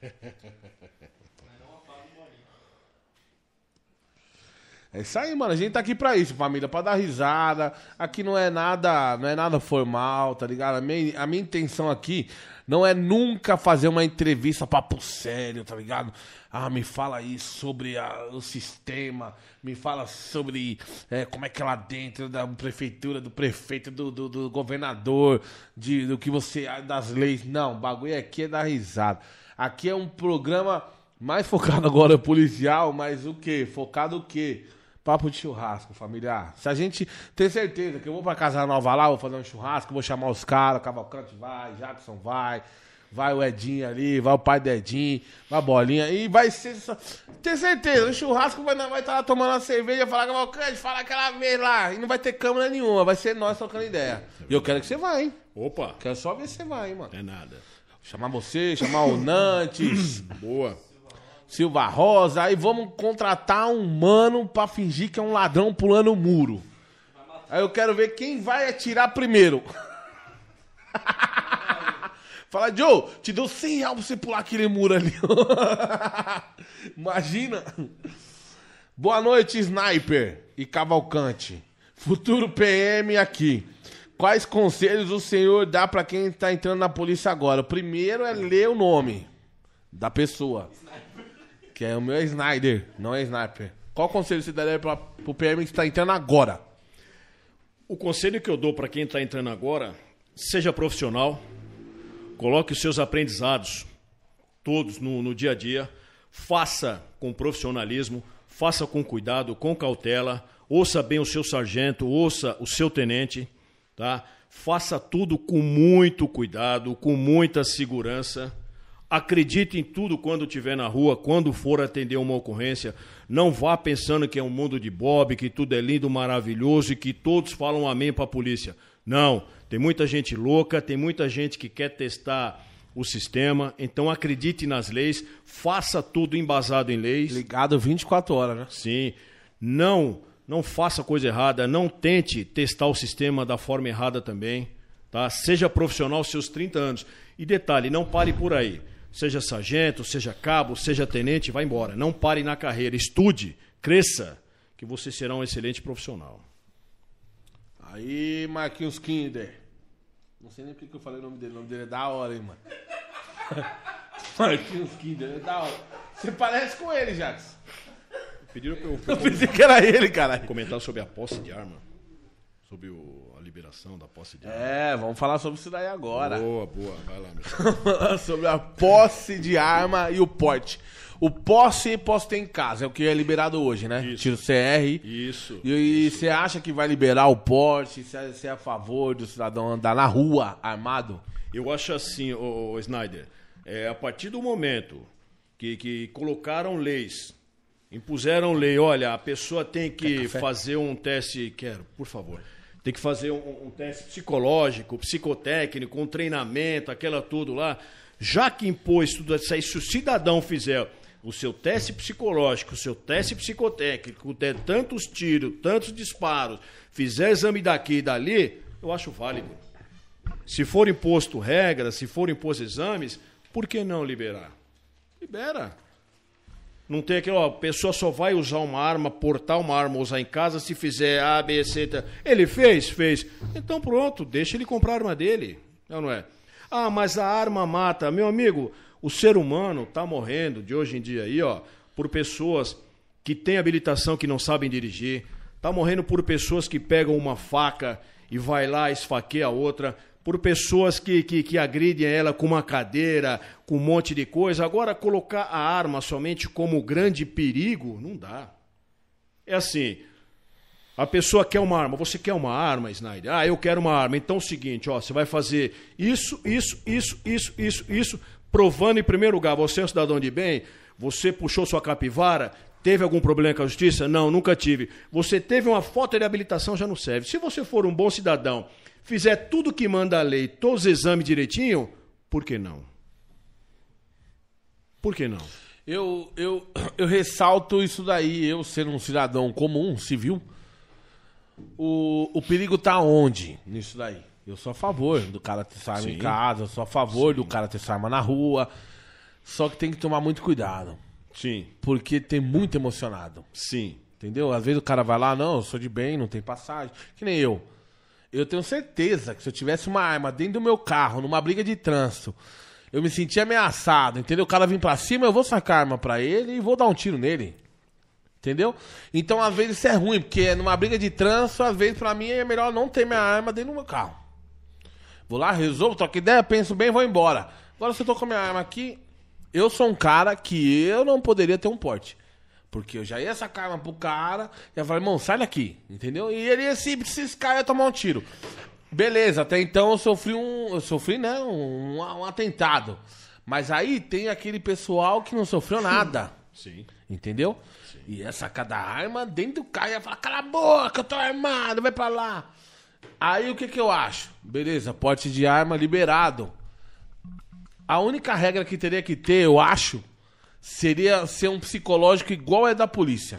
É isso aí, mano. A gente tá aqui pra isso, família, pra dar risada. Aqui não é nada, não é nada formal, tá ligado? A minha, a minha intenção aqui não é nunca fazer uma entrevista papo sério, tá ligado? Ah, me fala aí sobre a- o sistema, me fala sobre é, como é que é lá dentro da prefeitura, do prefeito, do, do, do governador, de, do que você, das leis. Não, o bagulho aqui é dar risada. Aqui é um programa mais focado agora policial, mas o quê? Focado o quê? Papo de churrasco, familiar. Se a gente tem certeza que eu vou pra Casa Nova lá, vou fazer um churrasco, vou chamar os caras, Cavalcante vai, Jackson vai, vai o Edinho ali, vai o pai do Edinho, vai a Bolinha, e vai ser... Só... Tem certeza, o churrasco vai estar vai tá lá tomando uma cerveja, falar Cavalcante, fala aquela vez lá, e não vai ter câmera nenhuma, vai ser nós trocando ideia. E eu quero que você vá, hein? Opa, Quero só ver se você vai, hein, mano. não é nada. Chamar você, chamar o Nantes... Boa. Silva Rosa, aí vamos contratar um mano pra fingir que é um ladrão pulando o muro. Aí eu quero ver quem vai atirar primeiro. Fala, Joe, te dou cem reais pra você pular aquele muro ali. Imagina. Boa noite, Sniper e Cavalcante. Futuro P M aqui. Quais conselhos o senhor dá pra quem tá entrando na polícia agora? O primeiro é ler o nome da pessoa. Que é o meu é Snyder, não é Sniper. Qual conselho você daria pra, pro P M que está entrando agora? O conselho que eu dou para quem está entrando agora, seja profissional, coloque os seus aprendizados todos no, no dia a dia, faça com profissionalismo, faça com cuidado, com cautela, ouça bem o seu sargento, ouça o seu tenente, tá? Faça tudo com muito cuidado, com muita segurança. Acredite em tudo quando estiver na rua, quando for atender uma ocorrência. Não vá pensando que é um mundo de Bob, que tudo é lindo, maravilhoso e que todos falam amém para a polícia. Não, tem muita gente louca, tem muita gente que quer testar o sistema. Então acredite nas leis, faça tudo embasado em leis. Ligado vinte e quatro horas, né? Sim, não, não faça coisa errada, não tente testar o sistema da forma errada também. Tá? Seja profissional aos seus trinta anos. E detalhe, não pare por aí. Seja sargento, seja cabo, seja tenente, vá embora. Não pare na carreira, estude, cresça, que você será um excelente profissional. Aí, Marquinhos Kinder. Não sei nem porque que eu falei o nome dele. O nome dele é da hora, hein, mano. Marquinhos Kinder, é da hora. Você parece com ele, Jackson. Pediram para eu, Eu pensei que era ele, caralho. comentar sobre a posse de arma. Sobre o, a liberação da posse de arma. É, vamos falar sobre isso daí agora. Boa, boa. Vai lá, meu. Falar sobre a posse de arma e o porte. O posse, posse ter em casa, é o que é liberado hoje, né? Isso. Tiro C R. Isso. E você acha que vai liberar o porte? Você é a favor do cidadão andar na rua armado? Eu acho assim, ô, ô, Snyder, é, a partir do momento que, que colocaram leis, impuseram lei, olha, a pessoa tem que fazer um teste, quero, por favor, tem que fazer um, um teste psicológico, psicotécnico, um treinamento, aquela tudo lá, já que impôs tudo isso aí, se o cidadão fizer o seu teste psicológico, o seu teste psicotécnico, der tantos tiros, tantos disparos, fizer exame daqui e dali, eu acho válido. Se for imposto regras, se for imposto exames, por que não liberar? Libera. Não tem aquilo, ó, a pessoa só vai usar uma arma, portar uma arma, usar em casa, se fizer A, B, C, tá. Ele fez? Fez. Então pronto, deixa ele comprar a arma dele. Não, não é? Ah, mas a arma mata. Meu amigo, o ser humano está morrendo de hoje em dia aí, ó, por pessoas que têm habilitação que não sabem dirigir. Está morrendo por pessoas que pegam uma faca e vai lá e esfaqueia a outra. Por pessoas que, que, que agridem ela com uma cadeira, com um monte de coisa. Agora, colocar a arma somente como grande perigo, não dá. É assim, a pessoa quer uma arma. Você quer uma arma, Snyder? Ah, eu quero uma arma. Então é o seguinte, ó, você vai fazer isso, isso, isso, isso, isso, isso, provando em primeiro lugar, você é um cidadão de bem, você puxou sua capivara, teve algum problema com a justiça? Não, nunca tive. Você teve uma foto de habilitação, já não serve. Se você for um bom cidadão, fizer tudo que manda a lei, todos os exames direitinho, por que não? Por que não? Eu, eu, eu ressalto isso daí, eu sendo um cidadão comum, civil, o, o perigo tá onde nisso daí? Eu sou a favor do cara ter essa arma Sim. em casa, eu sou a favor Sim. do cara ter essa arma na rua, só que tem que tomar muito cuidado, Sim, porque tem muito emocionado, sim. entendeu? Às vezes o cara vai lá, não, eu sou de bem, não tem passagem, que nem eu. Eu tenho certeza que se eu tivesse uma arma dentro do meu carro, numa briga de trânsito, eu me sentia ameaçado, entendeu? O cara vir pra cima, eu vou sacar a arma pra ele e vou dar um tiro nele. Entendeu? Então, às vezes, isso é ruim, porque numa briga de trânsito, às vezes, pra mim, é melhor não ter minha arma dentro do meu carro. Vou lá, resolvo, troco ideia, penso bem e vou embora. Agora, se eu tô com a minha arma aqui, eu sou um cara que eu não poderia ter um porte. Porque eu já ia sacar a arma pro cara, ia falar, irmão, sai daqui, entendeu? E ele ia se ciscar e ia tomar um tiro. Beleza, até então eu sofri um. Eu sofri, né? Um, um atentado. Mas aí tem aquele pessoal que não sofreu nada. Sim. Entendeu? Sim. E ia sacar da arma dentro do carro e ia falar, cala a boca, eu tô armado, vai pra lá. Aí o que que eu acho? Beleza, porte de arma liberado. A única regra que teria que ter, eu acho, seria ser um psicológico igual é da polícia.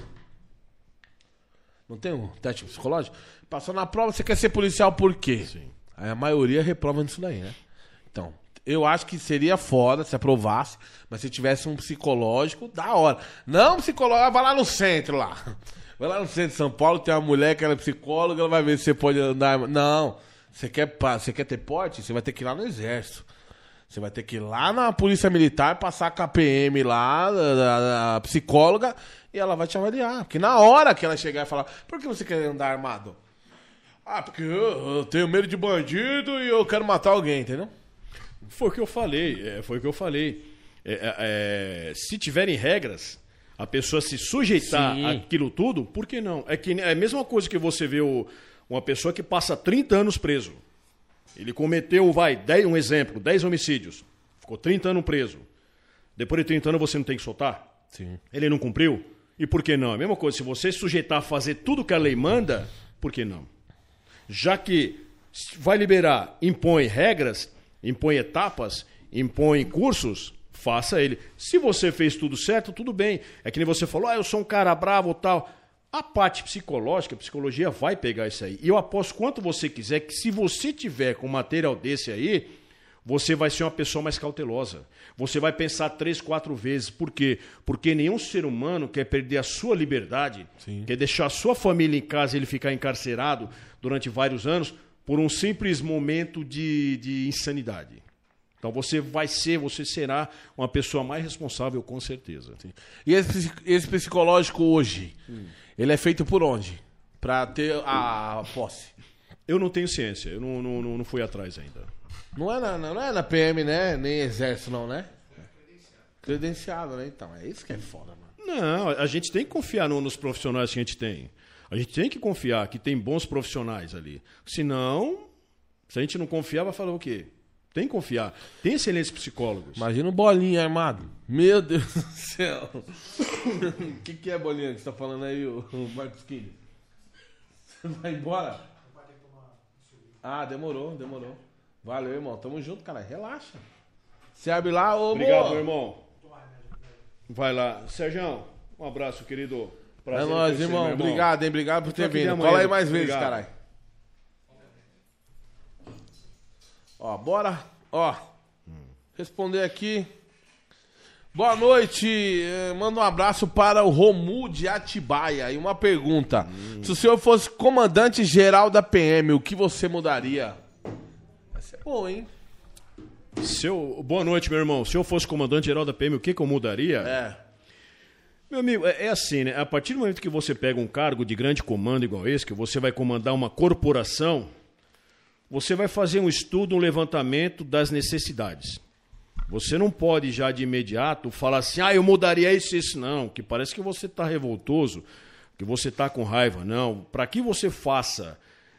Não tem um teste psicológico? Passou na prova, você quer ser policial por quê? Sim. Aí a maioria reprova nisso daí, né? Então, eu acho que seria foda se aprovasse, mas se tivesse um psicológico, da hora. Não psicológico, vai lá no centro lá. Vai lá no centro de São Paulo, tem uma mulher que ela é psicóloga, ela vai ver se você pode andar. Não. Você quer, você quer ter porte? Você vai ter que ir lá no exército. Você vai ter que ir lá na polícia militar, passar com a P M lá, a, a, a psicóloga, e ela vai te avaliar. Porque na hora que ela chegar e falar, por que você quer andar armado? Ah, porque eu, eu tenho medo de bandido e eu quero matar alguém, entendeu? Foi o que eu falei, é, foi o que eu falei. É, é, é, se tiverem regras, a pessoa se sujeitar Sim. àquilo tudo, por que não? É, que, é a mesma coisa que você vê o, uma pessoa que passa trinta anos preso. Ele cometeu, vai, dez, um exemplo, dez homicídios. Ficou trinta anos preso. Depois de trinta anos você não tem que soltar? Sim. Ele não cumpriu? E por que não? A mesma coisa, se você se sujeitar a fazer tudo que a lei manda, por que não? Já que vai liberar, impõe regras, impõe etapas, impõe cursos, faça ele. Se você fez tudo certo, tudo bem. É que nem você falou, ah, eu sou um cara bravo e tal. A parte psicológica, a psicologia vai pegar isso aí. E eu aposto quanto você quiser que se você tiver com um material desse aí, você vai ser uma pessoa mais cautelosa. Você vai pensar três, quatro vezes. Por quê? Porque nenhum ser humano quer perder a sua liberdade, Sim. quer deixar a sua família em casa e ele ficar encarcerado durante vários anos por um simples momento de, de insanidade. Então você vai ser, você será uma pessoa mais responsável, com certeza. Sim. E esse, esse psicológico hoje, hum. ele é feito por onde? Pra ter a posse. Eu não tenho ciência, eu não, não, não, não fui atrás ainda. Não é, na, não é na P M, né? Nem exército, não, né? Credenciado, né? Então, é isso que é foda, mano. Não, a gente tem que confiar no, nos profissionais que a gente tem. A gente tem que confiar que tem bons profissionais ali. Senão, se a gente não confiar, vai falar o quê? Tem que confiar. Tem excelentes psicólogos. Imagina o Bolinha armado. Meu Deus do céu. O que, que é, Bolinha, que você tá falando aí, o, o Marcos Quini? Você vai embora? Ah, demorou, demorou. Valeu, irmão. Tamo junto, cara. Relaxa. Você abre lá, ô, Obrigado, boa. meu irmão. Vai lá. Sérgio, um abraço, querido. Prazer É nóis, em você, irmão. meu irmão. Obrigado, hein? Obrigado por ter Tô aqui de vindo. amanhã, Cola aí mais vezes, obrigado. caralho. Ó, bora. Ó, responder aqui. Boa noite. eh, Manda um abraço para o Romu de Atibaia. E uma pergunta. Se o senhor fosse comandante geral da P M, o que você mudaria? Vai ser bom, hein? Se eu... Boa noite, meu irmão. Se eu fosse comandante geral da P M, o que, que eu mudaria? É. Meu amigo, é, é assim, né? A partir do momento que você pega um cargo de grande comando igual esse, que você vai comandar uma corporação, você vai fazer um estudo, um levantamento das necessidades. Você não pode já de imediato falar assim, ah, eu mudaria isso e isso. Não, que parece que você está revoltoso, que você está com raiva. Não, para que você faça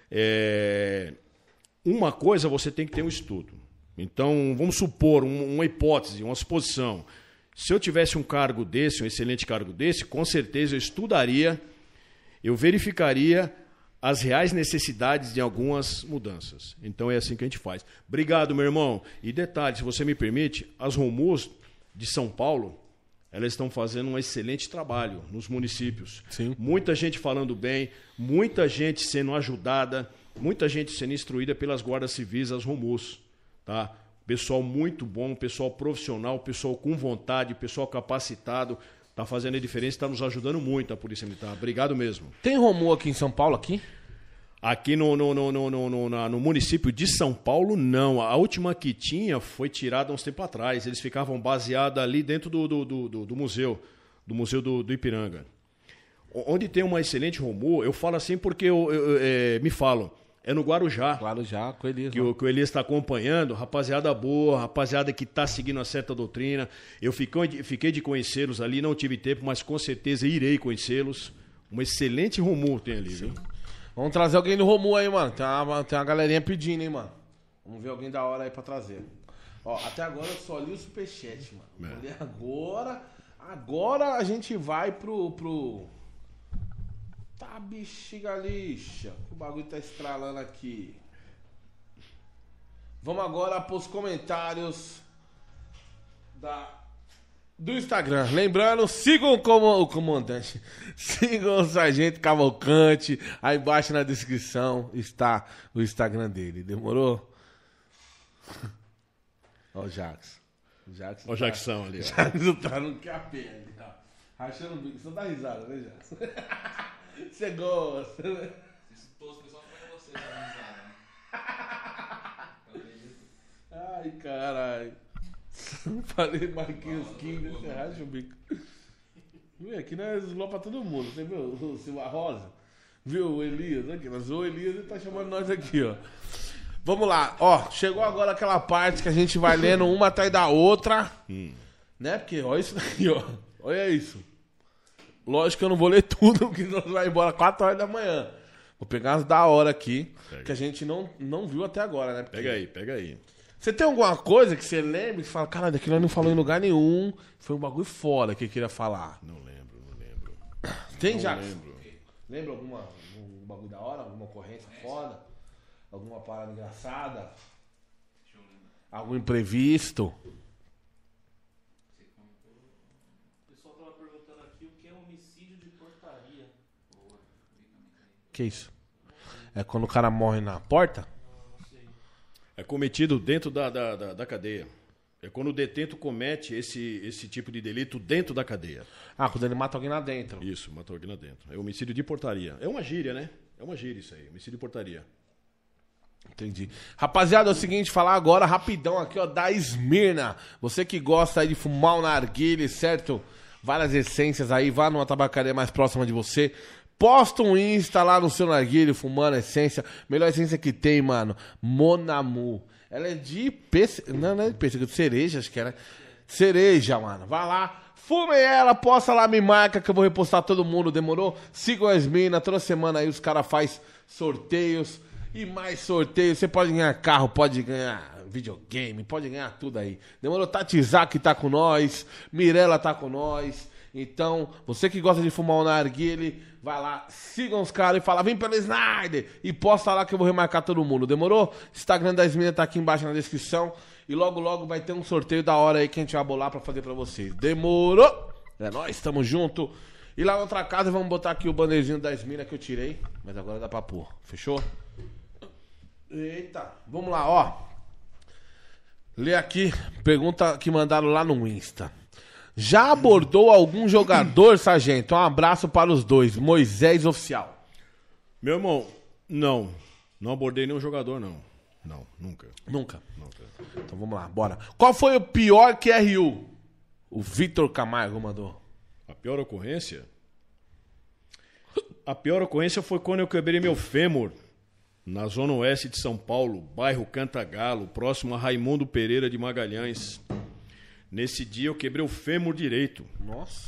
é, uma coisa, você tem que ter um estudo. Então, vamos supor, um, uma hipótese, uma suposição. Se eu tivesse um cargo desse, um excelente cargo desse, com certeza eu estudaria, eu verificaria as reais necessidades de algumas mudanças. Então é assim que a gente faz. Obrigado, meu irmão. E detalhe, se você me permite, as Romus de São Paulo, elas estão fazendo um excelente trabalho nos municípios. Sim. Muita gente falando bem, muita gente sendo ajudada, muita gente sendo instruída pelas guardas civis, as Romus. Tá? Pessoal muito bom, pessoal profissional, pessoal com vontade, pessoal capacitado. Está fazendo a diferença, está nos ajudando muito a Polícia Militar. Obrigado mesmo. Tem Romu aqui em São Paulo, aqui? Aqui no, no, no, no, no, no, na- no município de São Paulo, não. A última que tinha foi tirada há uns tempos atrás. Eles ficavam baseados ali dentro do, do, do, do- do museu, do Museu do, do Ipiranga. O- Onde tem uma excelente Romu, eu falo assim porque eu, eu- eu, é, me falam, é no Guarujá. Claro, já, com ele. Que o, que o Elias está acompanhando, rapaziada boa, rapaziada que está seguindo uma certa doutrina. Eu fiquei, fiquei de conhecê-los ali, não tive tempo, mas com certeza irei conhecê-los. Uma excelente Romu tem ali, viu? Vamos trazer alguém do Romu aí, mano. Tem uma, tem uma galerinha pedindo, hein, mano. Vamos ver alguém da hora aí pra trazer. Ó, até agora eu só li o superchat, mano. É. Vou ler agora. Agora a gente vai pro... pro... Tá, bexiga lixa. O bagulho tá estralando aqui. Vamos agora pros comentários da... do Instagram. Lembrando, sigam o, como, o comandante. Sigam o Sargento Cavalcante. Aí embaixo na descrição está o Instagram dele. Demorou? Ó o Jax. O Jax Olha o Jackson ali, ó. Jax tá no capê ali, ó. Rachando o bico. Você não dá risada, né, Jax? Você gosta, né? Isso todos os pessoal foi você, tá risada, né? Eu acredito. Ai, caralho. Falei Marquinhos King, você racha o bico. Viu? Aqui nós zoamos pra todo mundo. Você viu o Silva Rosa? Viu o Elias aqui? Nós zoamos o Elias e tá chamando nós aqui, ó. Vamos lá, ó. Chegou agora aquela parte que a gente vai lendo uma atrás da outra. Né? Porque olha isso daqui, ó. Olha isso. Lógico que eu não vou ler tudo, porque nós vai embora quatro horas da manhã. Vou pegar as da hora aqui, Pega. que a gente não, não viu até agora, né? Porque- Pega aí, pega aí. Você tem alguma coisa que você lembra e fala, caralho, daquilo eu não falou em lugar nenhum, foi um bagulho foda que eu queria falar. Não lembro, não lembro. Tem, Não Jackson? lembro. Lembra alguma, algum bagulho da hora? Alguma ocorrência foda? Alguma parada engraçada? Deixa eu lembrar. Algum imprevisto? O pessoal tava perguntando aqui o que é homicídio de portaria. Boa. Vi também isso aí. Que isso? É quando o cara morre na porta? Não sei. É cometido dentro da, da, da, da cadeia. É quando o detento comete esse, esse tipo de delito dentro da cadeia. Ah, quando ele mata alguém lá dentro. Isso, matou alguém lá dentro. É homicídio de portaria. É uma gíria, né? É uma gíria isso aí, homicídio de portaria. Entendi. Rapaziada, é o seguinte, falar agora rapidão aqui, ó, da Esmirna. Você que gosta aí de fumar um narguile, certo? Várias essências aí, vá numa tabacaria mais próxima de você. Posta um Insta lá no seu narguilho, fumando essência. Melhor essência que tem, mano. Monamu. Ela é de pêssego. Não, não é de pêssego, de cereja, acho que era. Cereja, mano. Vai lá. Fumem ela, posta lá, me marca que eu vou repostar todo mundo. Demorou? Sigam as minas. Toda semana aí os caras fazem sorteios. E mais sorteios. Você pode ganhar carro, pode ganhar videogame, pode ganhar tudo aí. Demorou? Tati Zaki tá com nós. Mirella tá com nós. Então, você que gosta de fumar um narguile, vai lá, sigam os caras e fala, vem pelo Snyder, e posta lá que eu vou remarcar todo mundo, demorou? Instagram das minas tá aqui embaixo na descrição, e logo logo vai ter um sorteio da hora aí que a gente vai bolar pra fazer pra vocês, demorou? É nóis, tamo junto. E lá na outra casa vamos botar aqui o bannerzinho das minas que eu tirei, mas agora dá pra pôr, fechou? Eita, vamos lá, ó. Lê aqui, pergunta que mandaram lá no Insta. Já abordou algum jogador, sargento? Um abraço para os dois. Moisés Oficial. Meu irmão, não. Não abordei nenhum jogador, não. Não, nunca. Nunca? Nunca. Então vamos lá, bora. Qual foi o pior Q R U? O Vitor Camargo mandou. A pior ocorrência? A pior ocorrência foi quando eu quebrei meu fêmur na zona oeste de São Paulo, bairro Cantagalo, próximo a Raimundo Pereira de Magalhães. Nesse dia eu quebrei o fêmur direito. Nossa.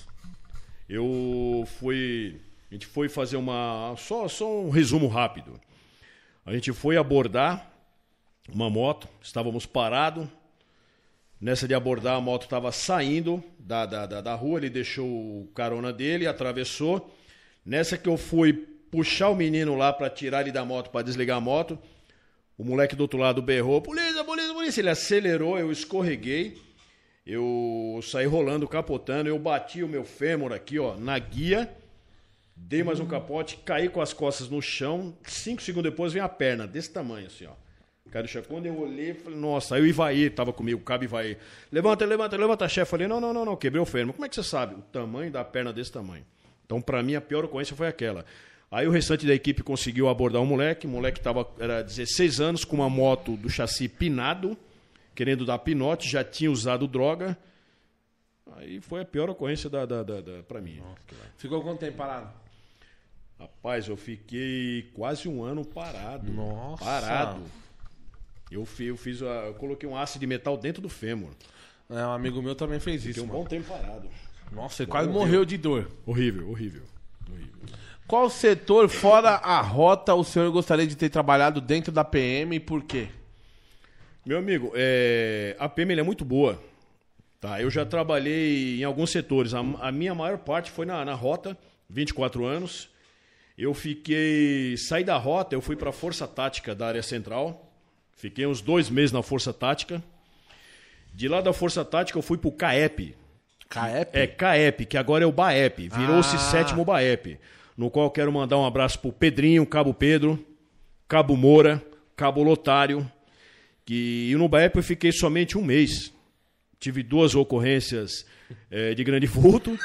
Eu fui... A gente foi fazer uma... Só, só um resumo rápido. A gente foi abordar uma moto. Estávamos parados. Nessa de abordar, a moto estava saindo da, da, da, da rua. Ele deixou o carona dele, atravessou. Nessa que eu fui puxar o menino lá para tirar ele da moto, para desligar a moto, o moleque do outro lado berrou, polícia, polícia, polícia. Ele acelerou, eu escorreguei. Eu saí rolando, capotando, eu bati o meu fêmur aqui, ó, na guia, dei mais um capote, caí com as costas no chão, cinco segundos depois vem a perna, desse tamanho, assim, ó. Cara, quando eu olhei, falei, nossa, aí o Ivaí tava comigo, o cabo Ivaí. Levanta, levanta, levanta, chefe. Falei, não, não, não, não, quebrei o fêmur. Como é que você sabe? O tamanho da perna desse tamanho. Então, pra mim, a pior ocorrência foi aquela. Aí o restante da equipe conseguiu abordar o moleque, o moleque tava, era dezesseis anos, com uma moto do chassi pinado, querendo dar pinote, já tinha usado droga. Aí foi a pior ocorrência da, da, da, da, pra mim. Nossa, ficou quanto tempo parado? Rapaz, eu fiquei quase um ano parado. Nossa. Parado. Eu, fiz, eu, fiz a, eu coloquei um aço de metal dentro do fêmur. É, um amigo meu também fez Fiquei isso, um mano. bom tempo parado. Nossa, ele quase morreu de dor. Horrível, horrível. horrível. Qual setor, fora a rota, o senhor gostaria de ter trabalhado dentro da P M e por quê? Meu amigo, é, a P M ela é muito boa. Tá, eu já trabalhei em alguns setores. A, a minha maior parte foi na, na rota, vinte e quatro anos. Eu fiquei... Saí da rota, eu fui para a Força Tática da área central. Fiquei uns dois meses na Força Tática. De lá da Força Tática eu fui para o CAEP. CAEP? É, CAEP, que agora é o BAEP. Virou-se Ah. sétimo BAEP. No qual eu quero mandar um abraço pro Pedrinho, Cabo Pedro, Cabo Moura, Cabo Lotário. Que... E no BAEP eu fiquei somente um mês. Tive duas ocorrências é, de grande vulto.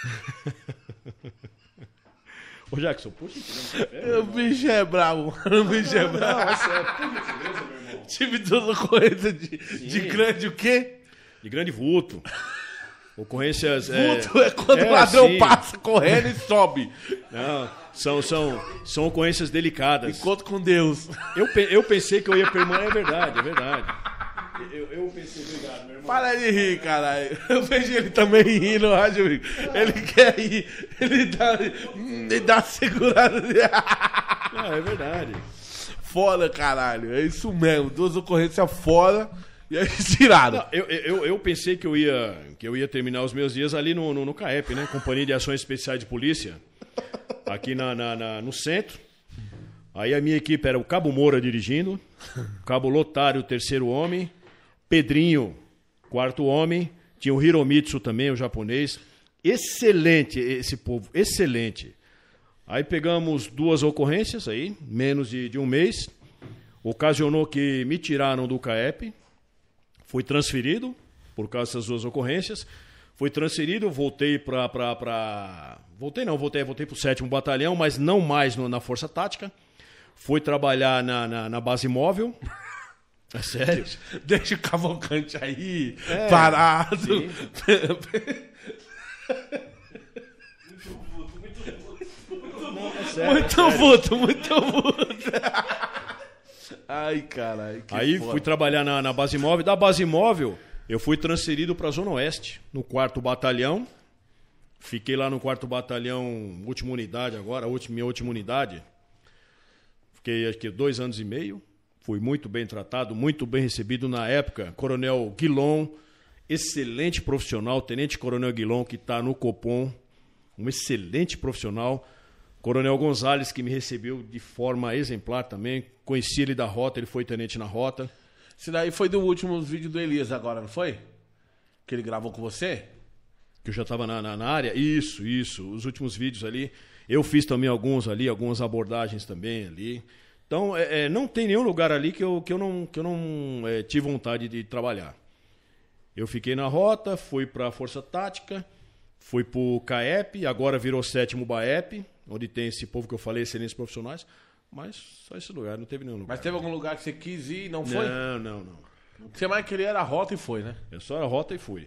Ô Jackson, puxa, O bicho é bravo, mano. O bicho é bravo. Não, é sério, por gentileza, meu irmão. Tive duas ocorrências de, de grande o quê? De grande vulto. Ocorrências... é- Vulto é quando é, o ladrão sim. passa correndo e sobe. Não, são, são, são ocorrências delicadas. Encontro com Deus. Eu, pe- eu pensei que eu ia permanecer. É verdade, é verdade. Eu, eu pensei, obrigado, meu irmão. Para de rir, caralho. Eu vejo ele também rindo, rádio. Ele quer rir. Ele dá, ele dá segurada. Não, é verdade. Foda, caralho. É isso mesmo. Duas ocorrências fora e aí tiraram. Não, eu, eu, eu pensei que eu, ia, que eu ia terminar os meus dias ali no, no, no CAEP, né? Companhia de Ações Especiais de Polícia, aqui na, na, na- no centro. Aí a minha equipe era o Cabo Moura dirigindo, Cabo Lotário, terceiro homem, Pedrinho, quarto homem, tinha o Hiromitsu também, o japonês. Excelente esse povo, excelente. Aí pegamos duas ocorrências aí, menos de, de um mês. Ocasionou que me tiraram do CAEP. Fui transferido por causa dessas duas ocorrências. Fui transferido, voltei para... Pra, pra... Voltei não, voltei, voltei para o sétimo Batalhão, mas não mais no, na Força Tática. Fui trabalhar na, na, na base móvel. É sério? Deixa o Cavalcante aí, É, parado. sim. É sério, Muito sério. puto, muito puto. Ai, caralho. que Aí foda. fui trabalhar na, na base móvel. Da base móvel, eu fui transferido para a Zona Oeste, no quarto batalhão. Fiquei lá no quarto batalhão, última unidade agora, a última, minha última unidade. Fiquei acho que dois anos e meio. Fui muito bem tratado, muito bem recebido na época. Coronel Guilom, excelente profissional. Tenente Coronel Guilom, que está no Copom, um excelente profissional. Coronel Gonzalez, que me recebeu de forma exemplar também. Conheci ele da rota, ele foi tenente na rota. Isso daí foi do último vídeo do Elias agora, não foi? Que ele gravou com você? Que eu já estava na, na, na área. Isso, isso. Os últimos vídeos ali. Eu fiz também alguns ali, algumas abordagens também ali. Então, é, é, não tem nenhum lugar ali que eu, que eu não, que eu não é, tive vontade de trabalhar. Eu fiquei na rota, fui para a Força Tática, fui para o CAEP, agora virou sétimo BAEP, onde tem esse povo que eu falei, excelentes profissionais. Mas só esse lugar, não teve nenhum lugar. Mas teve algum lugar que você quis ir e não foi? Não, não, não. O que você mais queria era a rota e foi, né? Eu só era rota e fui.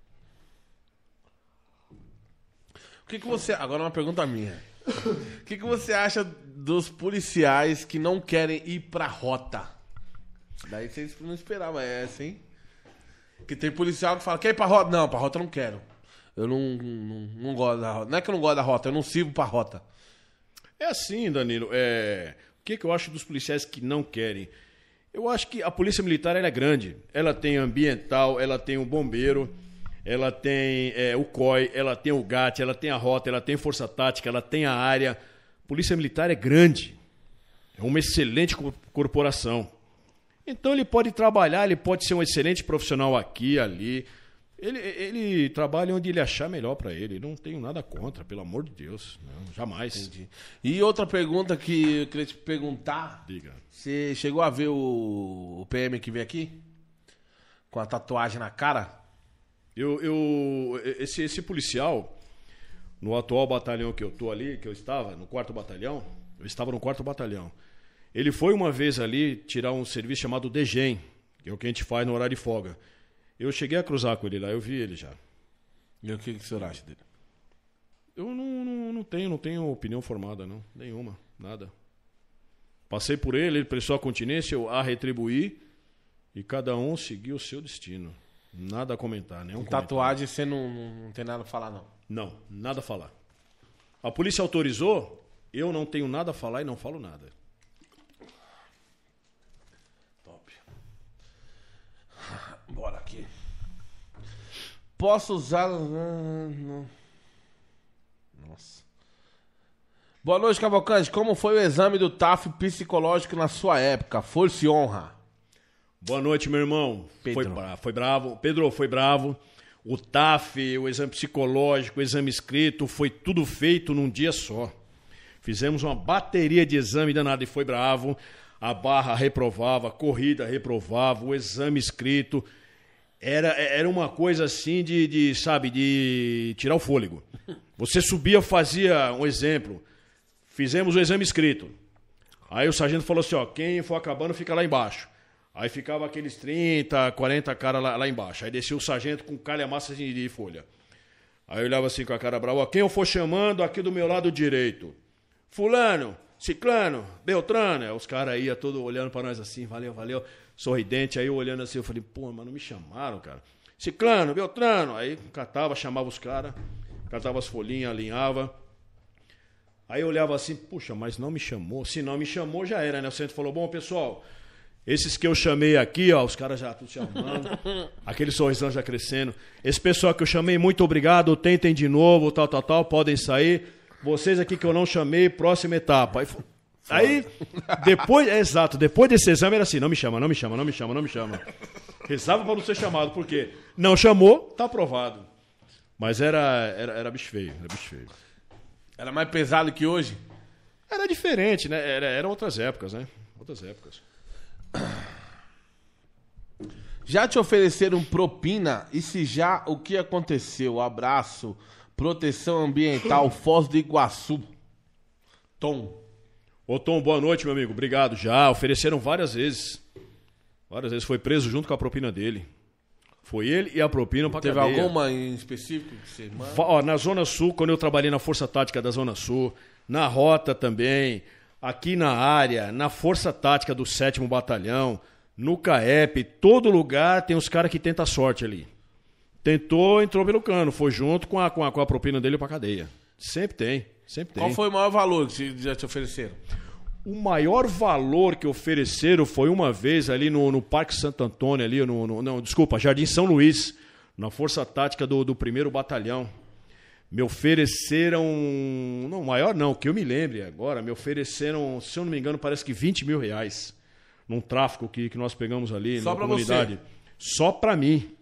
O que, que você. Agora uma pergunta minha. O que, que você acha dos policiais que não querem ir pra rota? Daí vocês não esperavam essa, hein? Que tem policial que fala, quer ir pra rota? Não, pra rota eu não quero. Eu não, não, não gosto da rota. Não é que eu não gosto da rota, eu não sirvo pra rota. É assim, Danilo. É... O que, que eu acho dos policiais que não querem? Eu acho que a Polícia Militar ela é grande. Ela tem ambiental, ela tem o bombeiro, ela tem é, o C O I, ela tem o GAT, ela tem a rota, ela tem força tática, ela tem a área. A Polícia Militar é grande. É uma excelente co- corporação. Então ele pode trabalhar, ele pode ser um excelente profissional aqui, ali. Ele, ele trabalha onde ele achar melhor para ele. Não tenho nada contra, pelo amor de Deus. Não, jamais. Entendi. E outra pergunta que eu queria te perguntar. Diga. Você chegou a ver o, o P M que veio aqui? Com a tatuagem na cara? Eu, eu, esse, esse policial, no atual batalhão que eu tô ali, que eu estava, no quarto batalhão, eu estava no quarto batalhão. Ele foi uma vez ali tirar um serviço chamado D G E M, que é o que a gente faz no horário de folga. Eu cheguei a cruzar com ele lá, eu vi ele já. E o que, que o senhor acha dele? Eu não, não, não tenho, não tenho opinião formada, não. Nenhuma, nada. Passei por ele, ele prestou a continência, eu a retribuí e cada um seguiu o seu destino. Nada a comentar, nenhum comentário. Tatuagem você não, não, não tem nada a falar, não. Não, nada a falar. A polícia autorizou, eu não tenho nada a falar e não falo nada. Top. Bora aqui. Posso usar. Nossa. Boa noite, Cavalcante. Como foi o exame do T A F psicológico na sua época? Força e honra. Boa noite, meu irmão. Pedro. Foi, bra- foi bravo. Pedro, foi bravo. O T A F, o exame psicológico, o exame escrito, foi tudo feito num dia só. Fizemos uma bateria de exame danado e foi bravo. A barra reprovava, a corrida reprovava, o exame escrito. Era, era uma coisa assim de, de, sabe, de tirar o fôlego. Você subia, fazia um exemplo. Fizemos o exame escrito. Aí o sargento falou assim, ó, quem for acabando fica lá embaixo. Aí ficava aqueles trinta, quarenta caras lá, lá embaixo. Aí descia o sargento com calha-massa de, de folha. Aí eu olhava assim com a cara brava, ó, quem eu for chamando aqui do meu lado direito. Fulano, Ciclano, Beltrano. Aí os caras iam todos olhando pra nós assim, valeu, valeu. Sorridente, aí eu olhando assim, eu falei, pô, mas não me chamaram, cara. Ciclano, Beltrano. Aí catava, chamava os caras, catava as folhinhas, alinhava. Aí eu olhava assim, puxa, mas não me chamou. Se não me chamou, já era, né? O centro falou, bom, pessoal, esses que eu chamei aqui, ó, os caras já tudo se arrumando, aquele sorrisão já crescendo. Esse pessoal que eu chamei, muito obrigado, tentem de novo, tal, tal, tal, podem sair. Vocês aqui que eu não chamei, próxima etapa. Aí, aí depois, é, exato, depois desse exame era assim, não me chama, não me chama, não me chama, não me chama. Rezava para não ser chamado, por quê? Não chamou, tá aprovado. Mas era, era, era bicho feio, era bicho feio. Era mais pesado que hoje? Era diferente, né? Era, eram outras épocas, né? Outras épocas. Já te ofereceram propina? E se já, o que aconteceu? Abraço. Proteção Ambiental, Foz do Iguaçu. Tom. Ô Tom, boa noite, meu amigo. Obrigado. Já ofereceram várias vezes. Várias vezes. Foi preso junto com a propina dele. Foi ele e a propina pra Teve cadeia. alguma em específico que você manda? Va- ó, na Zona Sul, quando eu trabalhei na Força Tática da Zona Sul, na rota também, aqui na área, na Força Tática do sétimo Batalhão, no C A E P, todo lugar tem os caras que tentam a sorte ali. Tentou, entrou pelo cano, foi junto com a, com a, com a propina dele pra cadeia. Sempre tem, sempre tem. Qual foi o maior valor que já te ofereceram? O maior valor que ofereceram foi uma vez ali no, no Parque Santo Antônio, ali no, no... Não, desculpa, Jardim São Luís, na Força Tática do, do primeiro Batalhão. Me ofereceram... Não, maior não, que eu me lembre agora. Me ofereceram, se eu não me engano, parece que vinte mil reais. Num tráfico que, que nós pegamos ali Só na pra comunidade. você? Só pra mim.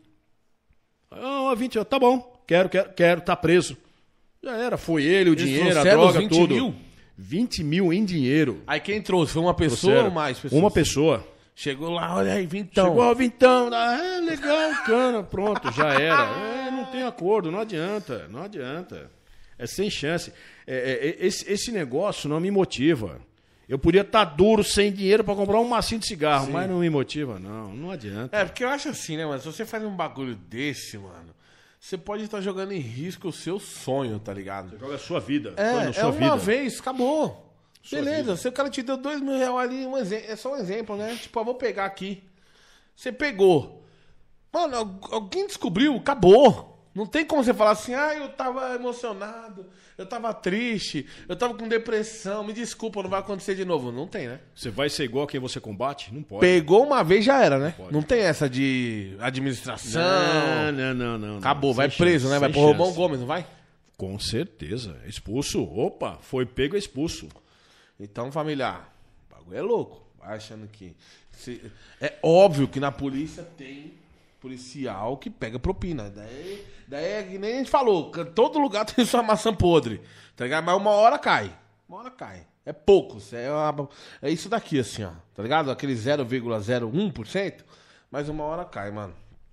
Ah, vinte, tá bom, quero, quero, quero, tá preso. Já era, foi ele, o Eles dinheiro, a trouxeram os droga, vinte tudo. mil? vinte mil em dinheiro. Aí quem trouxe? Foi uma pessoa Trouxeram. ou mais pessoas? Uma pessoa. Chegou lá, olha aí, vintão. Chegou ao vintão, ah, legal, cana, pronto, já era. É, não tem acordo, não adianta, não adianta. É sem chance. É, é, esse, esse negócio não me motiva. Eu podia estar duro, sem dinheiro para comprar um macinho de cigarro, Sim. mas não me motiva, não. Não adianta. É, porque eu acho assim, né, mano? Se você faz um bagulho desse, mano, você pode estar jogando em risco o seu sonho, tá ligado? Joga a sua vida. É, na é sua uma vida. vez, acabou. Sua Beleza, vida. se o cara te deu dois mil reais ali, um exe- é só um exemplo, né? Tipo, eu vou pegar aqui. Você pegou. Mano, al- alguém descobriu, acabou. Não tem como você falar assim, ah, eu tava emocionado, eu tava triste, eu tava com depressão, me desculpa, não vai acontecer de novo. Não tem, né? Você vai ser igual a quem você combate? Não pode. Pegou uma vez, já era, né? pode. Não tem essa de administração. Não, não, não, não. Acabou, não. vai Sem preso, chance, né? Vai sem pro Romão chance. Gomes, não vai? Com certeza. Expulso. Opa, foi pego e expulso. Então, familiar, o bagulho é louco. Vai achando que... se- É óbvio que na polícia tem policial que pega propina. Daí, daí é que nem a gente falou, que todo lugar tem sua maçã podre. Tá ligado? Mas uma hora cai. Uma hora cai. É poucos. É, uma- é isso daqui, assim, ó. Tá ligado? Aquele zero vírgula zero um por cento. Mas uma hora cai, mano.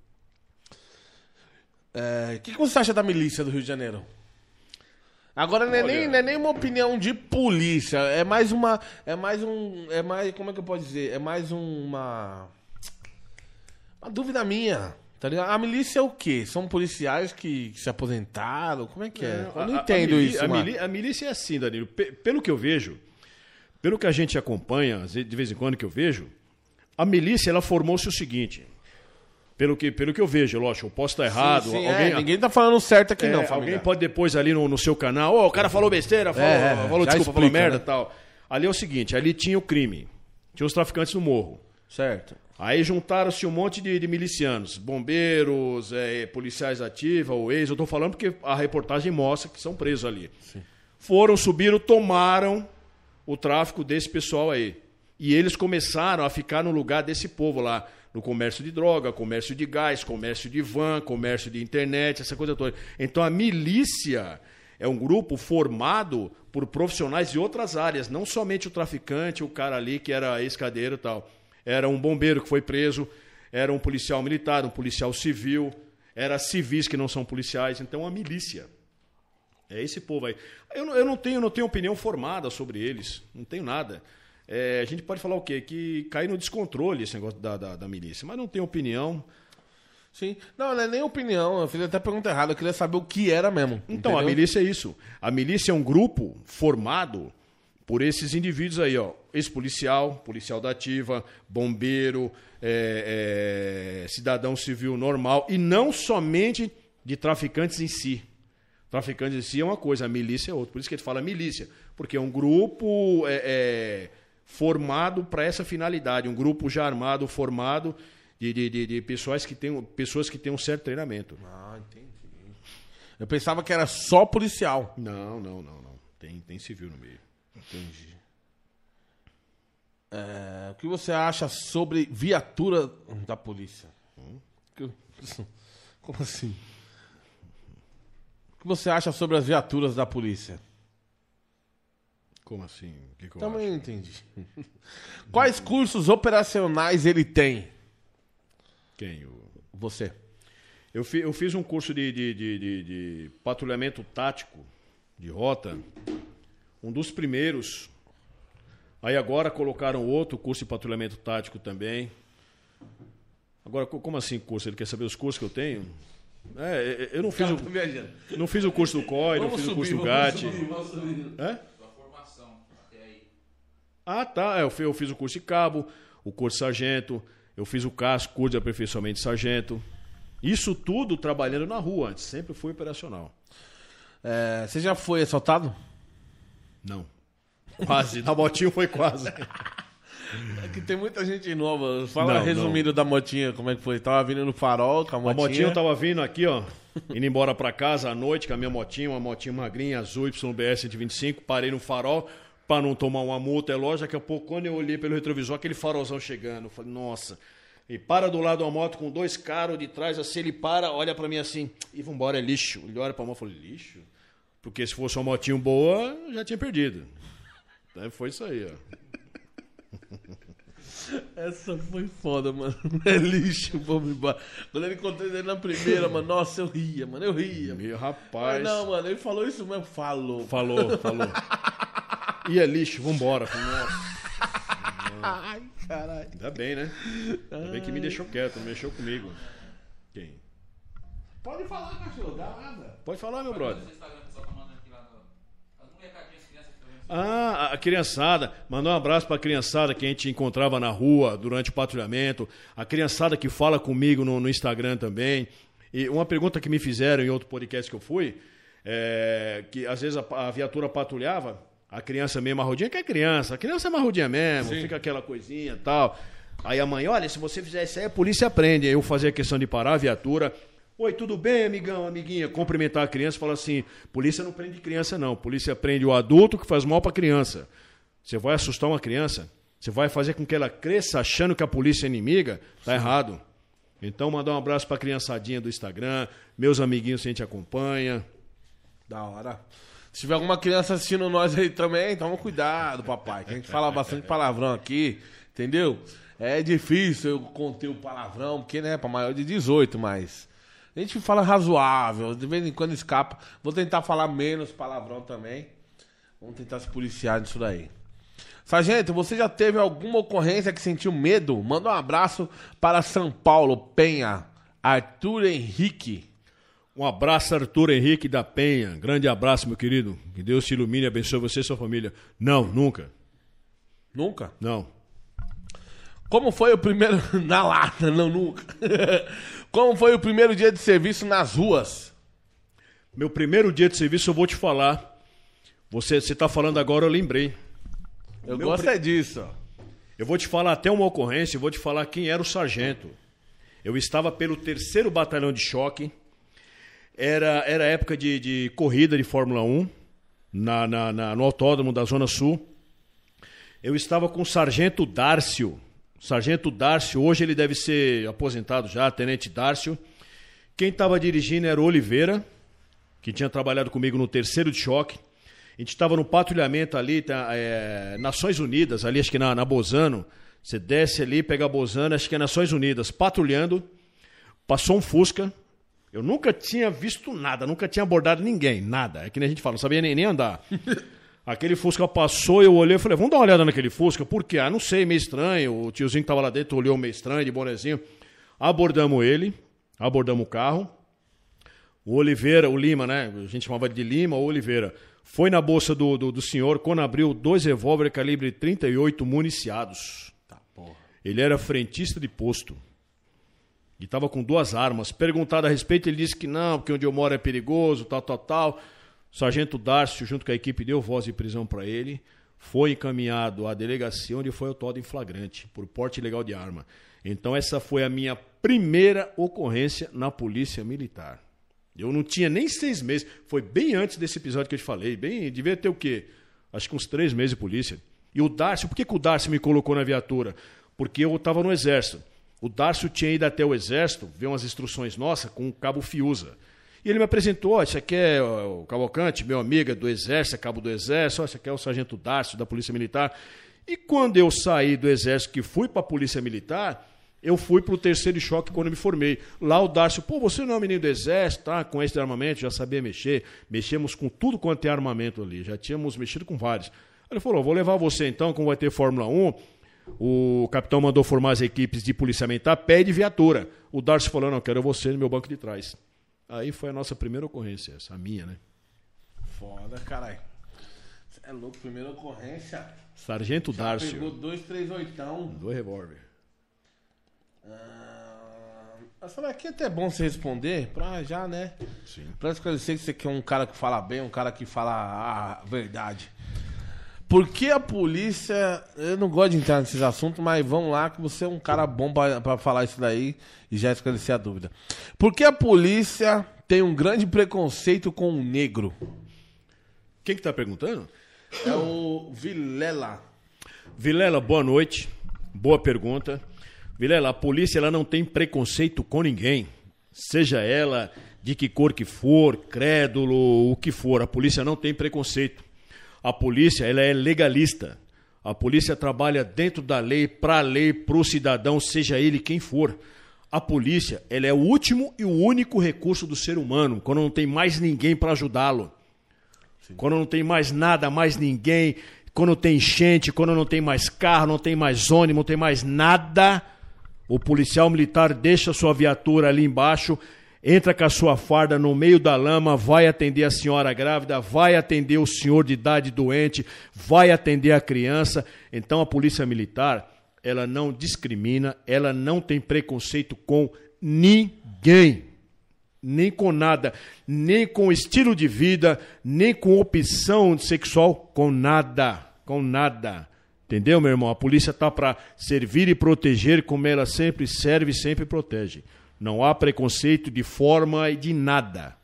É, O que, que você acha da milícia do Rio de Janeiro? Agora não é, Olha- nem, não é nem uma opinião de polícia, é mais uma. É mais um. É mais. Como é que eu posso dizer? É mais uma. Uma dúvida minha. Tá ligado? A milícia é o quê? São policiais que, que se aposentaram? Como é que é? Eu não A- a- entendo a mili- isso, a, mano. mili- a milícia é assim, Danilo. Pe- pelo que eu vejo, pelo que a gente acompanha, às vezes, de vez em quando que eu vejo, a milícia ela formou-se o seguinte. Pelo que, pelo que eu vejo, lógico, eu posso estar errado. Sim, sim, alguém, é, ninguém tá falando certo aqui, é, não, alguém família. pode depois ali no, no seu canal, ó, o cara falou besteira, falou, É, falou já desculpa, falou explica, merda e né? tal. Ali é o seguinte, ali tinha o crime, tinha os traficantes no morro. Certo. Aí juntaram-se um monte de, de milicianos, bombeiros, é, policiais ativos, ou ex, eu tô falando porque a reportagem mostra que são presos ali. Foram, subiram, tomaram o tráfico desse pessoal aí. E eles começaram a ficar no lugar desse povo lá, no comércio de droga, comércio de gás, comércio de van, comércio de internet, essa coisa toda. Então a milícia é um grupo formado por profissionais de outras áreas, não somente o traficante, o cara ali que era ex-cadeiro e tal. Era um bombeiro que foi preso, era um policial militar, um policial civil, era civis que não são policiais, então a milícia. É esse povo aí. Eu, não- eu não tenho, não tenho opinião formada sobre eles, não tenho nada. É, a gente pode falar o quê? Que cai no descontrole esse negócio da, da, da milícia, mas não tenho opinião. Sim. Não, não é nem opinião. Eu fiz até a pergunta errada. Eu queria saber o que era mesmo. Então, a entendeu? milícia é isso. A milícia é um grupo formado por esses indivíduos aí, ó. Ex-policial, policial da ativa, bombeiro, é, é, cidadão civil normal, e não somente de traficantes em si. Traficantes em si é uma coisa, a milícia é outra. Por isso que a gente fala milícia, porque é um grupo é, é, formado para essa finalidade, um grupo já armado, formado de, de, de, de pessoas, que têm, pessoas que têm um certo treinamento. Ah, entendi. Eu pensava que era só policial. Não, não, não, não. Tem, tem civil no meio. Entendi. É, o que você acha sobre viatura da polícia? Que- Como assim? O que você acha sobre as viaturas da polícia? Como assim? O que que eu Também acho? não entendi. Quais cursos operacionais ele tem? Quem? O... Você. Eu, fi- eu fiz um curso de, de, de, de- de patrulhamento tático, de rota, um dos primeiros. Aí agora colocaram outro curso de patrulhamento tático também. Agora, co- como assim curso? Ele quer saber os cursos que eu tenho? É, é, eu não fiz, o, viajando. não fiz o curso do C O I, não fiz o curso do G A T. vamos subir. É? Sua Ah, tá. Eu fiz, eu fiz o curso de cabo, o curso de sargento, eu fiz o C A S, curso de aperfeiçoamento de sargento. Isso tudo trabalhando na rua antes, sempre fui operacional. É, você já foi assaltado? Não. Quase. Na motinho foi quase. É que tem muita gente nova. Fala Não, resumido da motinha, como é que foi? Tava vindo no farol com a A motinha. motinha eu tava vindo aqui, ó, indo embora pra casa à noite com a minha motinha, uma motinha magrinha, azul, Y B S cento e vinte e cinco, parei no farol pra não tomar uma multa, é lógico, daqui a pouco, quando eu olhei pelo retrovisor, aquele farolzão chegando, eu falei, nossa, e para do lado da moto com dois caras de trás, assim, ele para, olha pra mim assim, e vambora, é lixo. Ele olha pra mão e falou, lixo? Porque se fosse uma motinha boa, eu já tinha perdido. Então foi isso aí, ó. Essa foi foda, mano. É lixo, vamos embora. Quando ele contou ele na primeira, mano, nossa, eu ria, mano, eu ria. Meu Mas rapaz. não, mano, ele falou isso mesmo, falou. Falou, falou. E é lixo, vambora. Falei, nossa. Ai, caralho. Ainda bem, né? Ainda bem que me deixou quieto, não mexeu comigo. Quem? Pode falar, cachorro, dá nada. Pode falar, meu brother. No Instagram, o pessoal tá mandando aqui lá no... As molecadinhas, crianças que estão vendo. Ah, a criançada. Mandar um abraço pra criançada que a gente encontrava na rua durante o patrulhamento. A criançada que fala comigo no, no Instagram também. E uma pergunta que me fizeram em outro podcast que eu fui, é que às vezes a, a viatura patrulhava, a criança meio marrudinha, que é criança. A criança é marrudinha mesmo, Sim. fica aquela coisinha e tal. Aí a mãe, olha, se você fizer isso aí, a polícia aprende. Aí eu fazia questão de parar a viatura. Oi, tudo bem, amigão, amiguinha? Cumprimentar a criança e falar assim, polícia não prende criança não, polícia prende o adulto que faz mal pra criança. Você vai assustar uma criança? Você vai fazer com que ela cresça achando que a polícia é inimiga? Tá errado. Então mandar um abraço pra criançadinha do Instagram, meus amiguinhos que a gente acompanha. Da hora. Se tiver alguma criança assistindo nós aí também, toma cuidado, papai, que a gente fala bastante palavrão aqui, entendeu? É difícil eu conter o palavrão, porque, né, pra maior de dezoito, mas... A gente fala razoável, de vez em quando escapa. Vou tentar falar menos palavrão também. Vamos tentar se policiar nisso daí. Sargento, você já teve alguma ocorrência que sentiu medo? Manda um abraço para São Paulo, Penha, Arthur Henrique. Um abraço, Arthur Henrique da Penha. Grande abraço, meu querido. Que Deus te ilumine e abençoe você e sua família. Não, nunca. Nunca? Não. Como foi o primeiro... Na lata, não, nunca. Como foi o primeiro dia de serviço nas ruas? Meu primeiro dia de serviço eu vou te falar. Você está falando agora, eu lembrei. Eu Meu gosto pri- é disso, ó. Eu vou te falar até uma ocorrência, eu vou te falar quem era o sargento. Eu estava pelo terceiro batalhão de choque. Era, era época de, de corrida de Fórmula um, na, na, na, no autódromo da Zona Sul. Eu estava com o sargento Dárcio. Sargento Dárcio, hoje ele deve ser aposentado já, Tenente Dárcio. Quem estava dirigindo era o Oliveira, que tinha trabalhado comigo no terceiro de choque. A gente estava no patrulhamento ali, tá, é, Nações Unidas, ali acho que na, na Bozano. Você desce ali, pega a Bozano, acho que é Nações Unidas, patrulhando. Passou um Fusca. Eu nunca tinha visto nada, nunca tinha abordado ninguém, nada. É que nem a gente fala, não sabia nem, nem andar. Aquele Fusca passou, eu olhei e falei, vamos dar uma olhada naquele Fusca. Por quê? Ah, não sei, meio estranho. O tiozinho que estava lá dentro olhou meio estranho, de bonezinho. Abordamos ele, abordamos o carro. O Oliveira, o Lima, né? A gente chamava de Lima ou Oliveira. Foi na bolsa do, do, do senhor, quando abriu dois revólver calibre trinta e oito municiados. Tá, porra. Ele era frentista de posto. E estava com duas armas. Perguntado a respeito, ele disse que não, porque onde eu moro é perigoso, tal, tal, tal. O sargento Dárcio, junto com a equipe, deu voz de prisão para ele. Foi encaminhado à delegacia, onde foi autuado em flagrante, por porte ilegal de arma. Então essa foi a minha primeira ocorrência na Polícia Militar. Eu não tinha nem seis meses. Foi bem antes desse episódio que eu te falei. Bem, devia ter o quê? Acho que uns três meses de polícia. E o Dárcio, por que, que o Dárcio me colocou na viatura? Porque eu estava no Exército. O Dárcio tinha ido até o Exército, ver umas instruções nossas com o cabo Fiuza. E ele me apresentou, ó, isso aqui é o Cavalcante, meu amigo é do Exército, é cabo do Exército, ó, isso aqui é o Sargento Dárcio, da Polícia Militar. E quando eu saí do Exército, que fui para a Polícia Militar, eu fui para o terceiro choque quando eu me formei. Lá o Dárcio, pô, você não é um menino do Exército, tá? Com esse armamento, já sabia mexer. Mexemos com tudo quanto é armamento ali, já tínhamos mexido com vários. Ele falou, vou levar você então, como vai ter Fórmula um, o capitão mandou formar as equipes de policiamento, pede viatura. O Dárcio falou, não, quero você no meu banco de trás. Aí foi a nossa primeira ocorrência, essa, a minha, né? Foda, caralho. Você é louco, primeira ocorrência. Sargento Já Dárcio. pegou dois, três, oitão. Dois revólver. Ah, essa daqui é até bom você responder, pra já, né? Sim. Pra esclarecer que você quer um cara que fala bem, um cara que fala a verdade. Por que a polícia... Eu não gosto de entrar nesses assuntos, mas vamos lá, que você é um cara bom pra, pra falar isso daí e já esclarecer a dúvida. Por que a polícia tem um grande preconceito com o negro? Quem que tá perguntando? É o Vilela. Vilela, boa noite. Boa pergunta. Vilela, a polícia ela não tem preconceito com ninguém. Seja ela de que cor que for, crédulo, o que for. A polícia não tem preconceito. A polícia ela é legalista. A polícia trabalha dentro da lei, para a lei, para o cidadão, seja ele quem for. A polícia ela é o último e o único recurso do ser humano, quando não tem mais ninguém para ajudá-lo. Quando não tem mais nada, mais ninguém, quando tem enchente, quando não tem mais carro, não tem mais ônibus, não tem mais nada, o policial militar deixa a sua viatura ali embaixo, entra com a sua farda no meio da lama, vai atender a senhora grávida, vai atender o senhor de idade doente, vai atender a criança. Então a polícia militar, ela não discrimina, ela não tem preconceito com ninguém. Nem com nada, nem com estilo de vida, nem com opção sexual, com nada, com nada. Entendeu, meu irmão? A polícia está para servir e proteger como ela sempre serve e sempre protege. Não há preconceito de forma e de nada.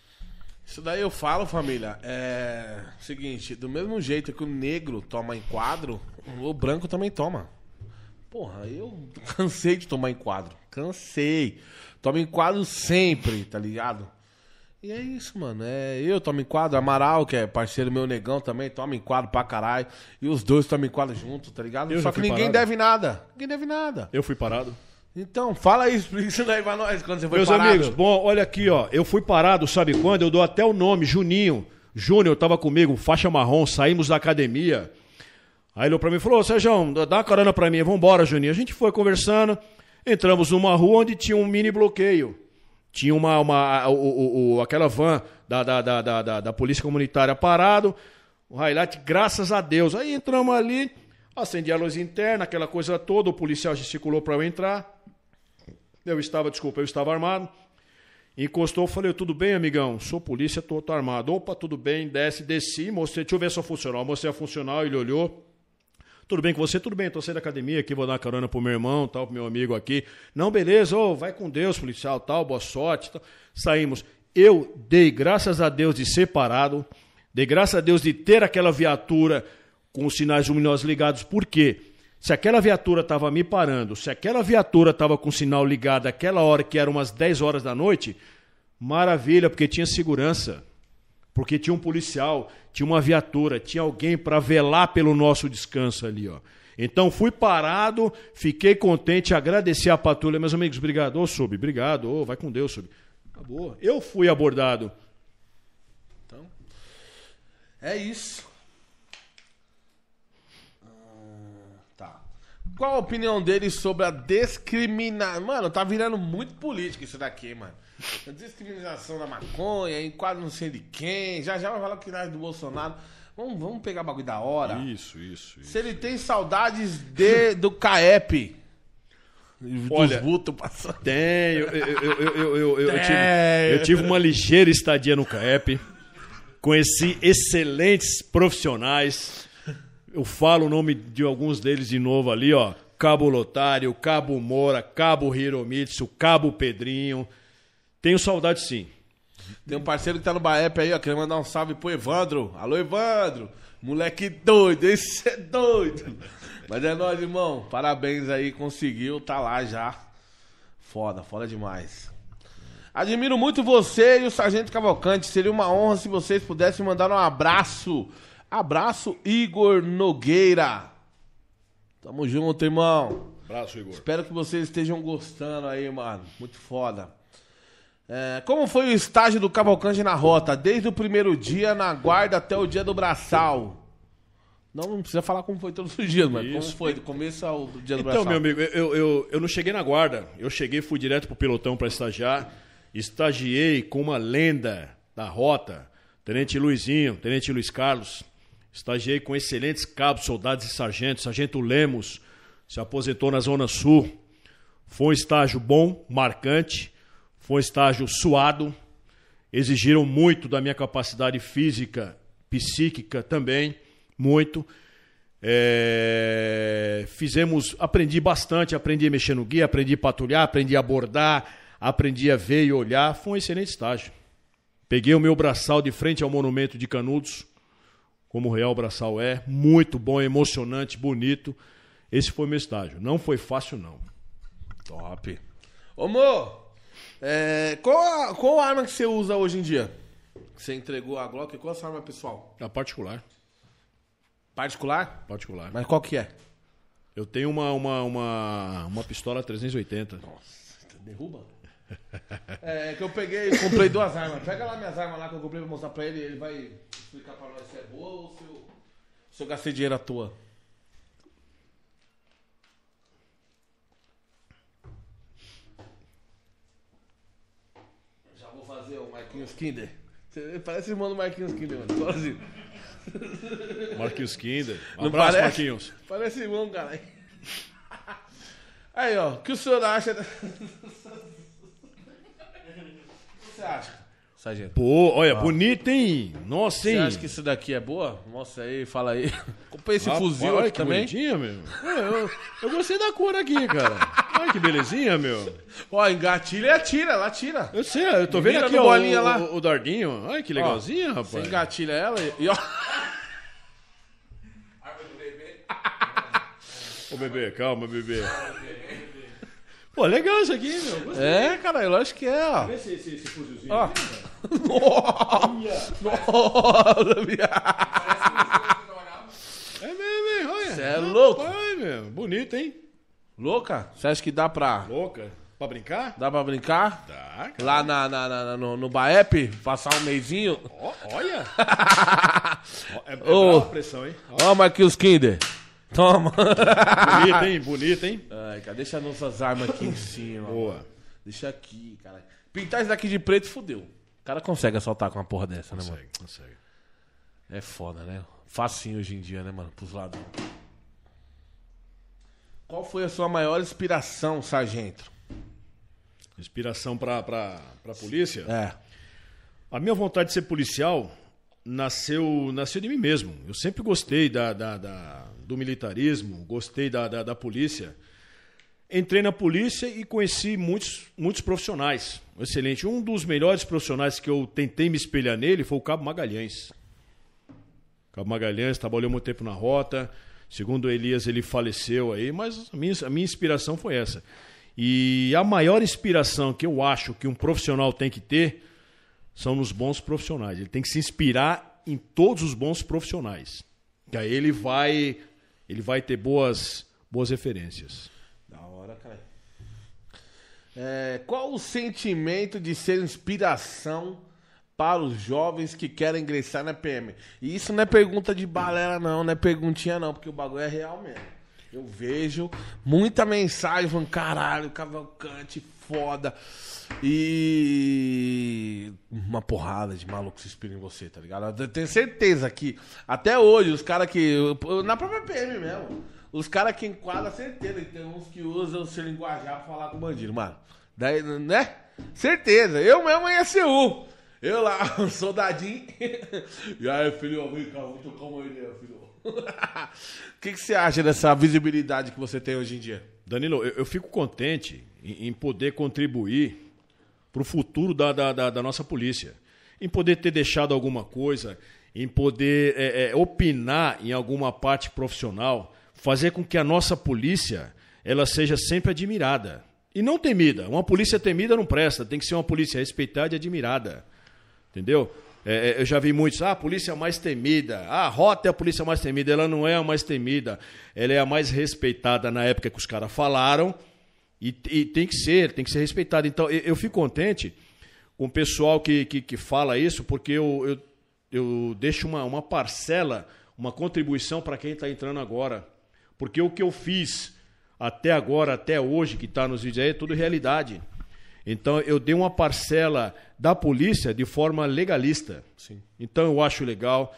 Isso daí eu falo, família, é seguinte, do mesmo jeito que o negro toma enquadro, o branco também toma. Porra, eu cansei de tomar enquadro, cansei. Toma enquadro sempre, tá ligado? E é isso, mano, é, eu tomo enquadro, Amaral, que é parceiro meu, Negão também, toma enquadro pra caralho, e os dois tomam enquadro junto, tá ligado? Eu Só já que fui ninguém parado. deve nada, ninguém deve nada. Eu fui parado. Então, fala aí, explica isso daí pra nós, quando você foi Meus parado. amigos, bom, olha aqui, ó. Eu fui parado, sabe quando? Eu dou até o nome, Juninho. Júnior tava comigo, faixa marrom, saímos da academia. Aí ele olhou pra mim e falou, ô Sérgio, dá uma carona pra mim, vambora, Juninho. A gente foi conversando, entramos numa rua onde tinha um mini bloqueio. Tinha uma, uma o, o, o, aquela van da, da, da, da, da Polícia Comunitária parado, o highlight, graças a Deus. Aí entramos ali, acendi a luz interna, aquela coisa toda, o policial gesticulou para eu entrar. Eu estava, desculpa, eu estava armado. Encostou, falei, tudo bem, amigão? Sou polícia, tô, tô armado. Opa, tudo bem, desce, desci, mostrei, deixa eu ver sua funcional. Mostrei a funcional, ele olhou. Tudo bem com você? Tudo bem, tô saindo da academia aqui, vou dar uma carona pro meu irmão, tal, pro meu amigo aqui. Não, beleza, ô, vai com Deus, policial, tal, boa sorte. Tal. Saímos. Eu dei graças a Deus de ser parado, dei graças a Deus de ter aquela viatura com os sinais luminosos ligados. Por quê? Se aquela viatura estava me parando, se aquela viatura estava com o sinal ligado àquela hora, que era umas dez horas da noite, maravilha, porque tinha segurança. Porque tinha um policial, tinha uma viatura, tinha alguém para velar pelo nosso descanso ali, ó. Então fui parado, fiquei contente, agradeci a patrulha, meus amigos, obrigado, ô Sub, obrigado, ô, vai com Deus, Sub. Acabou. Eu fui abordado. Então, é isso. Ah, tá. Qual a opinião dele sobre a discriminação? Mano, tá virando muito político isso daqui, mano. A discriminação da maconha, enquadro não sei de quem. Já já vai falar que nós do Bolsonaro. Vamos, vamos pegar bagulho da hora. Isso, isso, isso. Se ele tem saudades de, do C A E P. Olha, dos vultos passando. Tenho. Eu, eu, eu, eu, eu, eu, Tem. tive, eu tive uma ligeira estadia no C A E P. Conheci excelentes profissionais. Eu falo o nome de alguns deles de novo ali, ó. Cabo Lotário, Cabo Moura, Cabo Hiromitsu, Cabo Pedrinho. Tenho saudade, sim. Tem um parceiro que tá no Baep aí, ó. Queria mandar um salve pro Evandro. Alô, Evandro. Moleque doido, esse é doido. Mas é nóis, irmão. Parabéns aí, conseguiu, tá lá já. Foda, foda demais. Admiro muito você e o Sargento Cavalcante. Seria uma honra se vocês pudessem mandar um abraço. Abraço, Igor Nogueira. Tamo junto, irmão. Abraço, Igor. Espero que vocês estejam gostando aí, mano. Muito foda. É, como foi o estágio do Cavalcante na rota? Desde o primeiro dia na guarda até o dia do braçal. Não, não precisa falar como foi todos os dias, mas Isso. como foi do começo ao do dia do Então, braçal. meu amigo, eu, eu, eu não cheguei na guarda. Eu cheguei, fui direto pro pelotão para estagiar. Estagiei com uma lenda da rota, Tenente Luizinho, Tenente Luiz Carlos. Estagiei com excelentes cabos, soldados e sargentos. Sargento Lemos se aposentou na Zona Sul. Foi um estágio bom, marcante. Foi um estágio suado. Exigiram muito da minha capacidade física, psíquica também, muito. É... Fizemos, aprendi bastante, aprendi a mexer no guia, aprendi a patrulhar, aprendi a abordar, aprendi a ver e olhar. Foi um excelente estágio. Peguei o meu braçal de frente ao Monumento de Canudos, como o real braçal é, muito bom, emocionante, bonito. Esse foi o meu estágio. Não foi fácil, não. Top. Ô, Mo, é, qual, a, qual a arma que você usa hoje em dia? Você entregou a Glock, qual a sua arma pessoal? A particular. Particular? Particular. Mas qual que é? Eu tenho uma, uma, uma, uma pistola trezentos e oitenta. Nossa, derruba. É que eu peguei, comprei duas armas. Pega lá minhas armas lá que eu comprei pra mostrar pra ele. Ele vai explicar pra nós se é boa ou se eu, se eu gastei dinheiro à toa. Já vou fazer o Marquinhos Kinder. Você parece irmão do Marquinhos Kinder, mano. Igualzinho. Marquinhos Kinder. Um Não abraço, parece? Marquinhos. Parece irmão, cara. Aí, ó, o que o senhor acha? O que você acha, sargento? Pô, olha, bonito, hein? Nossa, Você hein? acha que isso daqui é boa? Mostra aí, fala aí. Comprei esse Rapaz, fuzil olha aqui que também. bonitinha, meu. Pô, eu, eu gostei da cor aqui, cara. Olha que belezinha, meu. Ó, engatilha e atira, ela atira. Eu sei, eu tô vendo Mira aqui no ó, bolinha o, lá. o, o dardinho. Olha que legalzinha, Ó, rapaz. Você engatilha ela e, e ó. Ô, bebê, calma, bebê. Pô, legal isso aqui, meu. Gostei. É, cara, lógico que é, ó. Vê esse, esse, esse fuzilzinho Ó. aqui, cara. Nossa, viado. É mesmo, hein? Olha. Cê é louco. Ai, meu. Bonito, hein? Louca? Você acha que dá pra, Louca. Pra brincar? dá pra brincar? Dá, cara. Lá na, na, na- no, no Baep, passar um meizinho. Ó, olha. Ó, é é Ô. brava a pressão, hein? Ó, Ó, Marquinhos Kinder. Toma. bonito, hein? Bonito, hein? Ai, cara, deixa nossas armas aqui em cima. Boa. mano. Deixa aqui, cara. Pintar isso daqui de preto, fudeu. O cara consegue assaltar com uma porra dessa, né, mano? Consegue, consegue. É foda, né? Facinho hoje em dia, né, mano? Pros lados. Qual foi a sua maior inspiração, sargento? Inspiração pra, pra, pra polícia? É. A minha vontade de ser policial nasceu, nasceu de mim mesmo. Eu sempre gostei da, da, da- do militarismo, gostei da, da, da polícia. Entrei na polícia e conheci muitos, muitos profissionais. Excelente. Um dos melhores profissionais que eu tentei me espelhar nele foi o Cabo Magalhães. Cabo Magalhães trabalhou muito tempo na rota. Segundo o Elias, ele faleceu aí, mas a minha, a minha inspiração foi essa. E a maior inspiração que eu acho que um profissional tem que ter são nos bons profissionais. Ele tem que se inspirar em todos os bons profissionais. Que aí ele vai, ele vai ter boas, boas referências. Da hora, cara. É, qual o sentimento de ser inspiração para os jovens que querem ingressar na P M? E isso não é pergunta de balela, não, não é perguntinha, não, porque o bagulho é real mesmo. Eu vejo muita mensagem falando, caralho, Cavalcante, foda. E uma porrada de maluco se inspira em você, tá ligado? Eu tenho certeza que até hoje os caras que. Na própria P M mesmo. Os caras que enquadram, certeza que tem uns que usam o seu linguajar pra falar com o bandido, mano. Daí, né? Certeza. Eu mesmo ia ser um. Eu lá, um soldadinho. E aí, filho, vem cá, vou tocar uma ideia, filho. O que, que você acha dessa visibilidade que você tem hoje em dia? Danilo, eu, eu fico contente em, em poder contribuir para o futuro da, da, da, da nossa polícia. Em poder ter deixado alguma coisa, em poder é, é, opinar em alguma parte profissional, fazer com que a nossa polícia ela seja sempre admirada. E não temida. Uma polícia temida não presta, tem que ser uma polícia respeitada e admirada. Entendeu? É, eu já vi muitos, ah, a polícia mais temida, ah, a rota é a polícia mais temida. Ela não é a mais temida, ela é a mais respeitada na época que os caras falaram e, e tem que ser, tem que ser respeitada. Então, eu, eu fico contente com o pessoal que, que, que fala isso, porque eu, eu, eu deixo uma, uma parcela, uma contribuição para quem está entrando agora. Porque o que eu fiz até agora, até hoje, que está nos vídeos aí, é tudo realidade. Então, eu dei uma parcela da polícia de forma legalista. Sim. Então, eu acho legal.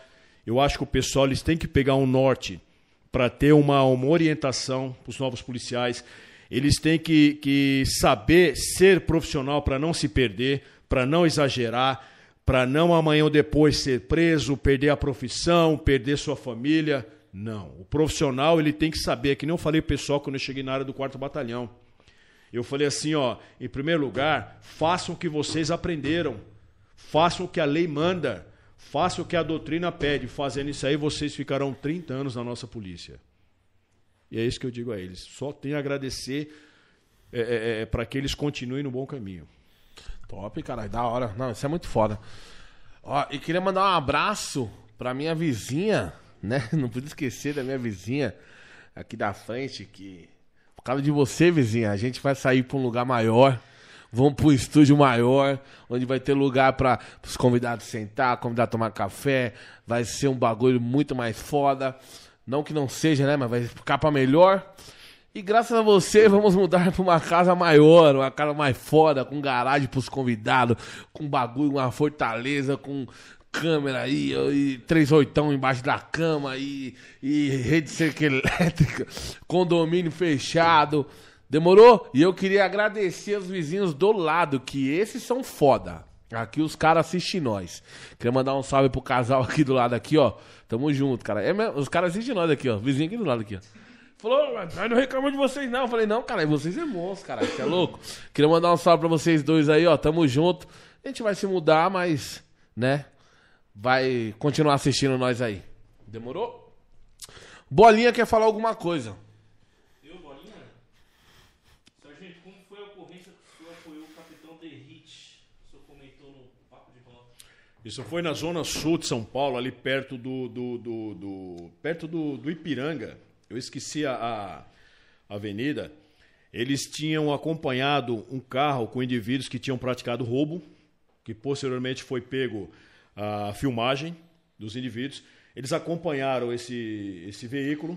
Eu acho que o pessoal eles têm que pegar um norte para ter uma, uma orientação para os novos policiais. Eles têm que, que saber ser profissional para não se perder, para não exagerar, para não amanhã ou depois ser preso, perder a profissão, perder sua família. Não. O profissional ele tem que saber, que nem eu falei pro pessoal quando eu cheguei na área do quarto Batalhão. Eu falei assim, ó, em primeiro lugar, façam o que vocês aprenderam. Façam o que a lei manda. Façam o que a doutrina pede. Fazendo isso aí, vocês ficarão trinta anos na nossa polícia. E é isso que eu digo a eles. Só tenho a agradecer é, é, é, para que eles continuem no bom caminho. Top, caralho, da hora. Não, isso é muito foda. Ó, e queria mandar um abraço pra minha vizinha, né? Não pude esquecer da minha vizinha aqui da frente, que por causa de você, vizinha, a gente vai sair pra um lugar maior. Vamos para um estúdio maior, onde vai ter lugar para os convidados sentar, convidados tomar café. Vai ser um bagulho muito mais foda. Não que não seja, né? Mas vai ficar para melhor. E graças a você, vamos mudar para uma casa maior, uma casa mais foda, com garagem para os convidados, com bagulho, uma fortaleza, com câmera aí, e três oitão embaixo da cama, e, e rede cerca elétrica, condomínio fechado. Demorou? E eu queria agradecer os vizinhos do lado, que esses são foda. Aqui os caras assistem nós. Queria mandar um salve pro casal aqui do lado aqui, ó. Tamo junto, cara. É mesmo, os caras assistem nós aqui, ó. Vizinho aqui do lado aqui, ó. Falou, mas não reclamo de vocês não. Eu falei, não, cara, vocês é monstro, cara. Você é louco? Queria mandar um salve pra vocês dois aí, ó. Tamo junto. A gente vai se mudar, mas, né, vai continuar assistindo nós aí. Demorou? Bolinha quer falar alguma coisa. Eu, Bolinha? Sargento, como foi a ocorrência que o senhor apoiou o capitão Derrite? O senhor comentou no papo de roda. Isso foi na zona sul de São Paulo, ali perto do, do, do, do perto do, do Ipiranga. Eu esqueci a, a avenida. Eles tinham acompanhado um carro com indivíduos que tinham praticado roubo, que posteriormente foi pego a filmagem dos indivíduos. Eles acompanharam esse, esse veículo.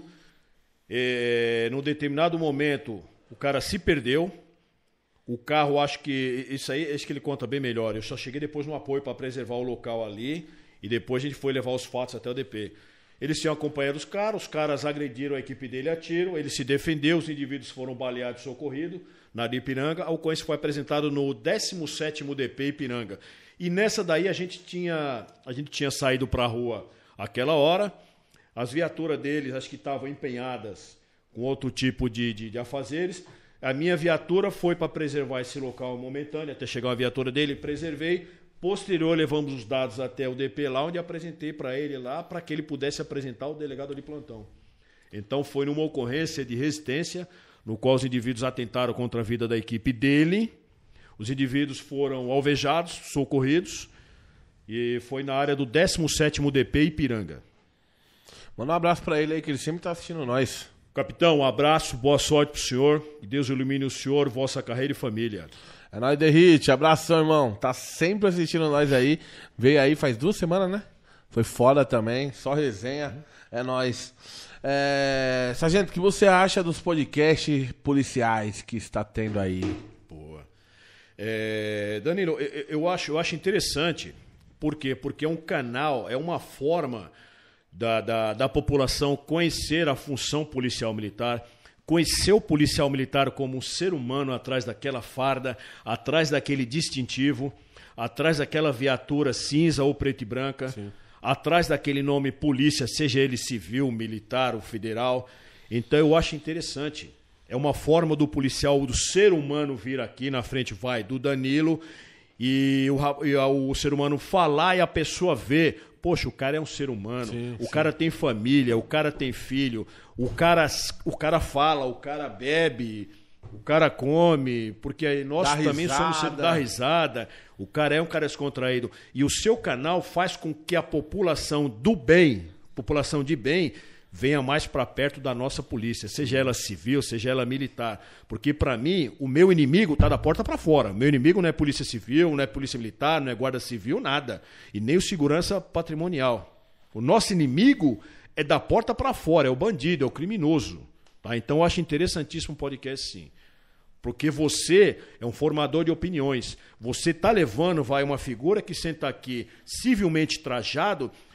E, num determinado momento, o cara se perdeu. O carro, acho que... Isso aí, acho que ele conta bem melhor. Eu só cheguei depois no apoio para preservar o local ali. E depois a gente foi levar os fatos até o D P. Eles tinham acompanhado os caras. Os caras agrediram a equipe dele a tiro. Ele se defendeu. Os indivíduos foram baleados e socorridos na de Ipiranga. A ocorrência foi apresentada no décimo sétimo D P Ipiranga. E nessa daí a gente tinha, a gente tinha saído para a rua aquela hora. As viaturas deles, acho que estavam empenhadas com outro tipo de, de, de afazeres. A minha viatura foi para preservar esse local momentâneo, até chegar uma viatura dele, preservei. Posterior, levamos os dados até o D P lá, onde apresentei para ele lá, para que ele pudesse apresentar o delegado de plantão. Então foi numa ocorrência de resistência, no qual os indivíduos atentaram contra a vida da equipe dele. Os indivíduos foram alvejados, socorridos, e foi na área do décimo sétimo D P Ipiranga. Manda um abraço pra ele aí, que ele sempre tá assistindo nós. Capitão, um abraço, boa sorte pro senhor, que Deus ilumine o senhor, vossa carreira e família. É nóis, Derrite, abração, irmão. Tá sempre assistindo nós aí. Veio aí faz duas semanas, né? Foi foda também, só resenha. É nóis. É... Sargento, o que você acha dos podcasts policiais que está tendo aí? Boa. É... Danilo, eu, eu, acho, eu acho interessante. Por quê? Porque é um canal, é uma forma da, da, da população conhecer a função policial militar, conhecer o policial militar como um ser humano atrás daquela farda, atrás daquele distintivo, atrás daquela viatura cinza ou preta e branca, sim, atrás daquele nome polícia, seja ele civil, militar ou federal. Então eu acho interessante. É uma forma do policial, do ser humano vir aqui na frente, vai, do Danilo, e o, e o ser humano falar e a pessoa ver. Poxa, o cara é um ser humano, sim, o sim. cara tem família, o cara tem filho, o cara, o cara fala, o cara bebe, o cara come, porque nós dá também risada. somos da risada, o cara é um cara descontraído. E o seu canal faz com que a população do bem, população de bem, venha mais para perto da nossa polícia, seja ela civil, seja ela militar. Porque, para mim, o meu inimigo está da porta para fora. O meu inimigo não é polícia civil, não é polícia militar, não é guarda civil, nada. E nem o segurança patrimonial. O nosso inimigo é da porta para fora, é o bandido, é o criminoso. Tá? Então, eu acho interessantíssimo o podcast, sim. Porque você é um formador de opiniões. Você está levando, vai, uma figura que senta aqui civilmente trajado,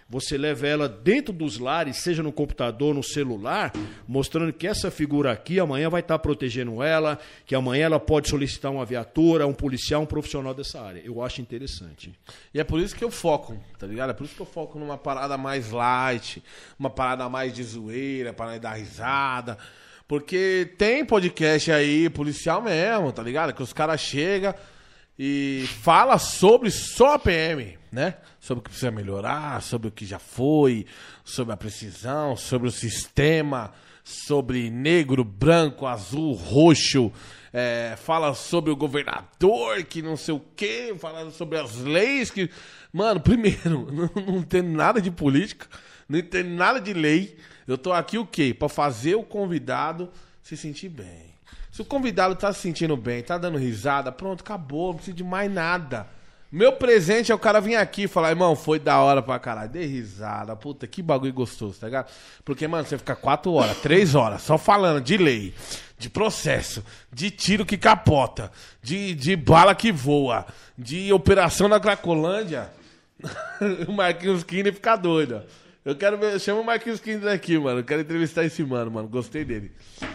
você leva ela dentro dos lares, seja no computador, no celular, mostrando que essa figura aqui amanhã vai estar protegendo ela, que amanhã ela pode solicitar uma viatura, um policial, um profissional dessa área. Eu acho interessante. E é por isso que eu foco, tá ligado? É por isso que eu foco numa parada mais light, uma parada mais de zoeira, para dar risada. Porque tem podcast aí, policial mesmo, tá ligado? Que os caras chegam e fala sobre só a P M, né? Sobre o que precisa melhorar, sobre o que já foi, sobre a precisão, sobre o sistema, sobre negro, branco, azul, roxo. É, fala sobre o governador, que não sei o quê, fala sobre as leis que... Mano, primeiro, não, não tem nada de política, não tem nada de lei. Eu tô aqui o quê? Pra fazer o convidado se sentir bem. Se o convidado tá se sentindo bem, tá dando risada, pronto, acabou, não precisa de mais nada. Meu presente é o cara vir aqui e falar, irmão, foi da hora pra caralho, dei risada, puta, que bagulho gostoso, tá ligado? Porque, mano, você fica quatro horas, três horas, só falando de lei, de processo, de tiro que capota, de, de bala que voa, de operação na Cracolândia, o Marquinhos Kinder fica doido, ó. Eu quero ver, chama o Marquinhos Kinder aqui, mano, eu quero entrevistar esse mano, mano, gostei dele.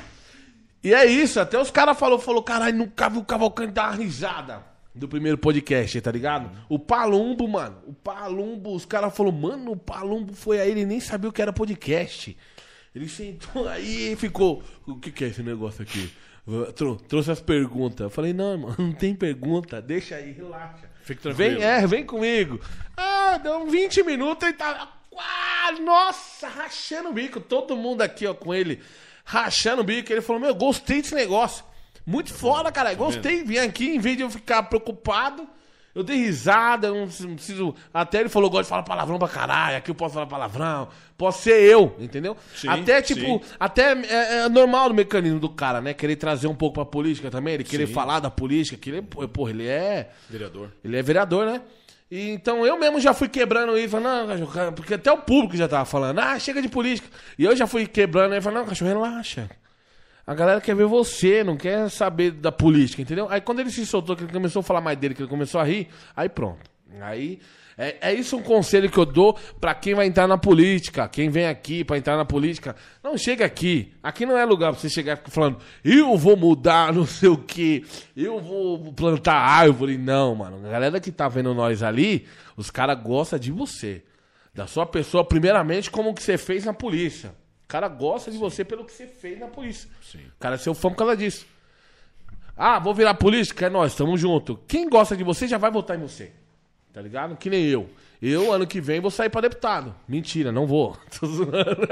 E é isso, até os caras falaram, falou, caralho, nunca vi o Cavalcante dar uma risada do primeiro podcast, tá ligado? O Palumbo, mano, o Palumbo, os caras falaram, mano, o Palumbo foi aí, ele nem sabia o que era podcast. Ele sentou aí e ficou, o que que é esse negócio aqui? Trou- trouxe as perguntas. Eu falei, não, mano, não tem pergunta, deixa aí, relaxa. Fique tranquilo. Vem, é, vem comigo. Ah, deu vinte minutos e tá, ah, nossa, rachando o bico, todo mundo aqui, ó, com ele, rachando o bico. Ele falou, meu, gostei desse negócio. Muito foda, cara. Gostei. Vim aqui, em vez de eu ficar preocupado, eu dei risada, eu não preciso, não preciso... Até ele falou, gosto de falar palavrão pra caralho, aqui eu posso falar palavrão, posso ser eu, entendeu? Sim, até, tipo, sim. até é, é normal o mecanismo do cara, né? Querer trazer um pouco pra política também, ele querer Sim. falar da política, que ele, porra, ele é... Vereador. Ele é vereador, né? E, então eu mesmo já fui quebrando isso, falando, não, cachorro, cara, porque até o público já tava falando, ah, chega de política. E eu já fui quebrando, aí falando, não, cachorro, relaxa. A galera quer ver você, não quer saber da política, entendeu? Aí quando ele se soltou, que ele começou a falar mais dele, que ele começou a rir, aí pronto. Aí é, é isso um conselho que eu dou pra quem vai entrar na política, quem vem aqui pra entrar na política. Não chega aqui. Aqui não é lugar pra você chegar falando, eu vou mudar não sei o quê, eu vou plantar árvore. Não, mano. A galera que tá vendo nós ali, os caras gostam de você. Da sua pessoa, primeiramente, como que você fez na polícia. O cara gosta de você pelo que você fez na polícia. Sim. O cara é seu fã por causa disso. Ah, vou virar política? É nós, tamo junto. Quem gosta de você já vai votar em você. Tá ligado? Que nem eu. Eu, ano que vem, vou sair pra deputado. Mentira, não vou. Tô zoando.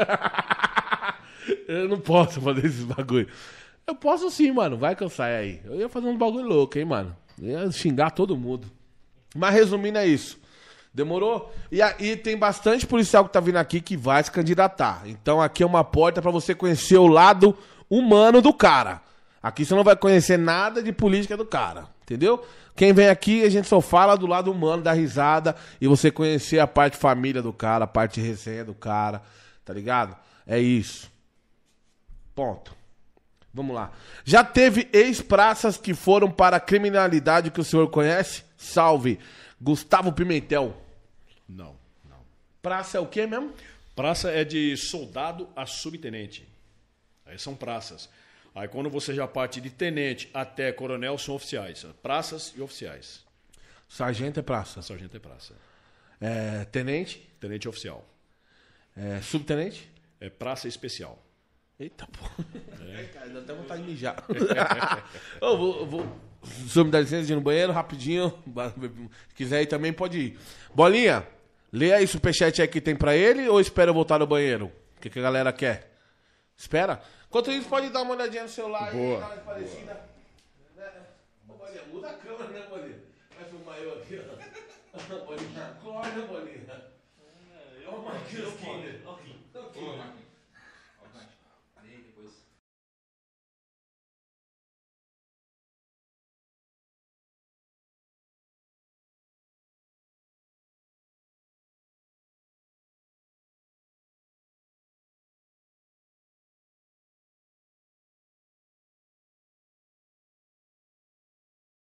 Eu não posso fazer esses bagulho. Eu posso sim, mano. Vai que eu saio aí. Eu ia fazer uns bagulho louco, hein, mano. Eu ia xingar todo mundo. Mas resumindo é isso. Demorou? E aí tem bastante policial que tá vindo aqui que vai se candidatar. Então aqui é uma porta pra você conhecer o lado humano do cara. Aqui você não vai conhecer nada de política do cara, entendeu? Quem vem aqui, a gente só fala do lado humano, da risada, e você conhecer a parte família do cara, a parte resenha do cara, tá ligado? É isso. Ponto. Vamos lá. Já teve ex-praças que foram para a criminalidade que o senhor conhece? Salve. Gustavo Pimentel. Não, não. Praça é o quê mesmo? Praça é de soldado a subtenente. Aí são praças. Aí quando você já parte de tenente até coronel, são oficiais. Praças e oficiais. Sargento é praça. Sargento é praça. É, tenente? Tenente é oficial. É, subtenente? É praça especial. Eita, porra. É. Cara, dá até vontade de mijar. Eu vou, eu vou. Se o senhor me dá licença de ir no banheiro, rapidinho. Se quiser ir também, pode ir. Bolinha, lê aí o superchat aí que tem pra ele ou espera eu voltar no banheiro? O que, que a galera quer? Espera. Enquanto isso, pode dar uma olhadinha no celular Boa, aí, dar uma parecida. Ô, Bolinha, muda a câmera, né, Bolinha? Vai filmar eu aqui, ó. Bolinha, acorda, Bolinha. Eu, Ô, Marquinhos Kinder. Ok. Ok. Ô, Marquinhos. Ó, Nath. Ali, depois.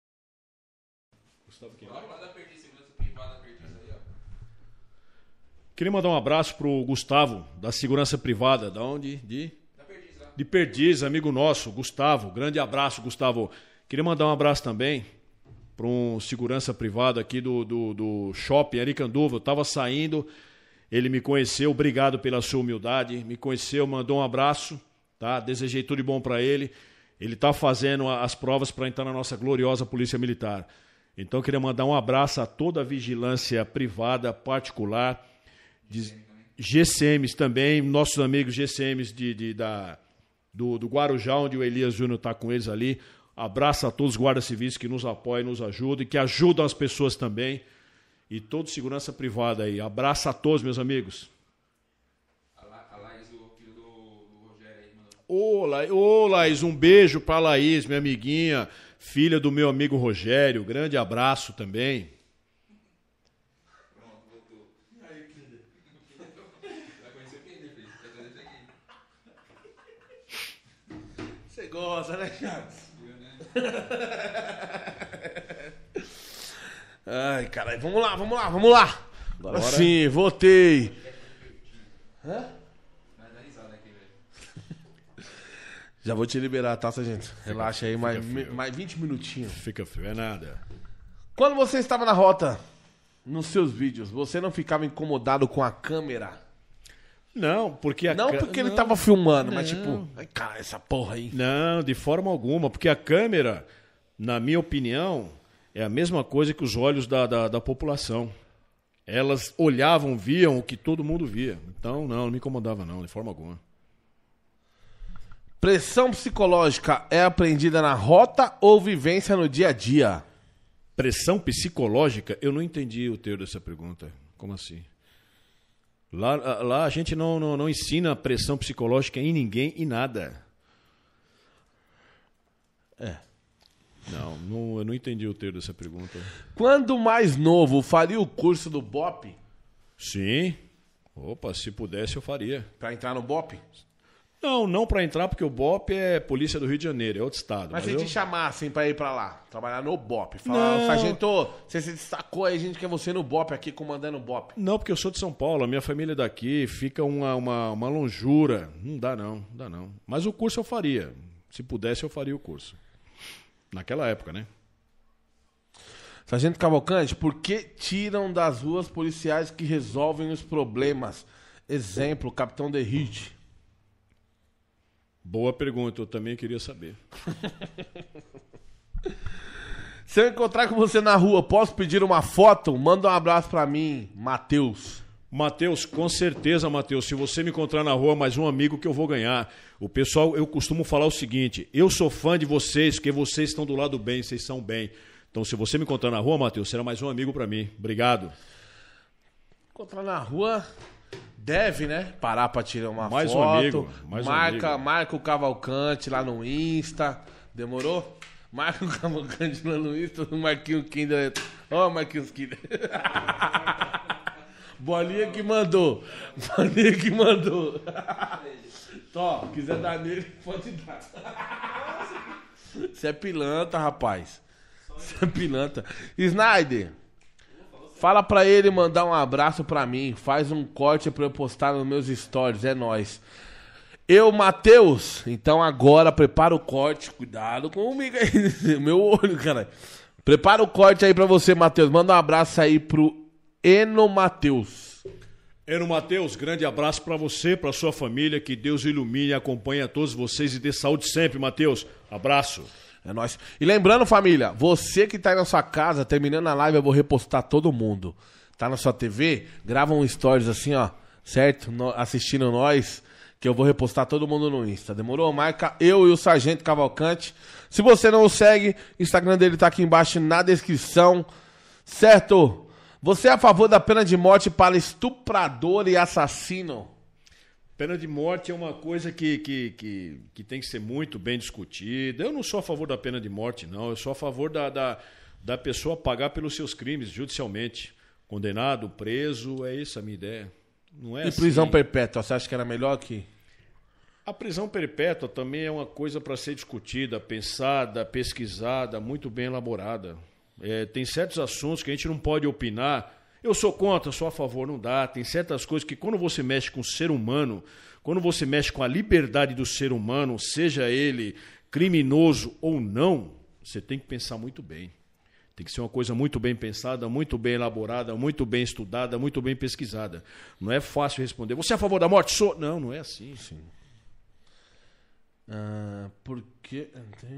Gustavo quem? Ó, lá da perdiz, segura esse privado da perdiz aí, ó. Queria mandar um abraço pro Gustavo, da Segurança Privada. Da onde? De? Da Perdiz lá. De Perdiz, amigo nosso, Gustavo. Grande abraço, Gustavo. Queria mandar um abraço também para um segurança privado aqui do, do, do shopping Aricanduva. Eu estava saindo, ele me conheceu, obrigado pela sua humildade. Me conheceu, mandou um abraço, tá? Desejei tudo de bom para ele. Ele está fazendo as provas para entrar na nossa gloriosa Polícia Militar. Então, queria mandar um abraço a toda a vigilância privada, particular, de G C Ms também, nossos amigos G C Ms de, de, da, do, do Guarujá, onde o Elias Júnior está com eles ali. Abraço a todos os guardas civis que nos apoiam, nos ajudam e que ajudam as pessoas também. E todo segurança privada aí. Abraço a todos, meus amigos. A, La, a Laís, o filho do, do Rogério aí, mandou. Ô, La, ô, Laís, um beijo pra Laís, minha amiguinha, filha do meu amigo Rogério. Grande abraço também. Pronto, voltou. Aí, Kinder. Vai conhecer o Kinder, filho. Vai trazer isso aqui. Você gosta, né, Charles? Ai, caralho, vamos lá, vamos lá, vamos lá. Agora Bora. sim, voltei. Hã? Vai dar risada aqui, velho. Já vou te liberar, tá, sargento? Relaxa aí, mais, frio. mais vinte minutinhos. Fica frio, é nada. Quando você estava na rota, nos seus vídeos, você não ficava incomodado com a câmera? Não, porque a Não ca- porque ele não. tava filmando, mas Não. tipo, ai, cara, essa porra aí. Não, de forma alguma, porque a câmera, na minha opinião, é a mesma coisa que os olhos da, da, da população. Elas olhavam, viam o que todo mundo via. Então, não, não me incomodava não, de forma alguma. Pressão psicológica é aprendida na rota ou vivência no dia a dia? Pressão psicológica, eu não entendi o teor dessa pergunta. Como assim? Lá, lá a gente não, não, não ensina pressão psicológica em ninguém e nada. É. Não, não, eu não entendi o teor dessa pergunta. Quando mais novo, faria o curso do B O P Sim. Opa, se pudesse eu faria. pra entrar no B O P? Não, não para entrar, porque o B O P é Polícia do Rio de Janeiro, é outro estado. Mas Mas se eu... te chamassem pra ir pra lá, trabalhar no B O P, falar, Não. sargento, você se destacou aí, a gente quer você no B O P aqui, comandando o B O P. Não, porque eu sou de São Paulo, a minha família é daqui, fica uma, uma, uma longura. Não dá não, não dá não. Mas o curso eu faria. Se pudesse, eu faria o curso. Naquela época, né? Sargento Cavalcante, por que tiram das ruas policiais que resolvem os problemas? Exemplo, Capitão Derrite. Boa pergunta, eu também queria saber. Se eu encontrar com você na rua, posso pedir uma foto? Manda um abraço pra mim, Matheus. Matheus, com certeza, Matheus, se você me encontrar na rua, mais um amigo que eu vou ganhar. O pessoal, eu costumo falar o seguinte, eu sou fã de vocês, porque vocês estão do lado bem, vocês são bem. Então, se você me encontrar na rua, Matheus, será mais um amigo pra mim. Obrigado. Encontrar na rua, deve, né? Parar pra tirar uma Mais um foto. amigo, mais um marca, amigo. marca o Cavalcante lá no Insta. Demorou? Marca o Cavalcante lá no Insta, o Marquinhos Kinder. Ó, Marquinhos Kinder. Bolinha que mandou. Bolinha que mandou. Tó, quiser dar nele, pode dar. Você é pilantra, rapaz. Você é pilantra. Snyder, fala pra ele mandar um abraço pra mim. Faz um corte pra eu postar nos meus stories. É nóis. Eu, Matheus, então agora prepara o corte. Cuidado comigo aí. Meu olho, cara. Prepara o corte aí pra você, Matheus. Manda um abraço aí pro Eno Matheus. Eno Matheus, grande abraço pra você, pra sua família. Que Deus ilumine e acompanhe a todos vocês e dê saúde sempre, Matheus. Abraço. É nóis. E lembrando, família, você que tá aí na sua casa, terminando a live, eu vou repostar todo mundo. Tá na sua T V? Grava um stories assim, ó, certo? No- assistindo nós, que eu vou repostar todo mundo no Insta. Demorou? Marca eu e o Sargento Cavalcante. Se você não o segue, o Instagram dele tá aqui embaixo na descrição. Certo? Você é a favor da pena de morte para estuprador e assassino? Pena de morte é uma coisa que, que, que, que tem que ser muito bem discutida. Eu não sou a favor da pena de morte, não. Eu sou a favor da, da, da pessoa pagar pelos seus crimes judicialmente. Condenado, preso, é isso a minha ideia. Não é E assim. prisão perpétua, você acha que era melhor que... A prisão perpétua também é uma coisa para ser discutida, pensada, pesquisada, muito bem elaborada. É, tem certos assuntos que a gente não pode opinar Eu sou contra, sou a favor, não dá. Tem certas coisas que quando você mexe com o ser humano, quando você mexe com a liberdade do ser humano, seja ele criminoso ou não, você tem que pensar muito bem. Tem que ser uma coisa muito bem pensada, muito bem elaborada, muito bem estudada, muito bem pesquisada. Não é fácil responder. Você é a favor da morte? Sou. Não, não é assim. Sim. Ah, porque...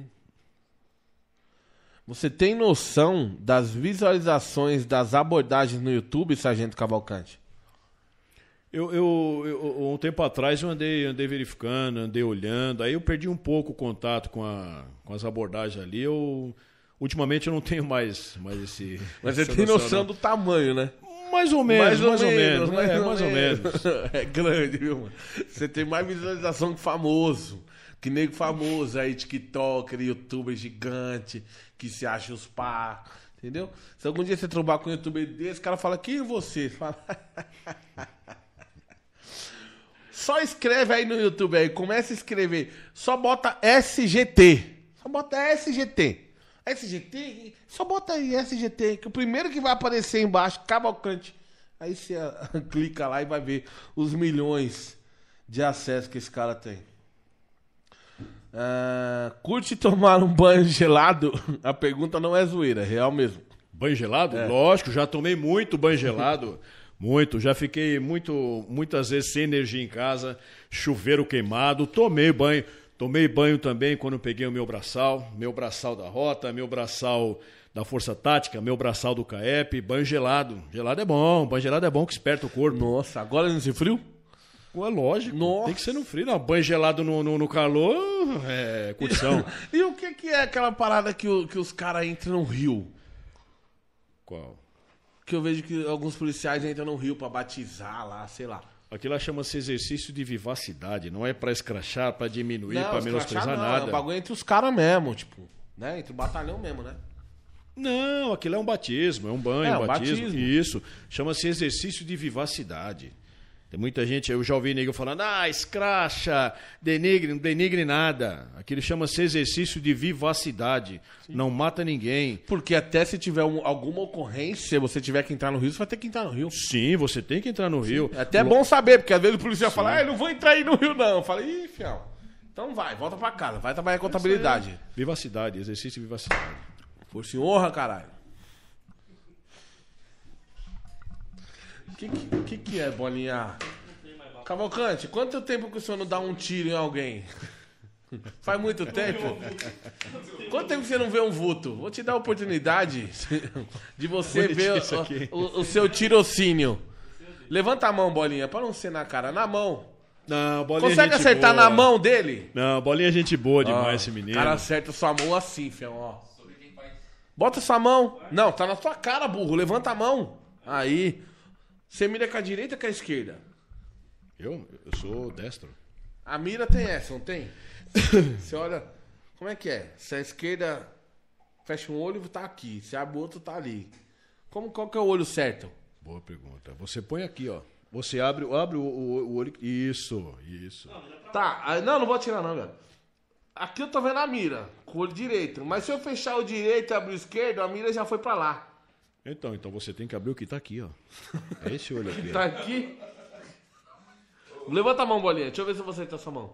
Você tem noção das visualizações das abordagens no YouTube, Sargento Cavalcante? Eu, eu, eu, um tempo atrás eu andei, andei verificando, andei olhando, aí eu perdi um pouco o contato com, a, com as abordagens ali. Eu, ultimamente eu não tenho mais, mais esse... Mas você tem noção do tamanho, né? Mais ou menos, mais ou, mais ou menos. Mais, é, ou, mais ou menos. menos. É grande, viu, mano? Você tem mais visualização que famoso. Que nego famoso aí, TikToker, youtuber gigante, que se acha os pá, entendeu? Se algum dia você trombar com um youtuber desse, o cara fala, quem é você? Fala... Só escreve aí no YouTube aí, começa a escrever. Só bota S G T. Só bota S G T. S G T? Só bota aí S G T, que o primeiro que vai aparecer embaixo, Cavalcante. Aí você uh, clica lá e vai ver os milhões de acessos que esse cara tem. Uh, curte tomar um banho gelado? A pergunta não é zoeira, é real mesmo. Banho gelado? É. Lógico, já tomei muito banho gelado. Muito, já fiquei muito, muitas vezes sem energia em casa, chuveiro queimado, tomei banho. Tomei banho também quando peguei o meu braçal, meu braçal da rota, meu braçal da Força Tática, meu braçal do C A E P, banho gelado. Gelado é bom, banho gelado é bom que esperta o corpo. Nossa, agora nesse frio? Pô, é lógico, Nossa. Tem que ser no frio. Não, banho gelado no, no, no calor é curtição. E o que, que é aquela parada que, o- que os caras entram no rio? Qual? Que eu vejo que alguns policiais entram no rio pra batizar lá, sei lá. Aquilo lá chama-se exercício de vivacidade, não é pra escrachar, pra diminuir, pra escrachar menosprezar não, nada. é um bagulho entre os caras mesmo, tipo, né? Entre o batalhão mesmo, né? Não, aquilo é um batismo, é um banho, É, um um batismo. batismo. Isso, chama-se exercício de vivacidade. Tem muita gente, eu já ouvi nego falando, ah, escracha, denigre, não denigre nada. Aquilo chama-se exercício de vivacidade. Não mata ninguém. Porque até se tiver um- alguma ocorrência, se você tiver que entrar no rio, você vai ter que entrar no rio. Sim, você tem que entrar no rio. É até bom saber, porque às vezes o policial fala, ah, eu não vou entrar aí no rio não. Eu falo, ih, fiel, então vai, volta pra casa, vai trabalhar em contabilidade. Vivacidade, exercício de vivacidade. Por se honra, caralho. O que, que, que que é, bolinha? Cavalcante, quanto tempo que o senhor não dá um tiro em alguém? Faz muito tempo? Quanto tempo que você não vê um vulto? Vou te dar a oportunidade de você Bonitinho ver isso aqui. o, o, o seu tirocínio. Levanta a mão, bolinha, pra não ser na cara, na mão. Não, bolinha é Consegue gente acertar boa. na mão dele? Não, bolinha é gente boa demais Ó, esse menino. O cara acerta sua mão assim, fião, ó. Bota sua mão. Não, tá na sua cara, burro. Levanta a mão. Aí. Você mira com a direita ou com a esquerda? Eu? Eu sou destro. A mira tem essa, não tem? Você olha. Como é que é? Se a esquerda fecha um olho, tá aqui. Se abre o outro, tá ali. Como, qual que é o olho certo? Boa pergunta. Você põe aqui, ó. Você abre, abre o, o, o olho. Isso, isso. Tá, aí- não, não vou tirar não, velho. Aqui eu tô vendo a mira, com o olho direito. Mas se eu fechar o direito e abrir o esquerdo, a mira já foi pra lá. Então, então você tem que abrir o que tá aqui, ó. É esse olho aqui. ó. Tá aqui. Levanta a mão, bolinha. Deixa eu ver se você tá sua mão.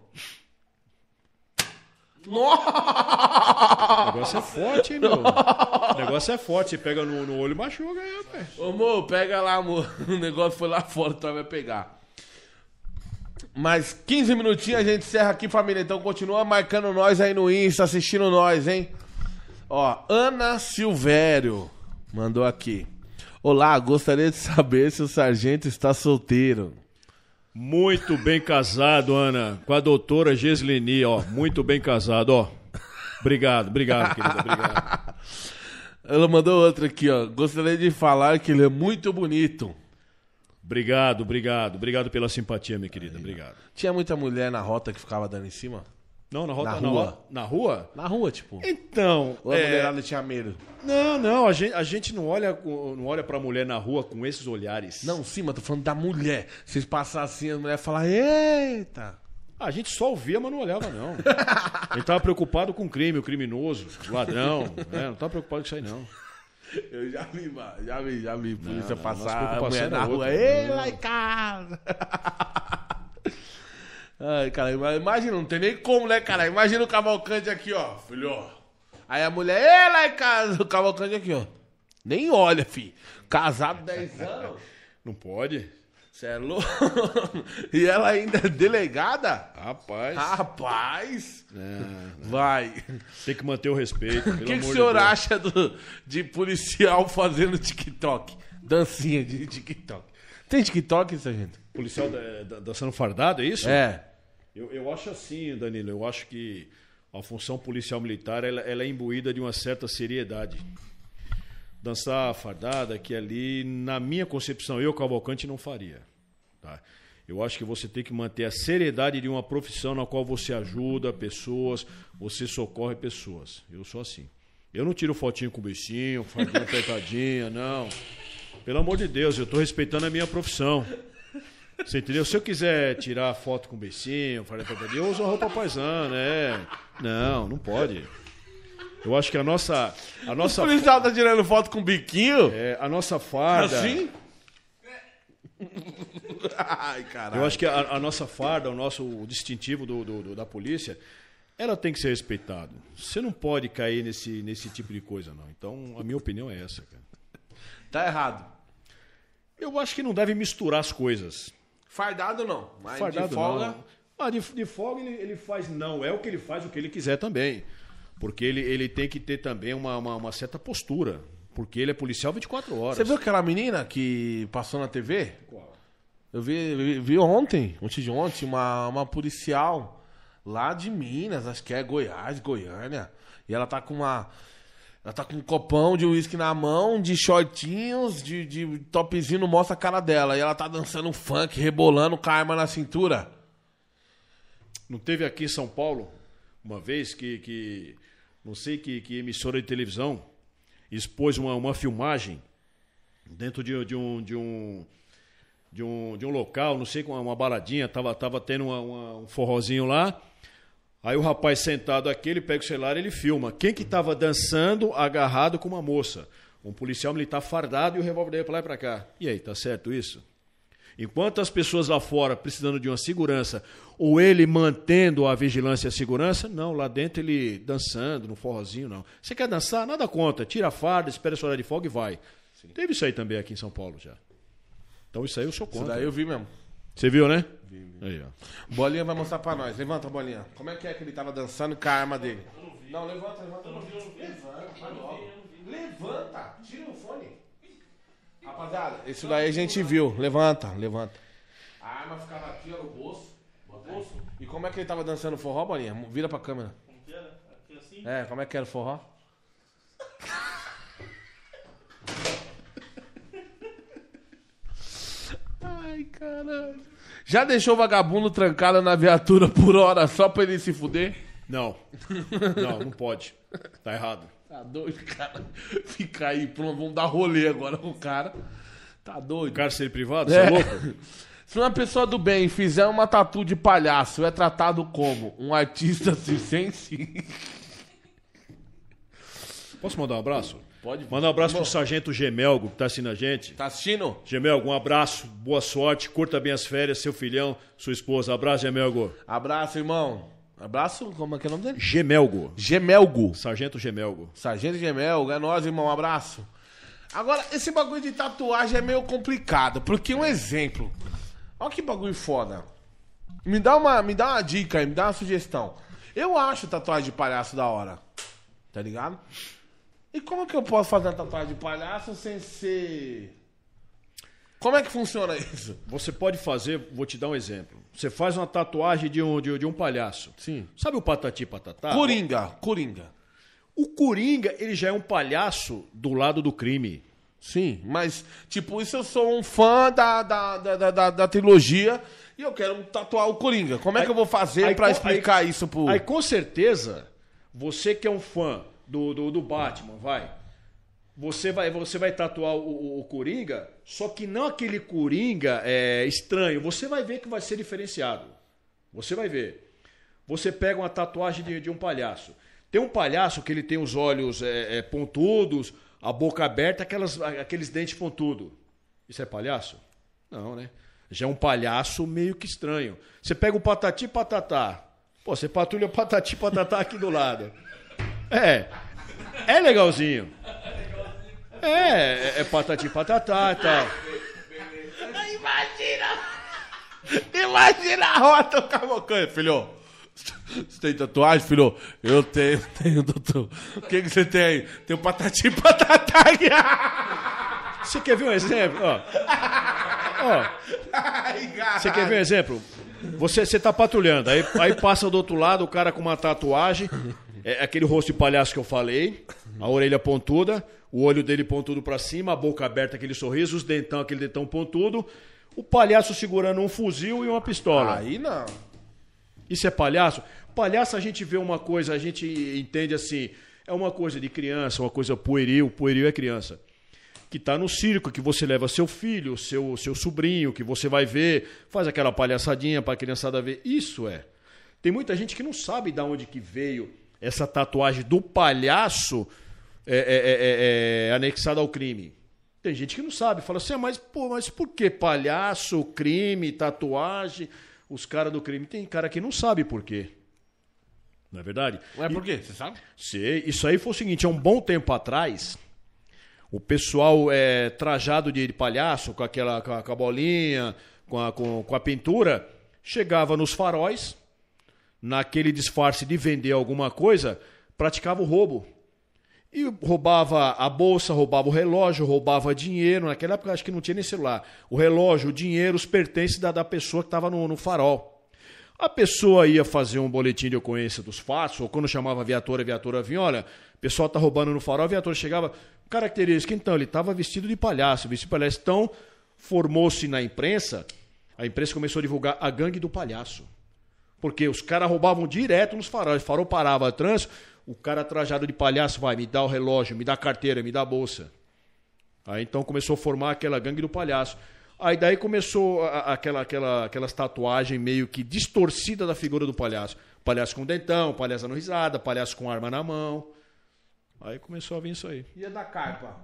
Nossa! O negócio é forte, hein, meu? O negócio é forte. Você pega no, no olho e machuca, é, rapaz. Ô, amor, pega lá, amor. O negócio foi lá fora, então vai pegar. Mais quinze minutinhos a gente encerra aqui, família. Então continua marcando nós aí no Insta, assistindo nós, hein? Ó, Ana Silvério mandou aqui. Olá, gostaria de saber se o sargento está solteiro. Muito bem casado, Ana. Com a doutora Gesleni, ó. Muito bem casado, ó. Obrigado, obrigado, querida. Obrigado. Ela mandou outra aqui, ó. Gostaria de falar que ele é muito bonito. Obrigado, obrigado. Obrigado pela simpatia, minha querida. Obrigado. Tinha muita mulher na rota que ficava dando em cima? Não, na rota, Na na rua. rua. Na rua? Na rua, tipo. Então, Ou a é, mulherada tinha medo? não, não, a gente, a gente não olha, com- não olha pra mulher na rua com esses olhares. Não, sim, mas tô falando da mulher. Vocês passam assim, a mulher fala, eita. A gente só ouvia, mas não olhava, não. A gente tava preocupado com o crime, o criminoso, o ladrão, né? Não tava preocupado com isso aí, não. Eu já vi, mano. Já vi, já vi. Polícia não, passar, nossa a preocupação mulher era na rua. outra. Ei, Não. lá em casa. Ai, cara, imagina, não tem nem como, né, cara? Imagina o Cavalcante aqui, ó, filho, ó. Aí a mulher, ei, lá em casa. O Cavalcante aqui, ó. Nem olha, filho. Casado dez anos. Não pode? Você é louco? E ela ainda é delegada? Rapaz. Rapaz. É, Vai. tem que manter o respeito. Pelo O que, que o amor senhor de Deus. acha do, de policial fazendo TikTok? Dancinha de TikTok. Tem TikTok, sargento? Policial da- da- dançando fardado, é isso? É. Eu, eu acho assim, Danilo. Eu acho que a função policial militar ela, ela é imbuída de uma certa seriedade. Dançar fardada aqui e ali, na minha concepção, eu, Cavalcante, não faria. Tá? Eu acho que você tem que manter a seriedade de uma profissão na qual você ajuda pessoas, você socorre pessoas. Eu sou assim. Eu não tiro fotinho com o bichinho, fardinha apertadinha, não. Pelo amor de Deus, eu estou respeitando a minha profissão. Você entendeu? Se eu quiser tirar foto com o bichinho, fardinha apertadinha, eu uso a roupa paisana, é. Não, não pode. Eu acho que a nossa... A O nossa policial tá tirando foto com biquinho? é, a nossa farda... Assim? Ai, caralho. Eu acho que a, a nossa farda, o nosso o distintivo do, do- do- da polícia, ela tem que ser respeitado. Você não pode cair nesse, nesse tipo de coisa, não. Então, a minha opinião é essa, cara. Tá errado. Eu acho que não deve misturar as coisas. Fardado não. Mas Fardado de folga... não. Ah, de, de folga ele, ele faz... Não, é o que ele faz, o que ele quiser também. Porque ele, ele tem que ter também uma, uma, uma certa postura. Porque ele é policial vinte e quatro horas. Você viu aquela menina que passou na T V? Qual? Eu vi, vi, vi ontem, antes de ontem, uma, uma policial lá de Minas, acho que é Goiás, Goiânia. E ela tá com uma... Ela tá com um copão de uísque na mão, de shortinhos, de, de topzinho, não mostra a cara dela. E ela tá dançando um funk, rebolando com a arma na cintura. Não teve aqui em São Paulo, uma vez que, que não sei que, que emissora de televisão expôs uma, uma filmagem dentro de, de, um, de, um, de, um, de um local, não sei, com uma baladinha, tava, tava tendo uma, uma, um forrozinho lá. Aí o rapaz sentado aqui, ele pega o celular e ele filma. Quem que tava dançando agarrado com uma moça? Um policial militar fardado e o revólver dele pra lá e pra cá. E aí, tá certo isso? Enquanto as pessoas lá fora precisando de uma segurança, ou ele mantendo a vigilância e a segurança, não, lá dentro ele dançando, no forrozinho, não. Você quer dançar? Nada contra. Tira a farda, espera a sua hora de folga e vai. Sim. Teve isso aí também aqui em São Paulo já. Então isso aí eu sou Isso contra. daí eu vi mesmo. Você viu, né? Vi, vi. Aí, ó. Bolinha vai mostrar pra nós. Levanta, Bolinha. Como é que é que ele tava dançando com a arma dele? Não, levanta, levanta. Levanta, vai logo. Levanta, tira o fone. Rapaziada, isso daí a gente viu. Levanta, levanta. A arma ficava aqui, ó, no bolso. bolso. E como é que ele tava dançando forró, Bolinha? Vira pra câmera. Como que era? Aqui assim? É, como é que era o forró? Ai, caralho. Já deixou o vagabundo trancado na viatura por hora só pra ele se fuder? Não. Não, não pode. Tá errado. Tá doido, cara? Fica aí, pronto, vamos dar rolê agora com o cara. Tá doido? Cárcere privado? Você É. é louco? Se uma pessoa do bem fizer uma tatu de palhaço, é tratado como um artista circense? Posso mandar um abraço? Pode. Mandar um abraço Bom, pro Sargento Gemelgo, que tá assistindo a gente. Tá assistindo? Gemelgo, um abraço, boa sorte, curta bem as férias, seu filhão, sua esposa. Abraço, Gemelgo. Abraço, irmão. Abraço, como é que é o nome dele? Gemelgo. Gemelgo. Sargento Gemelgo. Sargento Gemelgo, é nóis, irmão, um abraço. Agora, esse bagulho de tatuagem é meio complicado, porque um exemplo. Olha que bagulho foda. Me dá uma, me dá uma dica aí, me dá uma sugestão. Eu acho tatuagem de palhaço da hora. Tá ligado? E como que eu posso fazer uma tatuagem de palhaço sem ser... Como é que funciona isso? Você pode fazer, vou te dar um exemplo. Você faz uma tatuagem de um, de, de um palhaço. Sim. Sabe o Patati Patatá? Coringa, Coringa. O Coringa, ele já é um palhaço do lado do crime. Sim, mas, tipo, isso eu sou um fã da, da, da, da, da, da trilogia e eu quero tatuar o Coringa. Como é que eu vou fazer Aí, pra aí, explicar isso pro... Aí, com certeza, você que é um fã do, do, do Batman, vai... Você vai, você vai tatuar o, o, o Coringa, só que não aquele Coringa é, estranho. Você vai ver que vai ser diferenciado. Você vai ver. Você pega uma tatuagem de, de um palhaço. Tem um palhaço que ele tem os olhos é, é, pontudos, a boca aberta, aquelas, aqueles dentes pontudos. Isso é palhaço? Não, né? Já é um palhaço meio que estranho. Você pega o Patati e Patatá. Pô, você patrulha Patati e Patatá aqui do lado. É. É legalzinho. É, é, é Patati e Patatá e tal. Imagina! Imagina a rota do Cavalcante, filho. Você tem tatuagem, filho? Eu tenho, tenho, doutor. O que, que você tem aí? Tem o Patati e Patatá aqui. Você quer ver um exemplo? Ó. Ó. Você quer ver um exemplo? Você, você tá patrulhando, aí, aí passa do outro lado o cara com uma tatuagem, é aquele rosto de palhaço que eu falei, a orelha pontuda, o olho dele pontudo pra cima, a boca aberta, aquele sorriso, os dentão, aquele dentão pontudo, o palhaço segurando um fuzil e uma pistola. Aí não. Isso é palhaço? Palhaço a gente vê uma coisa, a gente entende assim, é uma coisa de criança, uma coisa pueril, pueril é criança. Que tá no circo, que você leva seu filho, seu, seu sobrinho, que você vai ver, faz aquela palhaçadinha pra criançada ver. Isso é. Tem muita gente que não sabe de onde que veio essa tatuagem do palhaço é, é, é, é, anexada ao crime. Tem gente que não sabe, fala assim, ah, mas, pô, mas por que palhaço, crime, tatuagem, os caras do crime? Tem cara que não sabe por quê. Não é verdade? Mas por quê? Você sabe? Sei. Isso aí foi o seguinte, há um bom tempo atrás, o pessoal é, trajado de palhaço, com aquela com a, com a bolinha, com a, com, com a pintura, chegava nos faróis, naquele disfarce de vender alguma coisa, praticava o roubo. E roubava a bolsa, roubava o relógio, roubava dinheiro. Naquela época acho que não tinha nem celular. O relógio, o dinheiro, os pertences da, da pessoa que estava no, no farol. A pessoa ia fazer um boletim de ocorrência dos fatos, ou quando chamava a viatura, a viatura vinha, olha, o pessoal está roubando no farol, a viatura chegava, característica, então, ele estava vestido de palhaço, vestido de palhaço. Então, formou-se na imprensa, a imprensa começou a divulgar a gangue do palhaço. Porque os caras roubavam direto nos faróis, o farol parava a trânsito, o cara trajado de palhaço vai, me dá o relógio, me dá a carteira, me dá a bolsa. Aí então começou a formar aquela gangue do palhaço. Aí daí começou a, aquela, aquela, aquelas tatuagens meio que distorcidas da figura do palhaço. Palhaço com dentão, palhaço dando risada, palhaço com arma na mão. Aí começou a vir isso aí. E a da carpa?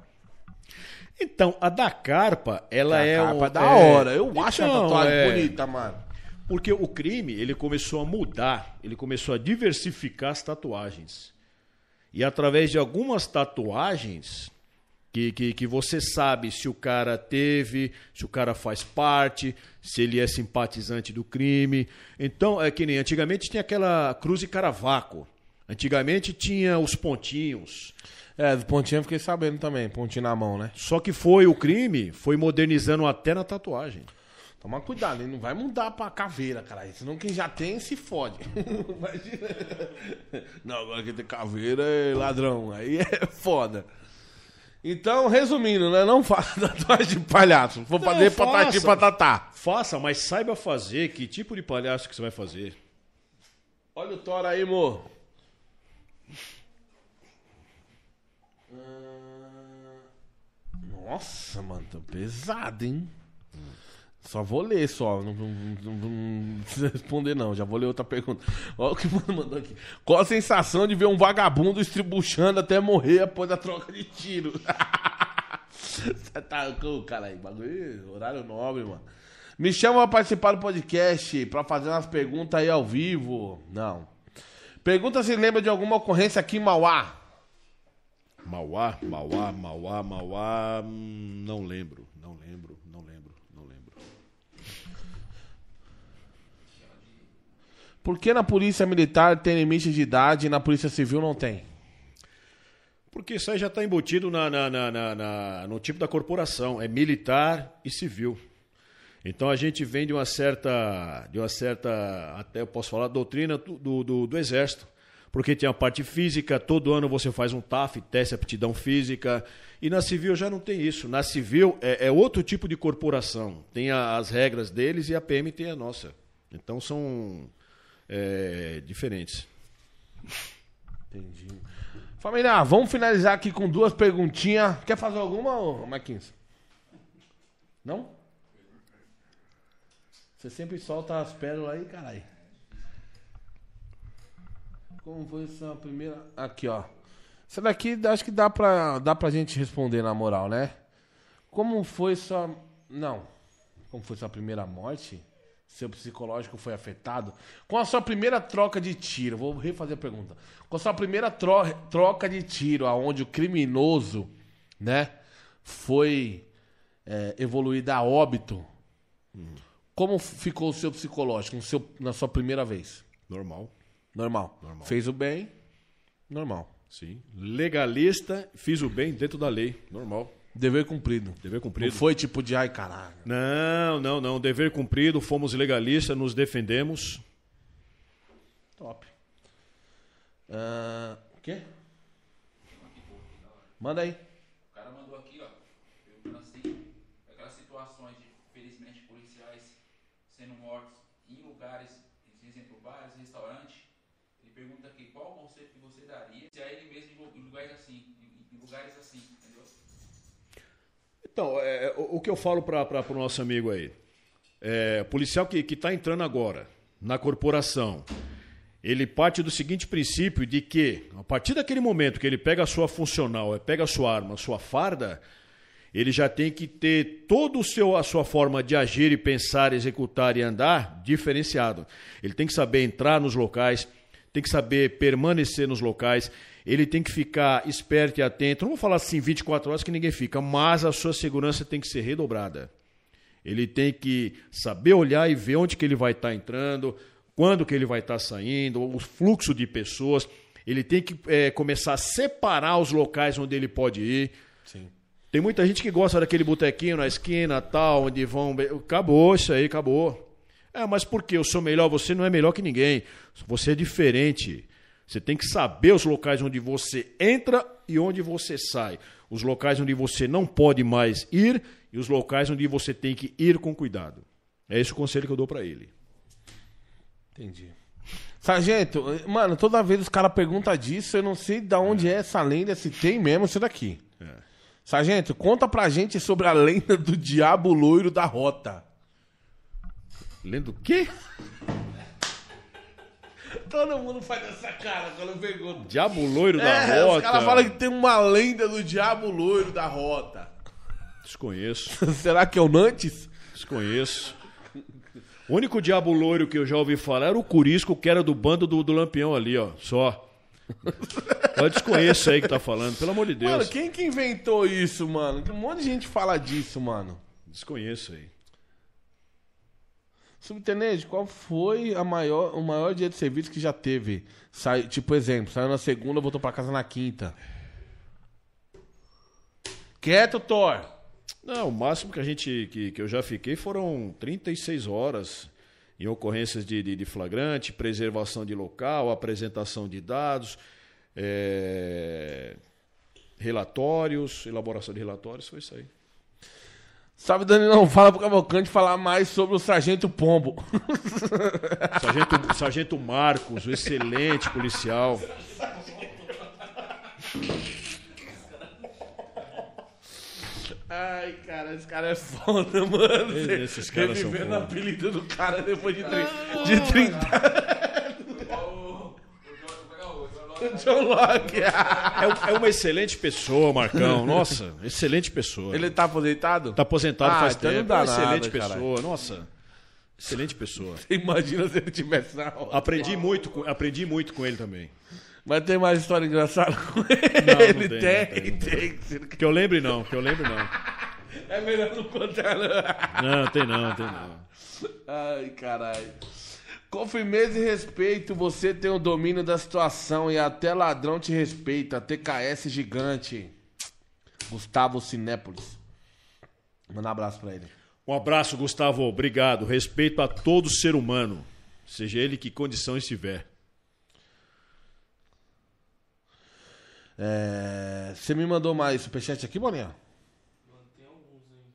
Então, a da carpa, ela a é... carpa um, é da é... hora. Eu acho então, a tatuagem é... bonita, mano. Porque o crime, ele começou a mudar, ele começou a diversificar as tatuagens. E através de algumas tatuagens, que, que, que você sabe se o cara teve, se o cara faz parte, se ele é simpatizante do crime. Então, é que nem antigamente tinha aquela cruz de Caravaggio. Antigamente tinha os pontinhos. É, do pontinho eu fiquei sabendo também, pontinho na mão, né? Só que foi o crime, foi modernizando até na tatuagem. Toma cuidado, ele não vai mudar pra caveira, cara. Senão quem já tem se fode. Imagina. Não, agora quem tem caveira é ladrão. Aí é foda. Então, resumindo, né? Não faça tatuagem de palhaço. Vou fazer patati patatá. Faça, mas saiba fazer que tipo de palhaço que você vai fazer. Olha o Thor aí, amor. Nossa, mano, tá pesado, hein? Só vou ler, só. Não, não, não, não precisa responder, não. Já vou ler outra pergunta. Olha o que o mano mandou aqui. Qual a sensação de ver um vagabundo estribuchando até morrer após a troca de tiro? Você tá com cara aí, bagulho, horário nobre, mano. Me chama pra participar do podcast, pra fazer umas perguntas aí ao vivo. Não. Pergunta se lembra de alguma ocorrência aqui em Mauá. Mauá, Mauá, Mauá, Mauá. Hum, não lembro, não lembro, não lembro, não lembro. Por que na polícia militar tem limite de idade e na polícia civil não tem? Porque isso aí já está embutido na, na, na, na, na, no tipo da corporação. É militar e civil. Então a gente vem de uma certa, de uma certa, até eu posso falar, doutrina do, do, do Exército. Porque tem a parte física, todo ano você faz um T A F, teste de aptidão física, e na civil já não tem isso. Na civil é, é outro tipo de corporação. Tem a, as regras deles e a P M tem a nossa. Então são é, diferentes. Entendi. Família, vamos finalizar aqui com duas perguntinhas. Quer fazer alguma, ô, Marquinhos? Não? Você sempre solta as pérolas aí, caralho. Como foi essa primeira... Aqui, ó. Essa daqui acho que dá pra, dá pra gente responder na moral, né? Como foi sua... Não. Como foi sua primeira morte? Seu psicológico foi afetado? Com a sua primeira troca de tiro, vou refazer a pergunta. Com a sua primeira tro- troca de tiro, aonde o criminoso, né, foi é, evoluído a óbito, hum. como ficou o seu psicológico no seu, na sua primeira vez? Normal. Normal. Normal. Fez o bem, normal. Sim. Legalista, fiz o bem dentro da lei. Normal. Dever cumprido. Dever cumprido. Não foi tipo de, ai, caralho. Não, não, não. Dever cumprido, fomos legalistas, nos defendemos. Top. Uh, o quê? Manda aí. O cara mandou aqui, ó. Perguntando assim, aquelas situações de, felizmente, policiais sendo mortos em lugares, por exemplo, bares, restaurantes. Ele pergunta aqui, qual o conceito que você daria se a ele mesmo em lugares assim, em lugares assim, entendeu? Então, é, o, o que eu falo para o nosso amigo aí, é, policial que está entrando agora na corporação, ele parte do seguinte princípio de que, a partir daquele momento que ele pega a sua funcional, pega a sua arma, a sua farda, ele já tem que ter toda a sua forma de agir e pensar, executar e andar diferenciado. Ele tem que saber entrar nos locais, tem que saber permanecer nos locais, ele tem que ficar esperto e atento. Não vou falar assim vinte e quatro horas que ninguém fica, mas a sua segurança tem que ser redobrada. Ele tem que saber olhar e ver onde que ele vai estar entrando, quando que ele vai estar saindo, o fluxo de pessoas. Ele tem que é, começar a separar os locais onde ele pode ir. Sim. Tem muita gente que gosta daquele botequinho na esquina, tal, onde vão... Acabou isso aí, acabou. É, mas por quê? Eu sou melhor, você não é melhor que ninguém. Você é diferente. Você tem que saber os locais onde você entra e onde você sai. Os locais onde você não pode mais ir e os locais onde você tem que ir com cuidado. É esse o conselho que eu dou pra ele. Entendi. Sargento, mano, toda vez os caras perguntam disso, eu não sei de onde é essa lenda, se tem mesmo isso daqui. É. Sargento, conta pra gente sobre a lenda do Diabo Loiro da Rota. Lenda o quê? Todo mundo faz essa cara quando eu pergunto. Diabo Loiro da É, Rota? os caras falam que tem uma lenda do Diabo Loiro da Rota. Desconheço. Será que é o Nantes? Desconheço. O único Diabo Loiro que eu já ouvi falar era o Curisco, que era do bando do, do Lampião ali, ó. Só. Eu desconheço aí que tá falando, pelo amor de Deus. Mano, quem que inventou isso, mano? Um monte de gente fala disso, mano. Desconheço aí. Subtenente, qual foi a maior, o maior dia de serviço que já teve? Sai, tipo, exemplo, saiu na segunda, voltou pra casa na quinta. Quieto, Thor! Não, o máximo que a gente que, que eu já fiquei foram trinta e seis horas em ocorrências de, de, de flagrante, preservação de local, apresentação de dados, é, relatórios, elaboração de relatórios, foi isso aí. Sabe, Danilão, fala pro Cavalcante falar mais sobre o Sargento Pombo. Sargento, Sargento Marcos, o excelente policial. Ai, cara, esse cara é foda, mano. Esses caras são revivendo o foda. apelido do cara depois de, tri... de trinta. John Locke. É, é uma excelente pessoa, Marcão. Nossa, excelente pessoa. Ele tá aposentado? Tá aposentado Ah, faz então não tempo. dá É uma excelente nada, pessoa. caralho. Nossa, excelente pessoa. Imagina se ele tivesse na roda. Aprendi muito, com- aprendi muito com ele também. Mas tem mais história engraçada com ele? Não, não ele tem, tem, não tem, tem. Que eu lembre não, que eu lembre não. É melhor não contar, não. Não, tem não, tem não. Ai, caralho. Com firmeza e respeito, você tem o domínio da situação e até ladrão te respeita. T K S gigante. Gustavo Cinépolis. Manda um abraço pra ele. Um abraço, Gustavo. Obrigado. Respeito a todo ser humano, seja ele que condição estiver. É, você me mandou mais superchat aqui, Boninha? Tem alguns aí.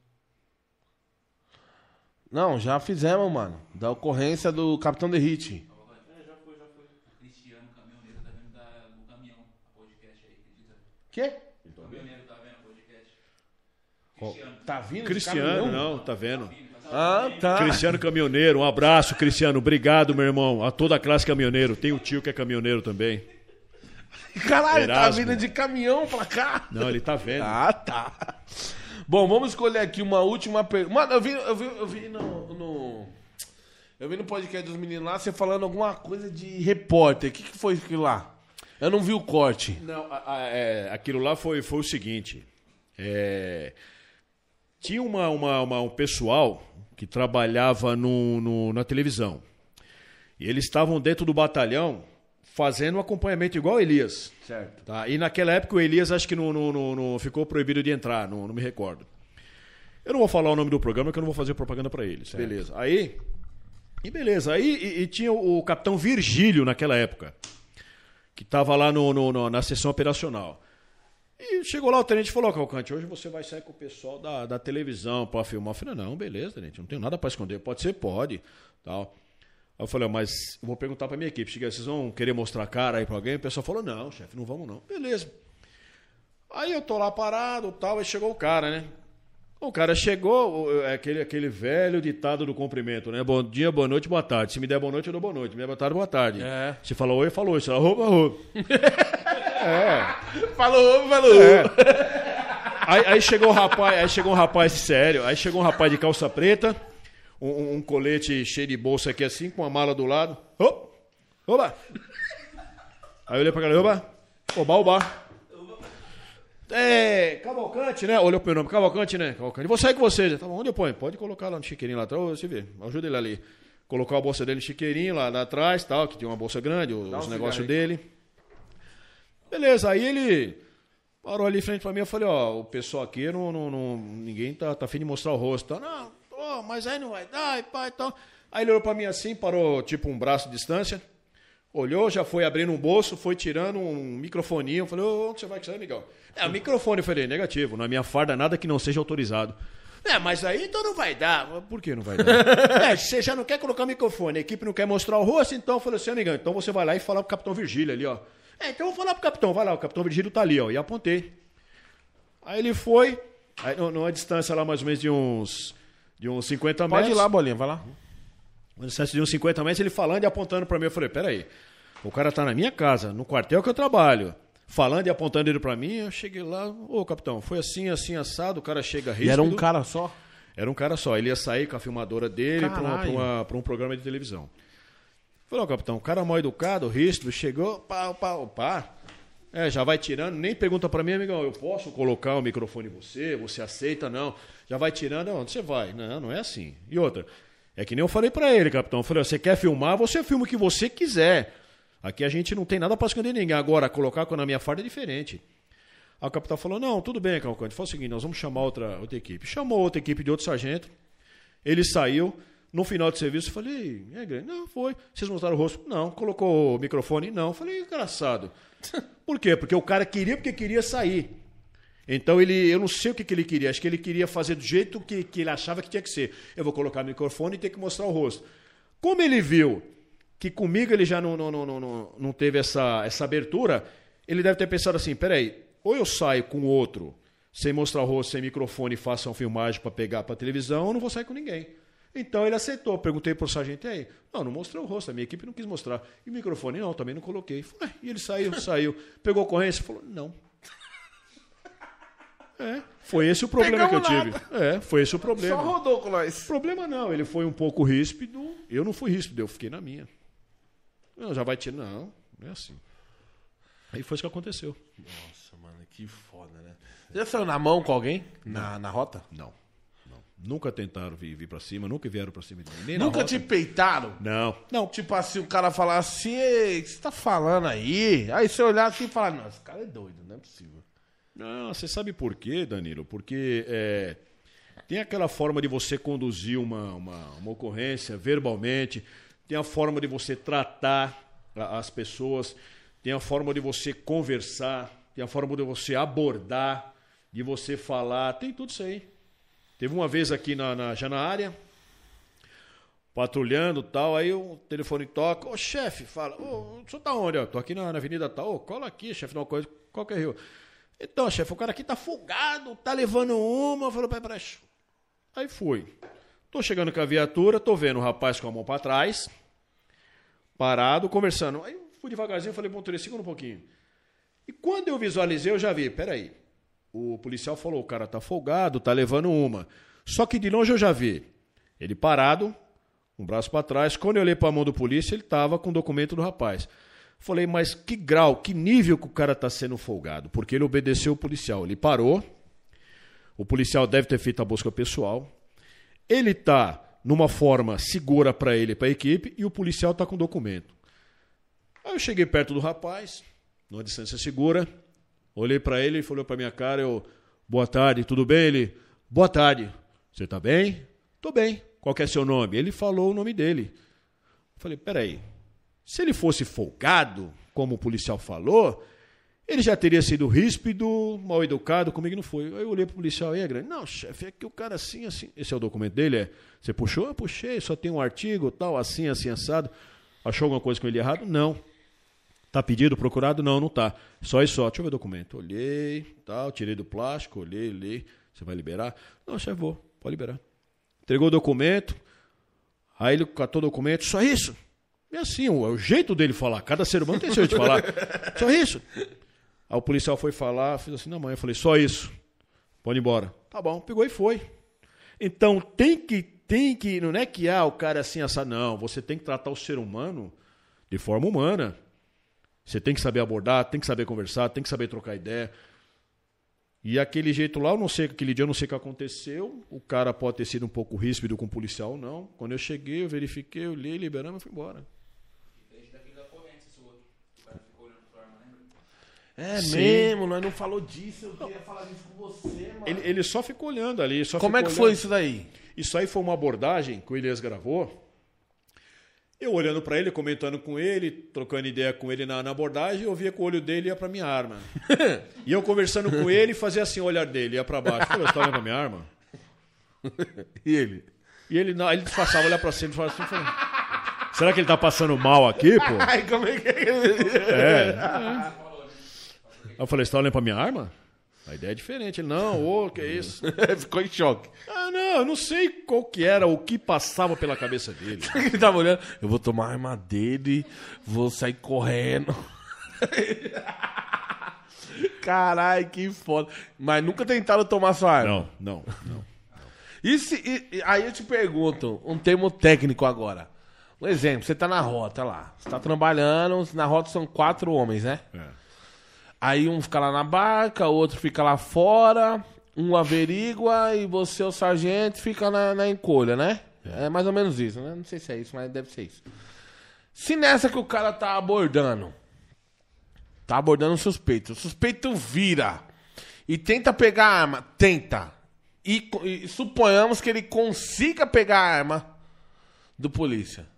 Não, já fizemos, mano. Da ocorrência do Capitão Derrite. É, já foi, já foi. Cristiano, caminhoneiro, tá vendo da, do caminhão, a podcast aí, acredita? Quê? O caminhoneiro tá vendo a podcast? Qual? Cristiano. Tá vindo? esse Cristiano, caminhão? não, tá vendo? Ah, tá. Cristiano Caminhoneiro, um abraço, Cristiano. Obrigado, meu irmão. A toda a classe caminhoneiro. Tem o tio que é caminhoneiro também. Caralho, tá Erasmo. vindo de caminhão pra cá. Não, ele tá vendo. Ah, tá. Bom, vamos escolher aqui uma última pergunta. Mano, eu vi, eu vi, eu vi no, no... Eu vi no podcast dos meninos lá, você falando alguma coisa de repórter. O que, que foi aquilo lá? Eu não vi o corte. Não, a- a- é, aquilo lá foi, foi o seguinte. é, tinha uma, uma- uma- um pessoal que trabalhava no, no- na televisão. E eles estavam dentro do batalhão fazendo um acompanhamento igual o Elias. Certo. Tá? E naquela época o Elias acho que não, não- não- não ficou proibido de entrar, não, não me recordo. Eu não vou falar o nome do programa, porque eu não vou fazer propaganda para eles. Beleza. Aí, e beleza. Aí e, e tinha o, o capitão Virgílio naquela época, que estava lá no, no- no- na sessão operacional. E chegou lá o tenente e falou, Cavalcante, hoje você vai sair com o pessoal da, da televisão para filmar. Eu falei, não, beleza, tenente, não tenho nada para esconder. Pode ser, pode. Tal. Aí eu falei, mas eu vou perguntar para minha equipe, cheguei, vocês vão querer mostrar a cara aí para alguém? O pessoal falou, não, chefe, não vamos não. Beleza. Aí eu tô lá parado, tal, aí chegou o cara, né? O cara chegou, o- é aquele, aquele velho ditado do cumprimento, né? Bom dia, boa noite, boa tarde. Se me der boa noite, eu dou boa noite. Se me der boa tarde, boa tarde. É. Se falou oi, falou oi. Se falou roupa, roupa. Falou, falou. É. Aí, aí chegou um rapaz, aí chegou um rapaz sério, aí chegou um rapaz de calça preta, um, um- um colete cheio de bolsa aqui assim, com uma mala do lado. Opa! Opa! Aí eu olhei pra cara, opa! Oba, oba! É, Cavalcante, né? Olhou pro meu nome, Cavalcante, né? Cavalcante. Vou sair com você. Já. Tá bom, onde eu ponho? Pode colocar lá no chiqueirinho lá atrás, você vê. Ajuda ele ali. Colocou a bolsa dele no chiqueirinho lá, lá atrás, tal, que tinha uma bolsa grande, os um negócios cigarro dele. Beleza, aí ele parou ali em frente pra mim, eu falei, ó, o pessoal aqui, não, não, não- ninguém tá, tá afim de mostrar o rosto. Tá? Não, ó, mas aí não vai dar, e pá, e tal. Aí ele olhou pra mim assim, parou tipo um braço de distância, olhou, já foi abrindo um bolso, foi tirando um microfoninho. Eu falei, ô, onde você vai com isso aí, amigão? É, o microfone. Eu falei, negativo, na minha farda nada que não seja autorizado. É, mas aí então não vai dar. Por que não vai dar? É, você já não quer colocar o microfone, a equipe não quer mostrar o rosto, então eu falei assim, amigão, então você vai lá e fala pro capitão Virgílio ali, ó. É, então eu vou falar pro capitão, vai lá, o capitão Virgílio tá ali, ó, e apontei. Aí ele foi, aí, numa distância lá mais ou menos de uns, de uns cinquenta metros. Pode ir lá, Bolinha, vai lá. Uma distância de uns cinquenta metros, ele falando e apontando pra mim. Eu falei, peraí, o cara tá na minha casa, no quartel que eu trabalho, falando e apontando ele pra mim. Eu cheguei lá, ô capitão, foi assim, assim, assado, o cara chega ríspido. E era um cara só? Era um cara só, ele ia sair com a filmadora dele pra, uma- pra, Caralho. uma- pra um programa de televisão. Falei, ó capitão, o cara mal educado, ríspido, chegou, pá, pá, pá. É, já vai tirando, nem pergunta pra mim, amigão, eu posso colocar o microfone em você? Você aceita? Não. Já vai tirando, onde você vai? Não, não é assim. E outra, é que nem eu falei pra ele, capitão. Eu falei, ó, você quer filmar, você filma o que você quiser. Aqui a gente não tem nada pra esconder ninguém. Agora, colocar na minha farda é diferente. Aí o capitão falou, não, tudo bem, Cavalcante, faz o seguinte, nós vamos chamar outra, outra equipe. Chamou outra equipe de outro sargento, ele saiu, no final do serviço, eu falei, é grande? Não, foi. Vocês mostraram o rosto? Não. Colocou o microfone? Não. Eu falei, engraçado. Por quê? Porque o cara queria, porque queria sair. Então, ele, eu não sei o que, que ele queria. Acho que ele queria fazer do jeito que, que ele achava que tinha que ser. Eu vou colocar o microfone e ter que mostrar o rosto. Como ele viu que comigo ele já não, não, não, não, não, não teve essa, essa abertura, ele deve ter pensado assim, peraí, ou eu saio com outro, sem mostrar o rosto, sem microfone, e faço uma filmagem para pegar para televisão, ou não vou sair com ninguém. Então ele aceitou. Perguntei pro sargento, e aí? Não, não mostrei o rosto, a minha equipe não quis mostrar. E o microfone? Não, também não coloquei. Falei, e ele saiu, saiu. Pegou a ocorrência e falou, não. É, foi esse o problema Pegamos que eu tive. É, foi esse o problema. Só rodou com nós. Problema não, ele foi um pouco ríspido. Eu não fui ríspido, eu fiquei na minha. Não, já vai tirar. Não, não é assim. Aí foi isso que aconteceu. Nossa, mano, que foda, né? Já saiu na mão com alguém? Na, na rota? Não, não. Nunca tentaram vir, vir pra cima, nunca vieram pra cima de mim. Nem na Nunca rota. te peitaram? Não, não. Tipo assim, o cara falar assim, "Ei, o que você tá falando aí?" Aí você olhar assim e falar, não, esse cara é doido, não é possível. Não, você sabe por quê, Danilo? Porque é, tem aquela forma de você conduzir uma, uma, uma ocorrência verbalmente, tem a forma de você tratar a- as pessoas, tem a forma de você conversar, tem a forma de você abordar, de você falar, tem tudo isso aí. Teve uma vez aqui na, na- já na área, patrulhando e tal, aí o telefone toca, ô chefe, fala, ô, o senhor tá onde? Ó, tô aqui na, na avenida tal, ô, cola aqui, chefe, não, coisa, qual que é Rio? Então, chefe, o cara aqui tá folgado, tá levando uma, eu falei, peraí, peraí. Aí fui. Tô chegando com a viatura, tô vendo o rapaz com a mão pra trás, parado, conversando. Aí fui devagarzinho, falei pro motorista, segura um pouquinho. E quando eu visualizei, eu já vi, peraí, o policial falou, o cara tá folgado, tá levando uma. Só que de longe eu já vi ele parado, um braço para trás. Quando eu olhei para a mão do polícia, ele tava com o documento do rapaz. Falei, mas que grau, que nível que o cara tá sendo folgado? Porque ele obedeceu o policial, ele parou, o policial deve ter feito a busca pessoal, ele tá numa forma segura para ele e para a equipe, e o policial tá com o documento. Aí eu cheguei perto do rapaz, numa distância segura, olhei para ele, ele falou para minha cara, eu, boa tarde, tudo bem? Ele, boa tarde, você tá bem? Tô bem. Qual que é seu nome? Ele falou o nome dele. Eu falei, peraí, se ele fosse folgado, como o policial falou, ele já teria sido ríspido, mal educado, comigo não foi. Aí eu olhei pro policial, e é grande? Não, chefe, é que o cara assim, assim, esse é o documento dele, é? Você puxou? Eu puxei, só tem um artigo, tal, assim, assim, assado. Achou alguma coisa com ele errado? Não. Tá pedido, procurado? Não, não tá. Só isso só. Deixa eu ver o documento. Olhei, tal, tirei do plástico, olhei, olhei. Você vai liberar? Não, chefe, vou. Pode liberar. Entregou o documento. Aí ele catou o documento. Só isso? É assim, é o jeito dele falar. Cada ser humano tem seu jeito de falar. Só isso? Aí o policial foi falar, fez assim na mãe. Eu falei, só isso. Pode ir embora. Tá bom, pegou e foi. Então tem que, tem que, não é que ah, o cara é assim, assado. Não, você tem que tratar o ser humano de forma humana. Você tem que saber abordar, tem que saber conversar, tem que saber trocar ideia. E aquele jeito lá, eu não sei, aquele dia eu não sei o que aconteceu. O cara pode ter sido um pouco ríspido com o policial ou não. Quando eu cheguei, eu verifiquei, eu olhei, liberamos e fui embora. Desde daqui da corrente, esse outro. O cara ficou olhando pra arma, lembra? É Sim. mesmo, nós não falou disso, eu queria falar disso com você, mano. Ele, ele só ficou olhando ali. Só Como é ficou que foi olhando. isso daí? Isso aí foi uma abordagem que o Elias gravou. Eu olhando pra ele, comentando com ele, trocando ideia com ele na, na abordagem, eu via que o olho dele ia pra minha arma. E eu conversando com ele, fazia assim o olhar dele, ia pra baixo. Eu falei, você tá olhando pra minha arma? E ele? E ele, não, ele disfarçava, olhar pra cima e falava assim, falei, será que ele tá passando mal aqui, pô? Ai, como é que é? É. Aí eu falei, você tá olhando pra minha arma? A ideia é diferente. Ele, não, ô, que é isso? Ficou em choque. Ah, não, eu não sei qual que era, o que passava pela cabeça dele. Ele tava olhando, eu vou tomar a arma dele, vou sair correndo. Caralho, que foda. Mas nunca tentaram tomar sua arma? Não, não, não. E se, e- e- aí eu te pergunto, um termo técnico agora. Um exemplo, você tá na rota lá, você tá trabalhando, na rota são quatro homens, né? É. Aí um fica lá na barca, o outro fica lá fora, um averigua e você, o sargento, fica na, na encolha, né? É mais ou menos isso, né? Não sei se é isso, mas deve ser isso. Se nessa que o cara tá abordando, tá abordando o suspeito, o suspeito vira e tenta pegar a arma, tenta. E, co- e suponhamos que ele consiga pegar a arma do polícia.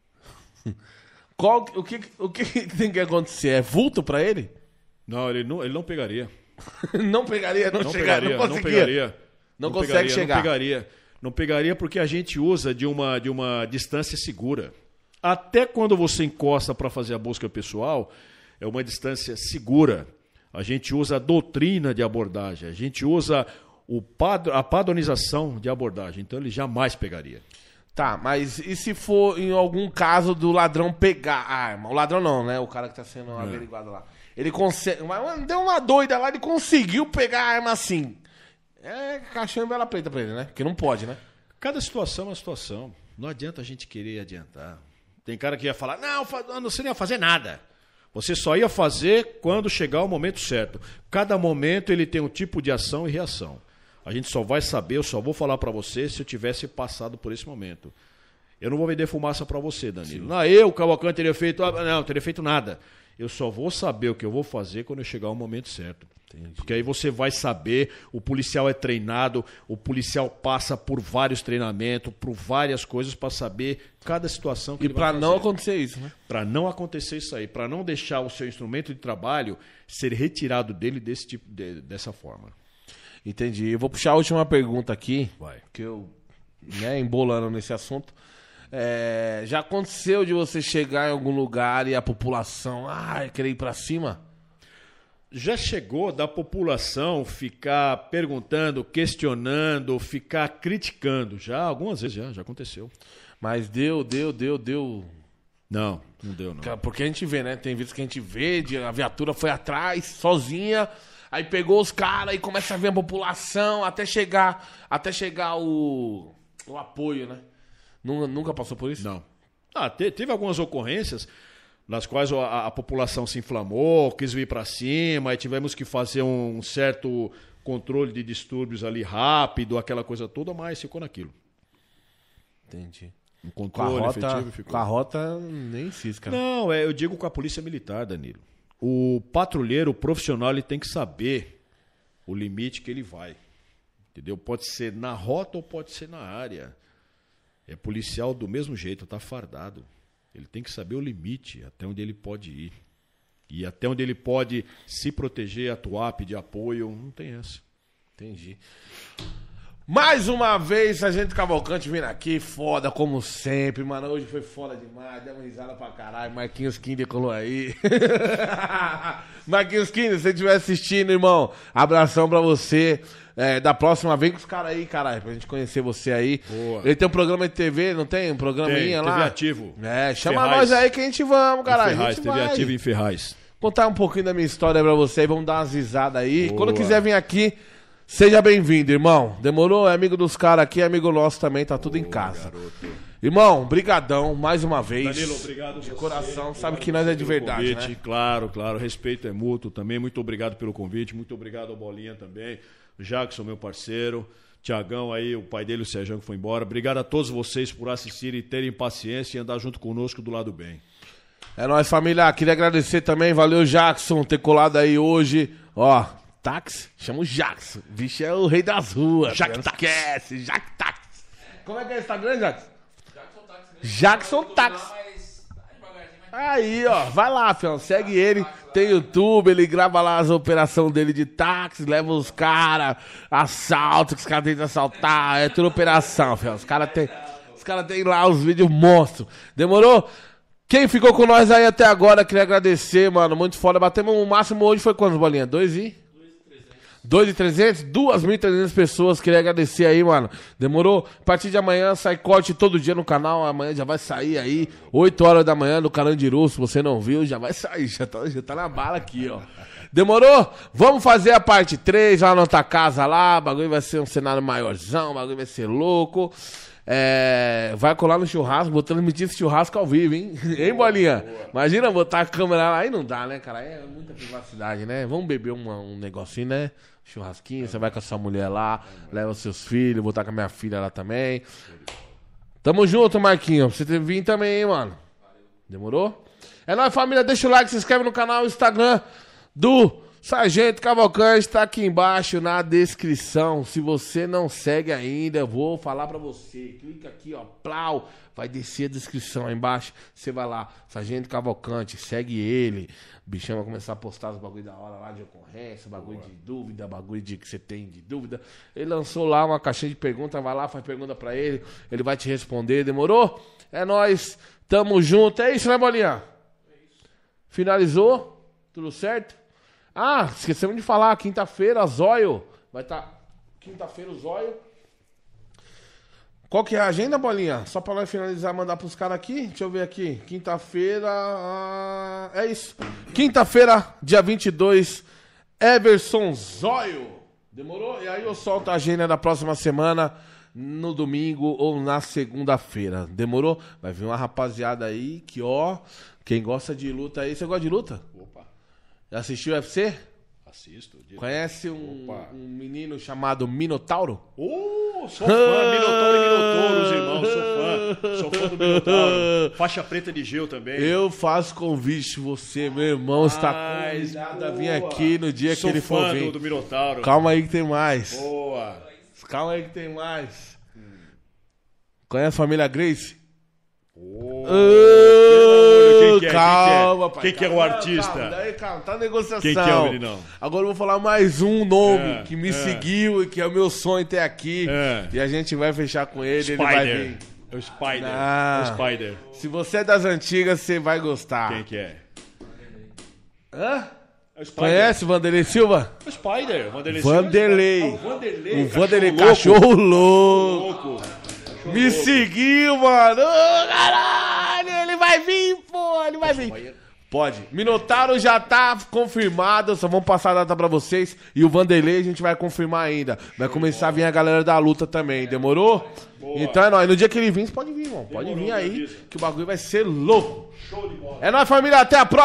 Qual, o, que, o que tem que acontecer? É vulto pra ele? Não, ele não, ele não pegaria. Não pegaria, não, Não chegar, pegaria, não não conseguia. pegaria. Não consegue pegaria, chegar. Não pegaria. Não pegaria porque a gente usa de uma, de uma distância segura. Até quando você encosta para fazer a busca pessoal, é uma distância segura. A gente usa a doutrina de abordagem, a gente usa o pad- a padronização de abordagem. Então ele jamais pegaria. Tá, mas e se for em algum caso do ladrão pegar a arma? O ladrão não, né? O cara que tá sendo averiguado lá. Ele consegue. Mas deu uma doida lá, ele conseguiu pegar a arma assim. É caixão e vela preta pra ele, né? Porque não pode, né? Cada situação é uma situação. Não adianta a gente querer adiantar. Tem cara que ia falar, não, fa- não, você não ia fazer nada. Você só ia fazer quando chegar o momento certo. Cada momento ele tem um tipo de ação e reação. A gente só vai saber, eu só vou falar pra você se eu tivesse passado por esse momento. Eu não vou vender fumaça pra você, Danilo. Não, eu, Cavalcante, teria feito... ah, Não, teria feito nada. Eu só vou saber o que eu vou fazer quando eu chegar o momento certo. Porque aí você vai saber, o policial é treinado, o policial passa por vários treinamentos, por várias coisas pra saber cada situação que E ele pra vai não fazer. acontecer isso, né? Para não acontecer isso aí, para não deixar o seu instrumento de trabalho ser retirado dele desse tipo, de- dessa forma. Entendi. Eu vou puxar a última pergunta aqui. Vai. Que eu, né, embolando nesse assunto. É, já aconteceu de você chegar em algum lugar e a população, ah, querer ir pra cima? Já chegou da população ficar perguntando, questionando, ficar criticando? Já, algumas vezes já, já aconteceu. Mas deu, deu, deu, deu Não, não deu, não. Cara, porque a gente vê, né? Tem vezes que a gente vê, de- a viatura foi atrás, sozinha, aí pegou os caras e começa a ver a população até chegar, até chegar o, o apoio, né? Nunca, nunca passou por isso? Não. Ah, te- teve algumas ocorrências nas quais a, a- a população se inflamou, quis vir para cima, e tivemos que fazer um certo controle de distúrbios ali rápido, aquela coisa toda, mas ficou naquilo. Entendi. Um Com a controle rota, efetivo ficou. com a rota nem cisca. né? Não, é, eu digo com a polícia militar, Danilo. O patrulheiro, o profissional, ele tem que saber o limite que ele vai. Entendeu? Pode ser na rota ou pode ser na área. É policial do mesmo jeito, tá fardado. Ele tem que saber o limite, até onde ele pode ir. E até onde ele pode se proteger, atuar, pedir apoio, não tem essa. Entendi. Mais uma vez, a gente Cavalcante vindo aqui, foda como sempre, mano. Hoje foi foda demais, deu uma risada pra caralho. Marquinhos Kinder colou aí. Marquinhos Kinder, se você estiver assistindo, irmão, abração pra você. É, da próxima, vem com os caras aí, caralho, pra gente conhecer você aí. Boa. Ele tem um programa de T V, não tem? Um programinha Tem, lá? T V Ativo. É, chama Ferraz. nós aí que a gente vamos, caralho. Em Ferraz, a gente T V vai. Ativo em Ferraz. Contar um pouquinho da minha história pra você e vamos dar umas risadas aí. Boa. Quando quiser vir aqui, seja bem-vindo, irmão. Demorou? É amigo dos caras aqui, é amigo nosso também, tá tudo em casa. Irmão, brigadão, mais uma vez. Danilo, obrigado De você, coração, obrigado sabe que nós é de pelo verdade, convite. né? Claro, claro, respeito é mútuo também. Muito obrigado pelo convite, muito obrigado ao Bolinha também. Jackson, meu parceiro. Tiagão aí, o pai dele, o Sérgio, que foi embora. Obrigado a todos vocês por assistirem e terem paciência e andar junto conosco do lado bem. É nóis, família. Queria agradecer também, valeu, Jackson, ter colado aí hoje. Ó, táxi, chama o Jackson. O bicho é o rei das ruas. Jack não Táxi. esquece, Jack Táxi. Como é que é o Instagram, Jackson? Jackson Táxi mesmo. Jackson Eu tô Táxi. lá, mas tá devagarzinho, mas Aí, ó, vai lá, fião, segue ele, tem YouTube, ele grava lá as operações dele de táxi, leva os caras, assalto, que os caras tentam assaltar, é tudo operação, fião, os caras tem, os caras tem lá os vídeos monstros, demorou? Quem ficou com nós aí até agora, queria agradecer, mano, muito foda, batemos o máximo hoje, foi quantas bolinhas? Dois e? dois mil e trezentos, duas mil e trezentas pessoas, queria agradecer aí, mano. Demorou? A partir de amanhã sai corte todo dia no canal, amanhã já vai sair aí, oito horas da manhã no Carandiru, se você não viu, já vai sair, já tá, já tá na bala aqui, ó. Demorou? Vamos fazer a parte três lá na outra casa lá, o bagulho vai ser um cenário maiorzão, o bagulho vai ser louco. É, vai colar no churrasco, vou transmitir esse churrasco ao vivo, hein? Hein, Bolinha? Imagina botar a câmera lá, aí não dá, né, cara? É muita privacidade, né? Vamos beber uma, um negocinho, né? Churrasquinho, você vai com a sua mulher lá, leva seus filhos, vou estar com a minha filha lá também. Tamo junto, Marquinhos. Pra você vir também, hein, mano? Demorou? É nóis, família. Deixa o like, se inscreve no canal, o Instagram do Sargento Cavalcante tá aqui embaixo na descrição. Se você não segue ainda, eu vou falar pra você. Clica aqui, ó, plau, vai descer a descrição aí embaixo. Você vai lá, Sargento Cavalcante, segue ele. O bichão vai começar a postar os bagulho da hora lá de ocorrência, bagulho de dúvida, bagulho de que você tem de dúvida. Ele lançou lá uma caixinha de perguntas, vai lá, faz pergunta pra ele, ele vai te responder, demorou? É nóis, tamo junto. É isso, né, Bolinha? Finalizou? Tudo certo? Ah, esquecemos de falar, quinta-feira, Zóio. Vai estar. Tá... Quinta-feira, o Zóio. Qual que é a agenda, Bolinha? Só pra nós finalizar, mandar pros caras aqui. Deixa eu ver aqui. Quinta-feira. Ah, é isso. Quinta-feira, dia vinte e dois, Everson Zóio. Demorou? E aí eu solto a agenda da próxima semana, no domingo ou na segunda-feira. Demorou? Vai vir uma rapaziada aí que, ó, quem gosta de luta aí. Você gosta de luta? Opa, Já assistiu o U F C? assisto. direto. Conhece um, Opa. um menino chamado Minotauro? Ô, sou fã, Minotauro e Minotouros, irmão, sou fã. Sou fã do Minotauro. Faixa preta de Gil também. Eu faço convite, você, meu irmão, está Ai, convidado a boa. vir aqui no dia Sou que ele for fã vir. do, do Minotauro. Calma aí que tem mais. Boa. Calma aí que tem mais. Conhece a família Grace? Ô, Ô, quem que é? calma, Quem pai. que é? Quem que é o calma, artista? Calma, daí, calma, tá negociação. Quem que é o meninão? Agora eu vou falar mais um nome É, que me é. seguiu e que é o meu sonho ter aqui. É. E a gente vai fechar com ele, ele vai Spider. vir. É o Spider. Não. É o Spider. Se você é das antigas, você vai gostar. Quem que é? Hã? É o Spider. Conhece o Vanderlei Silva? É o Spider. Vanderlei. Vanderlei. Ah, o Vanderlei. O Vanderlei, cachorro cachorro louco. louco. Me seguiu, mano. Ô, caralho, ele vai vir ele vai vir. Pode. Minotauro já tá confirmado, só vamos passar a data pra vocês. E o Vanderlei a gente vai confirmar ainda. Vai começar a vir a galera da luta também, demorou? Boa. Então é nóis. No dia que ele vir, você pode vir, irmão. Pode Demorou, vir aí, me avisa. que o bagulho vai ser louco. Show de bola. É nóis, família. Até a próxima.